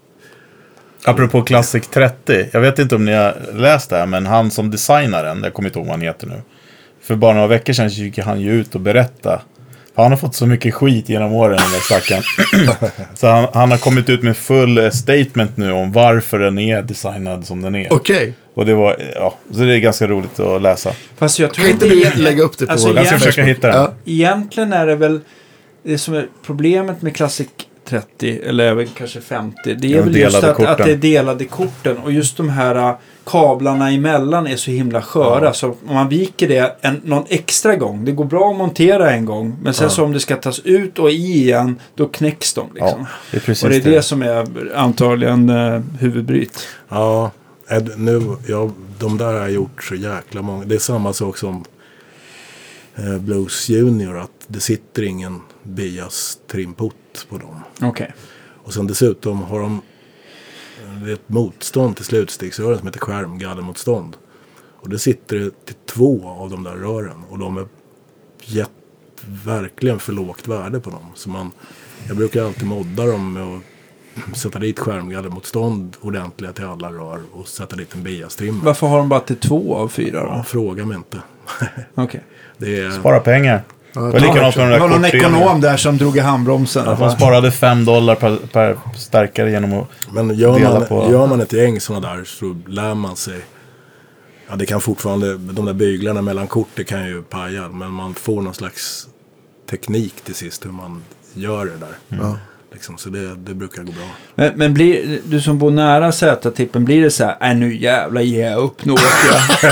Apropå Classic trettio, jag vet inte om ni har läst det här, men han som designar den, jag kommer inte ihåg vad han heter nu. För bara några veckor sedan gick han ju ut och berätta. Han har fått så mycket skit genom åren, den där stackaren. Så han, han har kommit ut med full statement nu om varför den är designad som den är. Okej. Och det var, ja, så det är ganska roligt att läsa. Fast jag tror Kan inte det du lägga upp det på Alltså, vår Jag ska egentligen- försöka hitta den. Ja. Egentligen är det väl det som är problemet med Classic trettio eller även kanske femtio. Det är Ja, väl just delade att, att korten. det är delade korten. Och just de här uh, kablarna emellan är så himla sköra. Ja. Så om man viker det en, någon extra gång. Det går bra att montera en gång. Men sen Ja. så om det ska tas ut och i igen. Då knäcks de liksom. Ja, det är precis och det är det, det. som är antagligen uh, huvudbryt. Ja, Ed, nu, ja, de där har jag gjort så jäkla många. Det är samma sak som eh, Blues Junior, att det sitter ingen bias trimput på dem. Okej. Och sen dessutom har de eh, ett motstånd till slutstegsrören som heter skärmgallermotstånd. Och det sitter det till två av de där rören. Och de är gett, verkligen för lågt värde på dem. Så man, jag brukar alltid modda dem med att sätta dit skärmgallermotstånd ordentliga till alla rör och sätta dit en biastrimmer. Varför har de bara till två av fyra då? Ja, fråga mig inte. Okej. Det är, Spara pengar. Ja, Det var likadant med Det de var där någon kortreorna. ekonom där som drog i handbromsen. Att man sparade fem dollar per, per stärkare genom att... men gör dela man, på- gör man ett gäng sådana där så lär man sig. Ja, det kan fortfarande, de där byglarna mellan korten kan ju paja, men man får någon slags teknik till sist hur man gör det där. Ja. Liksom, så det, det brukar gå bra. Men, men blir, du som bor nära Z-tippen, blir det så här, äh, nu jävla ger jag upp, nu åker jag.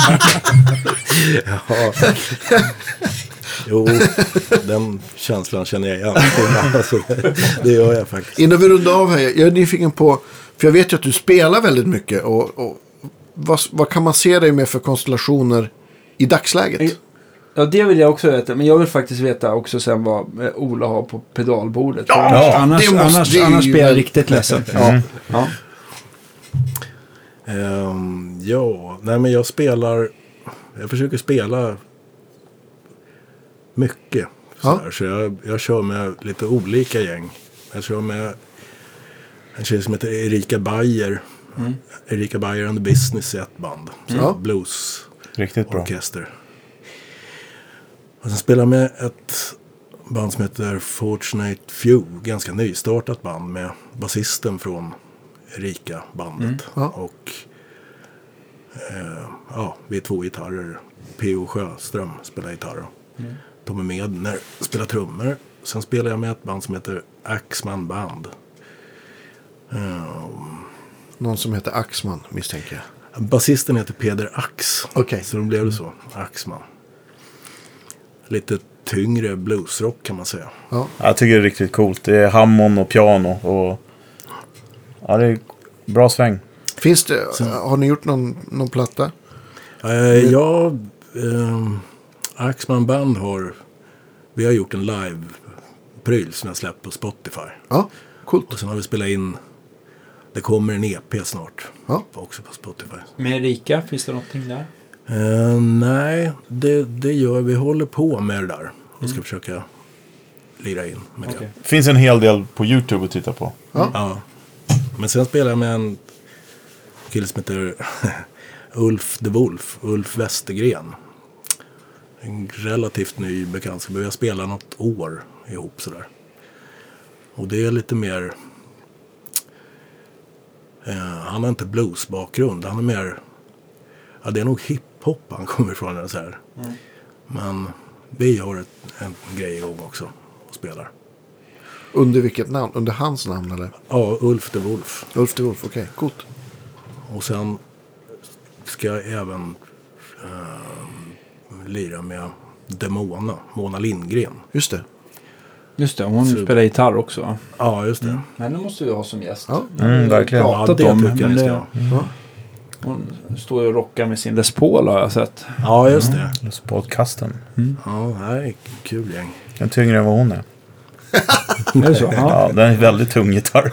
Ja. Jo, den känslan känner jag igen. Alltså, det, det gör jag faktiskt. Innan vi rundar av här, jag är nyfiken på, för jag vet ju att du spelar väldigt mycket och, och vad, vad kan man se dig med för konstellationer i dagsläget? Ja, det vill jag också veta. Men jag vill faktiskt veta också sen vad Ola har på pedalbordet. Ja, annars annars, det måste- annars, det är annars ju blir jag väl- riktigt ledsen. Mm. Ja. Ehm, ja, nej men jag spelar, jag försöker spela mycket. Ja. Sådär, så jag, jag kör med lite olika gäng. Jag kör med en tjej som heter Erika Bayer. Mm. Erika Bayer and the Business i ett band. Så Ja. blues. Riktigt bra. Orkester. Och sen spelar jag med ett band som heter Fortunate Few. Ganska nystartat band med basisten från Erika-bandet. Ja. Och eh, ja, vi är två gitarrer. P O Sjöström spelar gitarr. Tommy Medner spelar trummor. Sen spelar jag med ett band som heter Axman Band. Eh, Någon som heter Axman, misstänker jag. basisten heter Peder Ax. Okej. Så då blev det så. Axman. Lite tyngre bluesrock kan man säga. Ja. Jag tycker det är riktigt coolt. Det är hammon och piano och ja, det är bra sväng. Finns det, har ni gjort någon, någon platta? Eh, ja, eh, Axman Band har, vi har gjort en live-pryl som jag släppt på Spotify. Ja, coolt. Och sen har vi spelat in, det kommer en E P snart. Ja. Också på Spotify. Med Erika, finns det någonting där? Eh, nej, det, det gör vi. håller på med det där. Och ska försöka lira in med Okej. det. Finns en hel del på YouTube att titta på. Ja. Men sen spelar jag med en kille som heter Ulf de Wolf. Ulf Westergren. En relativt ny bekantskap. Vi har spelat något år ihop sådär. Och det är lite mer... Eh, han har inte bluesbakgrund. Han är mer... Ja, det är nog hiphop han kommer ifrån. Eller så här. Mm. Men vi har ett, en grej igång också och spelar. Under vilket namn? Under hans namn eller? Ja, Ulf de Wolf. Ulf de Wolf, okej, coolt. Och sen ska jag även eh, lira med Demona, Mona Lindgren. Just det. Just det, hon Så- spelar gitarr också, va? Ja, just det. Men nu måste vi ha som gäst. Ja. Mm, verkligen. Ja, Pratat det om, tycker jag men ni det, ska. Ja. hon står ju och rockar med sin Les Paul, har jag sett. Ja, just det. Podcasten. Ja, det här är ett kul gäng. Den är tyngre än vad hon är. Är det så? Ja. Ja, den är väldigt tung gitarr.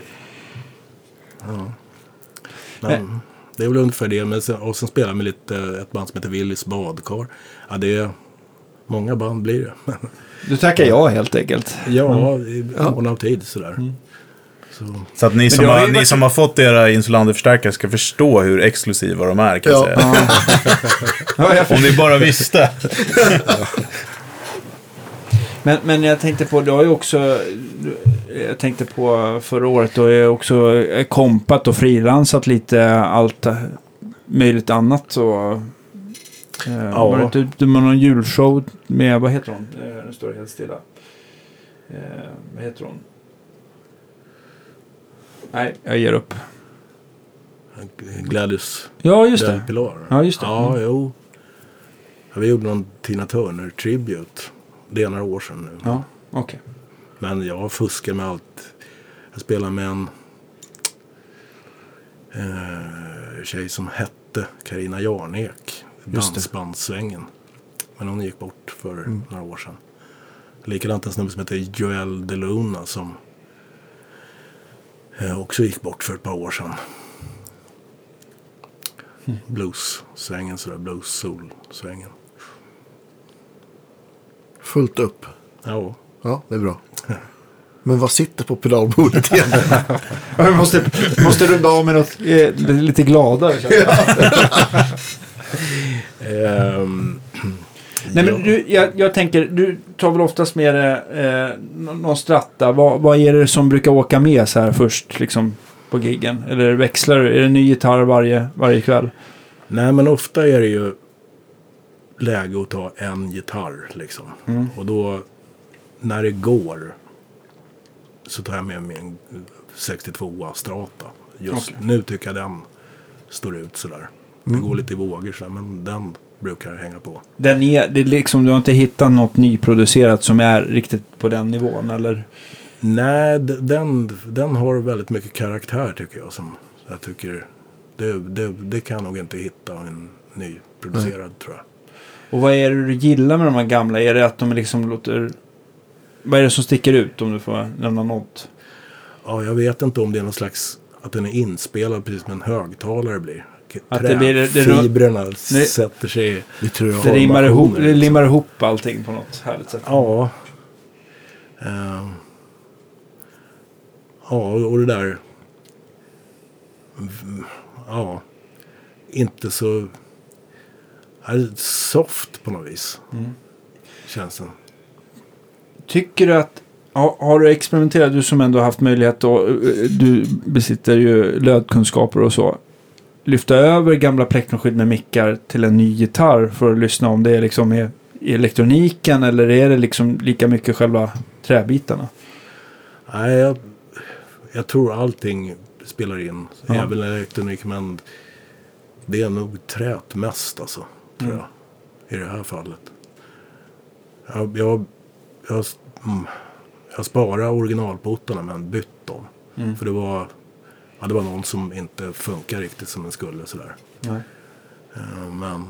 Men, det är väl ungefär det. Men sen, och sen spelar jag med lite, ett band som heter Willys badkar. Ja, det är många band blir det. Du tackar jag helt enkelt. ja, i mån av tid sådär. Så, Så att ni som, det har har, ju ni varit- som har fått era Insulander-förstärkare ska förstå hur exklusiva de är, kan jag Ja. säga. Ja, jag Om ni bara visste. Men, men jag tänkte på, du har ju också, jag tänkte på förra året, du har ju också kompat och frilansat lite allt möjligt annat. Så, eh, Ja. var det inte ute med någon julshow med, vad heter hon? Eh, nu står det helt stilla. Eh, vad heter hon? Nej, jag ger upp. Gladys Ja, just Del det. Pilar. Ja, just det. Ja, Mm. jo. Ja, vi gjorde någon Tina Turner tribute. Det är några år sedan nu. Ja, okej. Men jag fuskar med allt. Jag spelar med en eh, tjej som hette Carina Jarnek. Just det. Dansbandssvängen. Men hon gick bort för några år sedan. Likadant en snubbe som heter Joel DeLuna som eh, också gick bort för ett par år sedan. Blues-svängen sådär. Blues-soul-svängen. Fullt upp. Ja. Ja, det är bra. Men vad sitter på pedalbordet igen? Jag måste, måste runda av med något eh, lite gladare. Ehm, Nej, ja. men du, jag, jag tänker, du tar väl oftast med dig eh, nå- någon stratta. Vad, vad är det som brukar åka med så här först liksom, på giggen? Eller växlar du? Är det en ny gitarr varje, varje kväll? Nej, men ofta är det ju läge att ta en gitarr liksom. Mm. Och då när det går så tar jag med min sextiotvå Strata. Just Okay. nu tycker jag den står ut sådär. Det går lite i vågor så här, men den brukar hänga på. Den är, det är liksom, du har inte hittat något nyproducerat som är riktigt på den nivån, eller? Nej, d- den, den har väldigt mycket karaktär tycker jag. Som jag tycker, det, det, det kan jag nog inte hitta en nyproducerad mm. tror jag. Och vad är det du gillar med de här gamla? Är det att de liksom låter... Vad är det som sticker ut om du får nämna något? Ja, jag vet inte om det är någon slags... Att den är inspelad precis som en högtalare blir. Att det blir... Det, det, Fibrerna det, sätter sig... Det tror jag. Det rimmar ihop, det limmar ihop allting på något härligt sätt. Ja. Uh, ja, och det där... Ja. Inte så... Är soft på något vis. Mm. Känns det. Tycker du att... Har, har du experimenterat, du som ändå har haft möjlighet och du besitter ju lödkunskaper och så. Lyfta över gamla plektronskyd med mickar till en ny gitarr för att lyssna om det är liksom är i elektroniken eller är det liksom lika mycket själva träbitarna? Nej, jag, jag tror allting spelar in. Ja. Även elektronik, men det är nog trät mest alltså, tror Mm. jag. I det här fallet. Jag, jag, jag, mm, jag sparar originalpottarna men bytt dem. Mm. För det var, ja, det var någon som inte funkar riktigt som den skulle sådär. Nej. Uh, men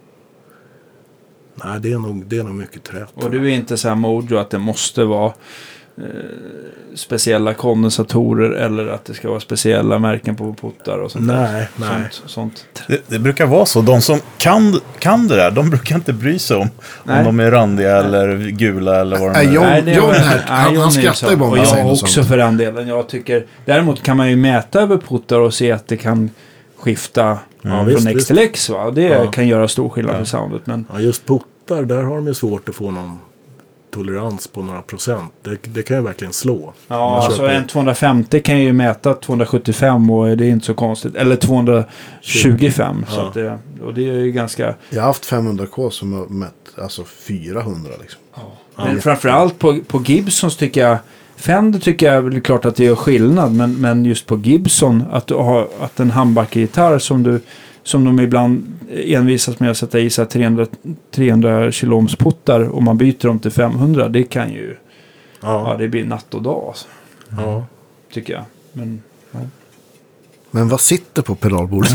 nej, det är nog, det är nog mycket trät. Och du är inte så här mojo att det måste vara eh, speciella kondensatorer eller att det ska vara speciella märken på pottar och sånt Nej, där. nej. Sånt, sånt. Det, det brukar vara så. De som kan, kan det där, de brukar inte bry sig om Nej. om de är randiga eller gula eller vad de Äh, är. John, Nej, det är John väl- här, nej, han, John han är ju skrattar ju så. bara om Och man jag säger något också sånt. för den delen. Jag tycker, däremot kan man ju mäta över pottar och se att det kan skifta Ja, från visst, X visst. till X. Va? Och det Ja. kan göra stor skillnad Ja. för soundet. Men Ja, just pottar, där har de ju svårt att få någon tolerans på några procent. Det, det kan ju verkligen slå. ja, Man alltså köper- en tvåhundrafemtio kan ju mäta tvåhundrasjuttiofem och det är inte så konstigt. Eller tvåhundratjugofem. Så Ja. att det, och det är ju ganska... Jag har haft femhundra K som har mätt alltså fyrahundra liksom. Men framförallt på, på Gibsons tycker jag... Fender tycker jag väl klart att det gör skillnad. Men, men just på Gibson, att du har att en handbackegitarr som du... Som de ibland envisas med att sätta i sig trehundra, trehundra kiloohmsputtar och man byter dem till femhundra. Det kan ju... Ja, Ja, det blir natt och dag alltså, ja. tycker jag. Men, ja. Men vad sitter på pedalbordet?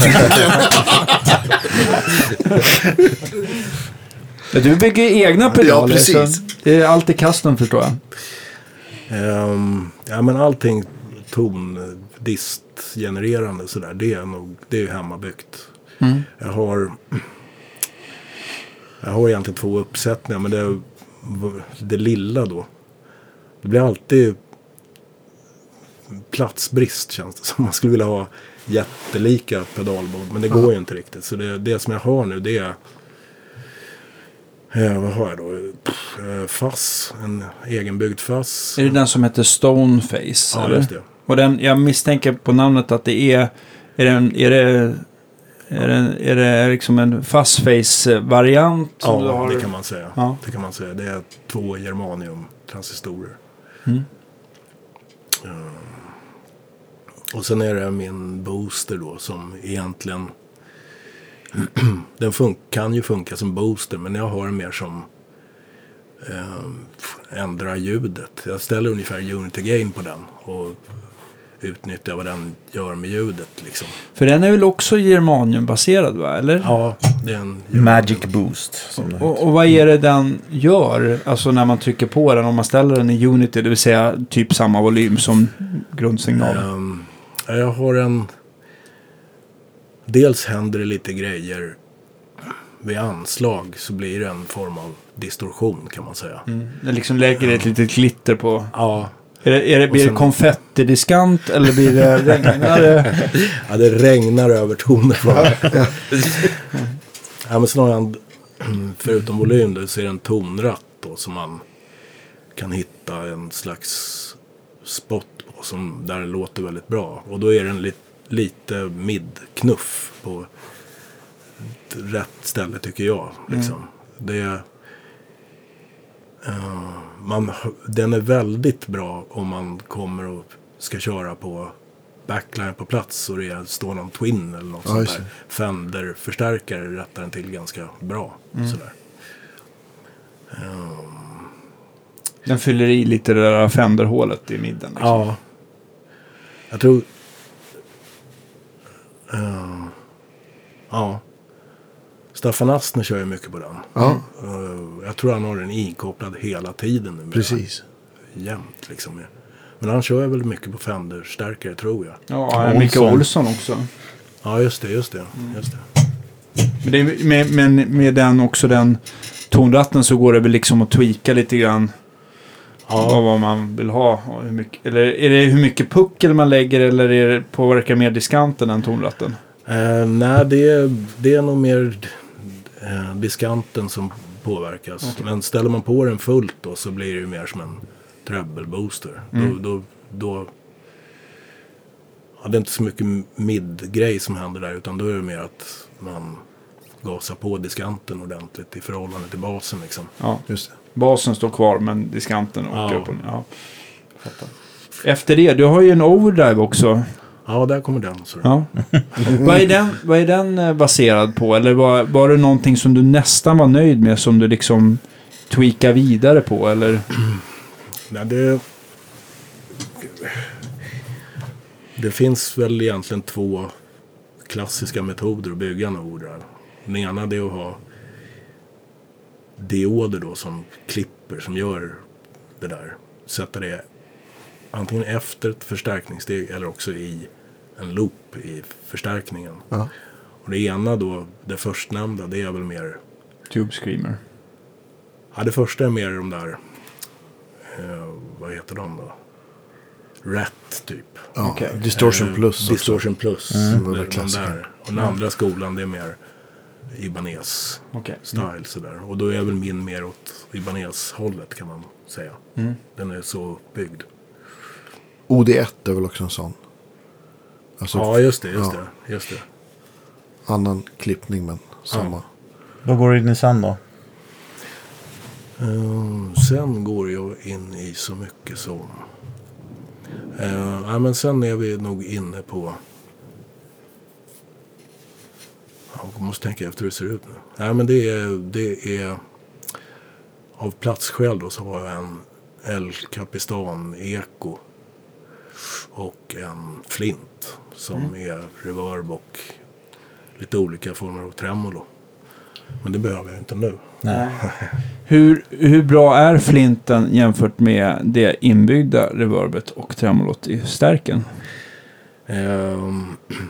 Men du bygger egna pedaler. Ja, precis. Så det är alltid custom, förstår jag. Ehm, ja, men allting ton, dist, genererande sådär, det är nog, det är ju hemmabyggt. Mm. Jag har jag har egentligen två uppsättningar, men det, det lilla då. Det blir alltid platsbrist, känns det som. Man skulle vilja ha jättelika pedalbord, men det går ju inte riktigt. Så det, det som jag har nu, det är eh, vad har jag då? Pff, eh, fass, en egenbyggd fass. Är det den som heter Stoneface? Ja, eller? just det. Och den, jag misstänker på namnet att det är... Är det, en, är det, är det, är det liksom en fastface-variant? som du Ja, har? det kan man säga. Ja. Det kan man säga. Det är två germanium-transistorer. Mm. Och sen är det min booster då som egentligen den fun- kan ju funka som booster, men jag har den mer som eh, ändra ljudet. Jag ställer ungefär unity gain på den och utnyttjar vad den gör med ljudet liksom. För den är väl också germaniumbaserad, va? Eller? Ja, det är en Magic Boost. Som det Och, och vad är det den gör? Alltså när man trycker på den, om man ställer den i Unity, det vill säga typ samma volym som grundsignalen. Um, jag har en... Dels händer det lite grejer vid anslag, så blir det en form av distorsion kan man säga. Mm. Det liksom lägger ett litet glitter på. Ja, Är det, är det, blir sen- det konfettidiskant eller blir det regnare? ja, det regnar över toner bara. Ja, men sen har jag en, förutom volym då, så är det en tonratt då, som man kan hitta en slags spot på som, där det låter väldigt bra. Och då är den li, lite mid-knuff på rätt ställe tycker jag. Liksom. Det är, Uh, man, den är väldigt bra om man kommer och ska köra på backline på plats och det står någon Twin eller något Ja, sånt just där. det. Fender-förstärkare rättar den till ganska bra. Mm. Sådär. Um, Den fyller i lite det där Fender-hålet i midden. Liksom. Ja. Jag tror... Uh, ja. Staffan Astner kör ju mycket på den. Ja, Uh, jag tror han har den inkopplad hela tiden nu. precis. Jämt liksom. Men han kör väl mycket på Fender-stärkare tror jag. Ja, Micke Olsson. Olsson också. Ja, just det, just det. Just det. Men, det är, med, men med den också den tonratten så går det väl liksom att tweaka lite grann Ja. vad man vill ha. Och hur mycket, eller är det hur mycket puckel man lägger eller är det påverkar mer diskanten än tonratten? Uh, nej, det är, det är nog mer uh, diskanten som påverkas. Okej. Men ställer man på den fullt då så blir det ju mer som en treble booster. Mm. Då, då, då ja, det är inte så mycket mid-grej som händer där utan då är det mer att man gasar på diskanten ordentligt i förhållande till basen liksom. Ja, Just det. basen står kvar men diskanten åker Ja. upp och ner. Ja, fattar. Efter det, du har ju en overdrive också. Ja, där kommer den. Så. Ja. vad, är den, vad är den eh, baserad på? Eller var, var det någonting som du nästan var nöjd med som du liksom tweakar vidare på? Eller? Nej, det, det finns väl egentligen två klassiska metoder att bygga en overdrive. Den ena är att ha dioder då som klipper som gör det där. Sätta det antingen efter ett förstärkningssteg eller också i en loop i förstärkningen. Ja. Och det ena då, det förstnämnda, det är väl mer... Tube Screamer. Ja, det första är mer de där... Eh, vad heter de då? Rat typ. Ja, Okej. Distortion Eh, Plus också. Distortion Plus. Mm. Det är Det är de klassiker. där. Och den andra skolan det är mer Ibanez Okej. style sådär. Och då är väl min mer åt Ibanez hållet kan man säga. Mm. Den är så uppbyggd. O D ett är väl också en sån. Alltså Ja, just det, just ja. det, just det. annan klippning men samma. Vad går du in i sen då? Ehm, sen går jag in i så mycket som... Uh, ja, men sen är vi nog inne på... Jag måste tänka efter hur det ser ut nu. Nej, men det är... Det är av platsskäl då så har jag en El Capistan Eco och en Flint som Mm. är reverb och lite olika former av tremolo. Men det behöver jag inte nu. Nej. Hur, hur bra är flinten jämfört med det inbyggda reverbet och tremolot i stärken? Ehm,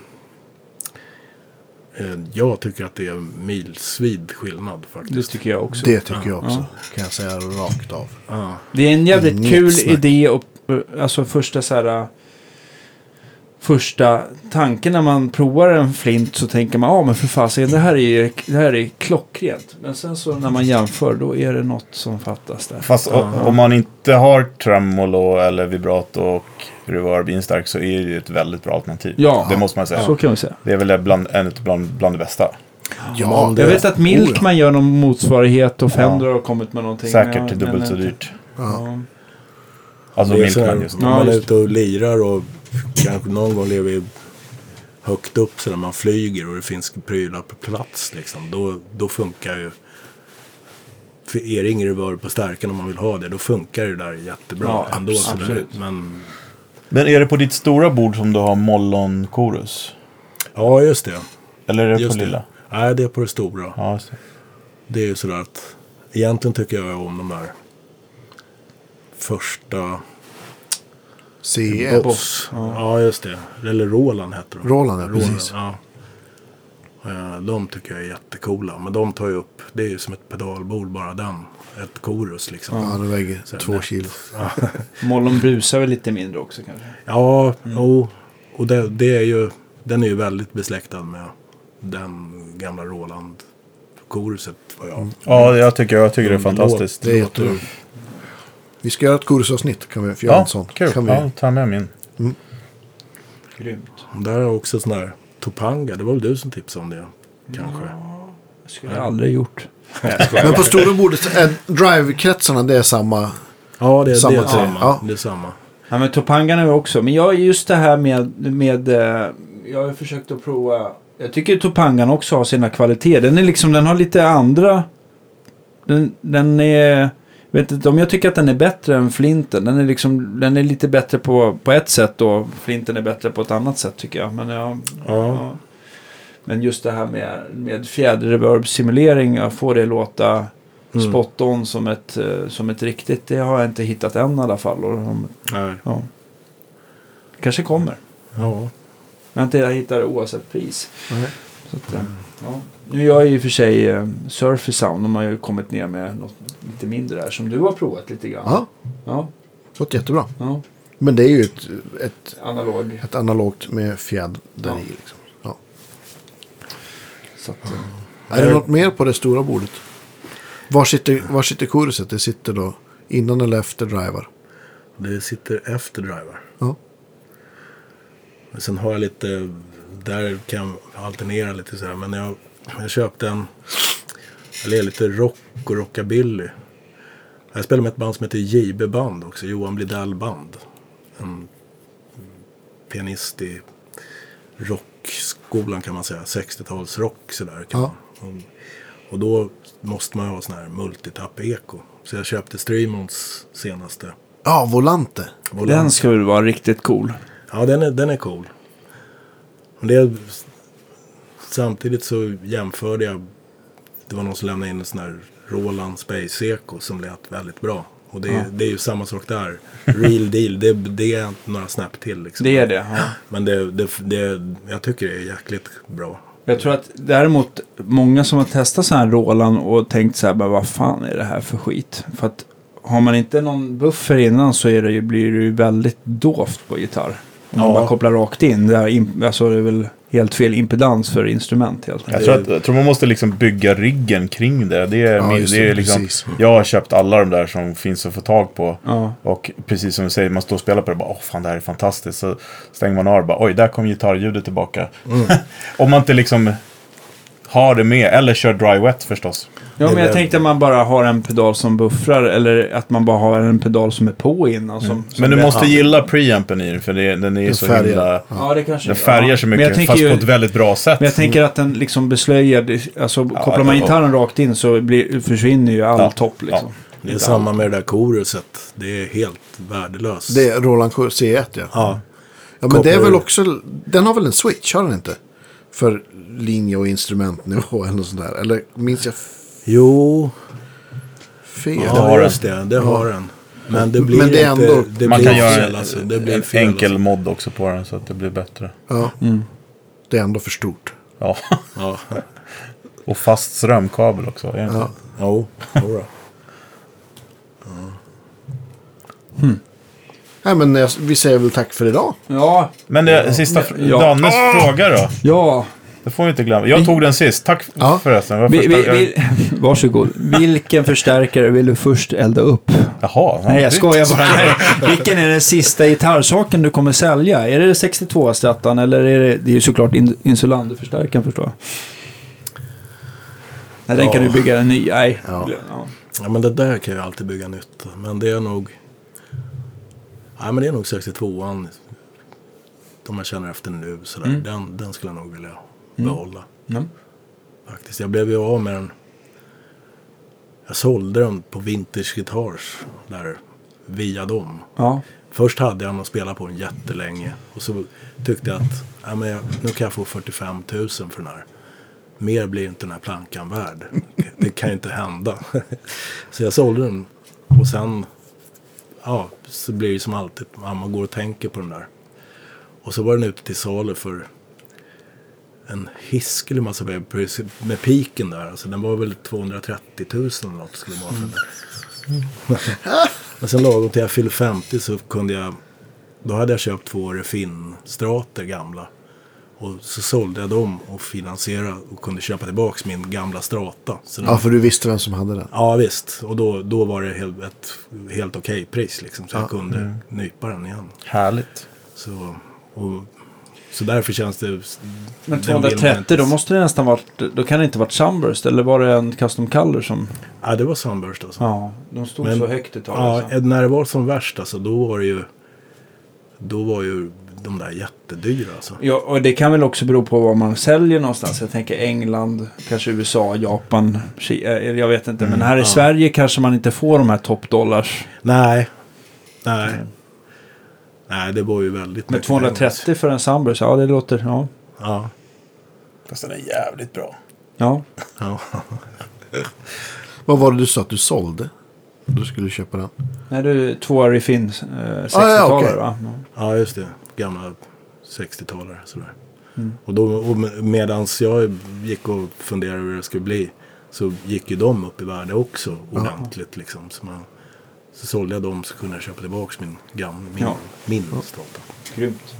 eh, jag tycker att det är milsvid skillnad Det faktiskt. tycker jag också. Det tycker jag också. Ja. Kan jag säga rakt av. Ja. Det är en jävligt Inget kul snack. idé och alltså första så här första tanken när man provar en flint så tänker man ja ah, men för fasen det här är det här är klockrent. Men sen så när man jämför då är det något som fattas där. Fast o- om man inte har tremolo eller vibrato och reverb instark så är det ju ett väldigt bra alternativ. Ja. Det måste man säga. Så kan man säga. Det är väl bland, en bland, bland det bästa. Ja, det Jag vet att Milk Oh, man gör någon motsvarighet och Fender har kommit med någonting. Säkert men- dubbelt men- så dyrt. ja. Alltså Det är så här, Milkman just. när man Ja, är just ute och lirar och kanske någon gång lever högt upp så där man flyger och det finns prylar på plats liksom. Då, då funkar ju... För är det ingen reverb på stärken om man vill ha det, då funkar det där jättebra Ja, ändå. absolut. Sådär. Men Men är det på ditt stora bord som du har Mollon Chorus? ja, just det. Eller är det Just på det. lilla? Nej, det är på det stora. Ja, just det. Det är ju sådär att egentligen tycker jag om de där första C E. Boss. Ja, just det. Eller Roland heter de. Roland, ja, precis. Ja. Eh, De tycker jag är jättecoola. Men de tar ju upp, det är ju som ett pedalbord bara den. Ett chorus liksom. Ja, det väger Så två lätt. kilo. Mollon brusar väl lite mindre också kanske. Ja, jo. Och det, det är ju, den är ju väldigt besläktad med den gamla Roland choruset. Vad jag, Ja, jag tycker, jag tycker det är Mm, fantastiskt. Det är jättebra. Vi ska göra ett kursavsnitt. Kan vi få göra Ja, en sån? kul. Kan vi? Ja, ta med min. Grymt. Där är också sån där Topanga. Det var väl du som tipsade om det kanske? Det skulle jag aldrig gjort. Men på stora bordet, äh, drive-kretsarna, det är samma. Ja, det, Samma det är tre. samma. Ja. Det är samma. Ja, men Topangan är också. Men jag just det här med, med eh, jag har försökt att prova. Jag tycker Topangan också har sina kvaliteter. Den är liksom, den har lite andra. Den, den är, vet inte om jag tycker att den är bättre än Flinten. Den är liksom, den är lite bättre på, på ett sätt och Flinten är bättre på ett annat sätt tycker jag. Men ja, Ja. ja. Men just det här med, med fjäderreverb-simulering, jag får det låta Mm. spot on som ett, eh, som ett riktigt, det har jag inte hittat än i alla fall. Och, de- Nej. ja. Kanske kommer. Ja. Jag har inte hittat det oavsett pris. Nej. Så att, eh, ja. Nu gör jag ju för sig eh, Surface Sound, de har ju kommit ner med något lite mindre där som du har provat lite grann. Ja, Ja, det låter jättebra. ja. Men det är ju ett, ett, Analog. ett analogt med fjäder där Ja. i. Liksom. Ja. Så att, eh, Är det något mer på det stora bordet? Var sitter, var sitter kurset? Det sitter då innan eller efter driver? Det sitter efter driver. Ja. Men sen har jag lite, där kan jag alternera lite så här. Men jag, jag köpte en, eller lite rock och rockabilly. Jag spelar med ett band som heter J B Band också, Johan Blidell Band. En pianist i rockskolan kan man säga, sextiotalsrock sådär. Kan Ja. man. Och, och då måste man ha sån här multitap-eko. Så jag köpte Streamons senaste. Ja, Volante. den ska väl vara riktigt cool. Ja, den är, den är cool. Men det är, samtidigt så jämförde jag, det var någon som lämnade in en sån här Roland Space Echo som lät väldigt bra. Och det, Ja. det är ju samma sak där. Real deal, det, det är några snäpp till. Liksom. Det är det. Ja. Men det, det, det, jag tycker det är jäkligt bra. Jag tror att däremot många som har testat så här Roland och tänkt så här, men vad fan är det här för skit? För att har man inte någon buffer innan så är det ju, blir det ju väldigt dovt på gitarr. Om man Ja. bara kopplar rakt in. Det är, imp- alltså det är väl helt fel impedans för instrument helt Jag tror, att, jag tror man måste liksom bygga riggen kring det. Det är, Ja, min, just det det, är liksom, precis. jag har köpt alla de där som finns att få tag på. Ja. Och precis som du säger, man står och spelar på det och bara, åh fan det här är fantastiskt. Så stänger man av och bara, oj där kom gitarrljudet tillbaka. Om man inte liksom har det med, eller kör dry wet förstås. Ja, men jag Eller- tänkte att man bara har en pedal som buffrar eller att man bara har en pedal som är på innan. Som, som Men du det- måste gilla preampen i den, för det, den är ju Den så färgar. himla... Ja, det kanske Den färgar ja. så Men jag mycket, tänker fast ju- på ett väldigt bra sätt. Men jag tänker att den liksom beslöjar, alltså kopplar man det- gitarren rakt in så blir, försvinner ju all Ja, topp liksom. Det är samma med det där koruset. Det är helt värdelöst. Det är Roland C ett, ja. Ja. Ja, men det är Kopplar- väl också... Den har väl en switch, har den inte? För linje- och instrumentnivå eller något sånt där. Eller minns jag f- Jo, fel? ja, har just det. Det har den. Men det blir Men det är inte, ändå- det Man blir kan göra fel en, alltså. Det blir en fel, enkel alltså. mod också på den så att det blir bättre. Ja. Det är ändå för stort. Ja. Ja, Och fast strömkabel också. Är det inte? Ja. jo, jodå. Nej, men jag, vi säger väl tack för idag. Ja, Men det, sista, fr- Ja. Dannes fråga då? ja. Det får vi inte glömma. Jag tog den sist. Tack Ja. förresten. Var Vi, första- vi, vi, varsågod. Vilken förstärkare vill du först elda upp? Jaha. ja, Nej, jag det- skojar bara. Vilken är den sista gitarrsaken du kommer sälja? Är det sextiotvå-strattan eller är det... Det är ju såklart in, Insulander-förstärkaren förstår jag. Nej, den kan Ja. du bygga en ny. Nej. Ja. Ja. Ja, men det där kan jag alltid bygga nytt. Men det är nog... Nej, men det är nog sextiotvåan. De jag känner efter nu. Sådär. Mm. Den, den skulle jag nog vilja behålla. Mm. Faktiskt. Jag blev ju av med den. Jag sålde den på Vintage Guitars. Där. Via dem. Ja. Först hade jag den och spelade på den jättelänge. Och så tyckte jag att ja, men jag, nu kan jag få fyrtiofem tusen för den här. Mer blir inte den här plankan värd. Det kan ju inte hända. Så jag sålde den. Och sen ja, så blir det som alltid. Man går och tänker på den där. Och så var den ute till salu för en hiskelig massa pengar med piken där. Alltså den var väl tvåhundratrettio tusen eller något skulle det vara för den där. Men sen lagom till jag fyllde femtio så kunde jag, då hade jag köpt två Refin-strater gamla. Och så sålde jag dem och finansierade och kunde köpa tillbaka min gamla strata. Så den, Ja, för du visste vem som hade den. ja visst, och då, då var det helt, ett helt okej pris liksom. Så jag kunde nypa den igen. Härligt. Så, och Så därför känns det... Men tvåhundratrettio, inte... då måste det nästan varit... Då kan det inte varit Sunburst, eller var det en custom color som... Ja, det var Sunburst alltså. Ja, de stod Men, så högt ett tag. Ja, alltså. När det var som värst alltså, då var det ju... Då var ju de där jättedyra alltså. Ja, och det kan väl också bero på vad man säljer någonstans. Jag tänker England, kanske U S A, Japan, Kina, jag vet inte. Mm, men här i ja. Sverige kanske man inte får de här toppdollars. Nej, nej. Mm. Nej, det var ju väldigt men tvåhundratrettio för en Sunburst, ja det låter, ja. Ja. Fast den är jävligt bra. Ja. Ja. Vad var det du sa att du sålde? Du skulle köpa den. Nej, du två Refin eh, sextiotalare ah, ja, okay. va? Ja. ja, just det. Gamla sextiotalare sådär. Mm. Och, då, och medans jag gick och funderade hur det skulle bli så gick ju de upp i värde också ordentligt ja. liksom. Så, man, så sålde jag dem så kunde jag köpa tillbaka min gamla, min, ja. min strata. Grymt.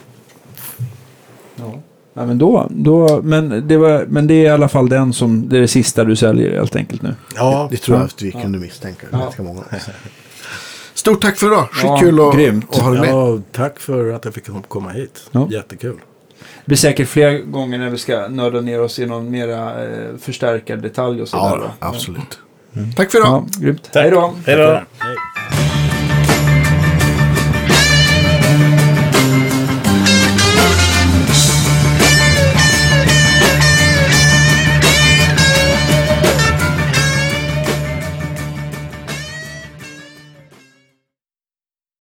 Ja. Ja, men då, då men, det var, men det är i alla fall den som det är det sista du säljer helt enkelt nu. Ja, det, det tror jag att vi ja. kunde misstänka. Ja. Ganska många. Stort tack för idag. Skitkul ja, och, grymt. och ha dig med. Ja, tack för att jag fick komma hit. Ja. Jättekul. Det blir säkert fler gånger när vi ska nörda ner oss i någon mera eh, förstärkad detalj och sådär. Ja, absolut. Mm. Tack för idag. Ja, grymt. Hej då. Hej då. Hej.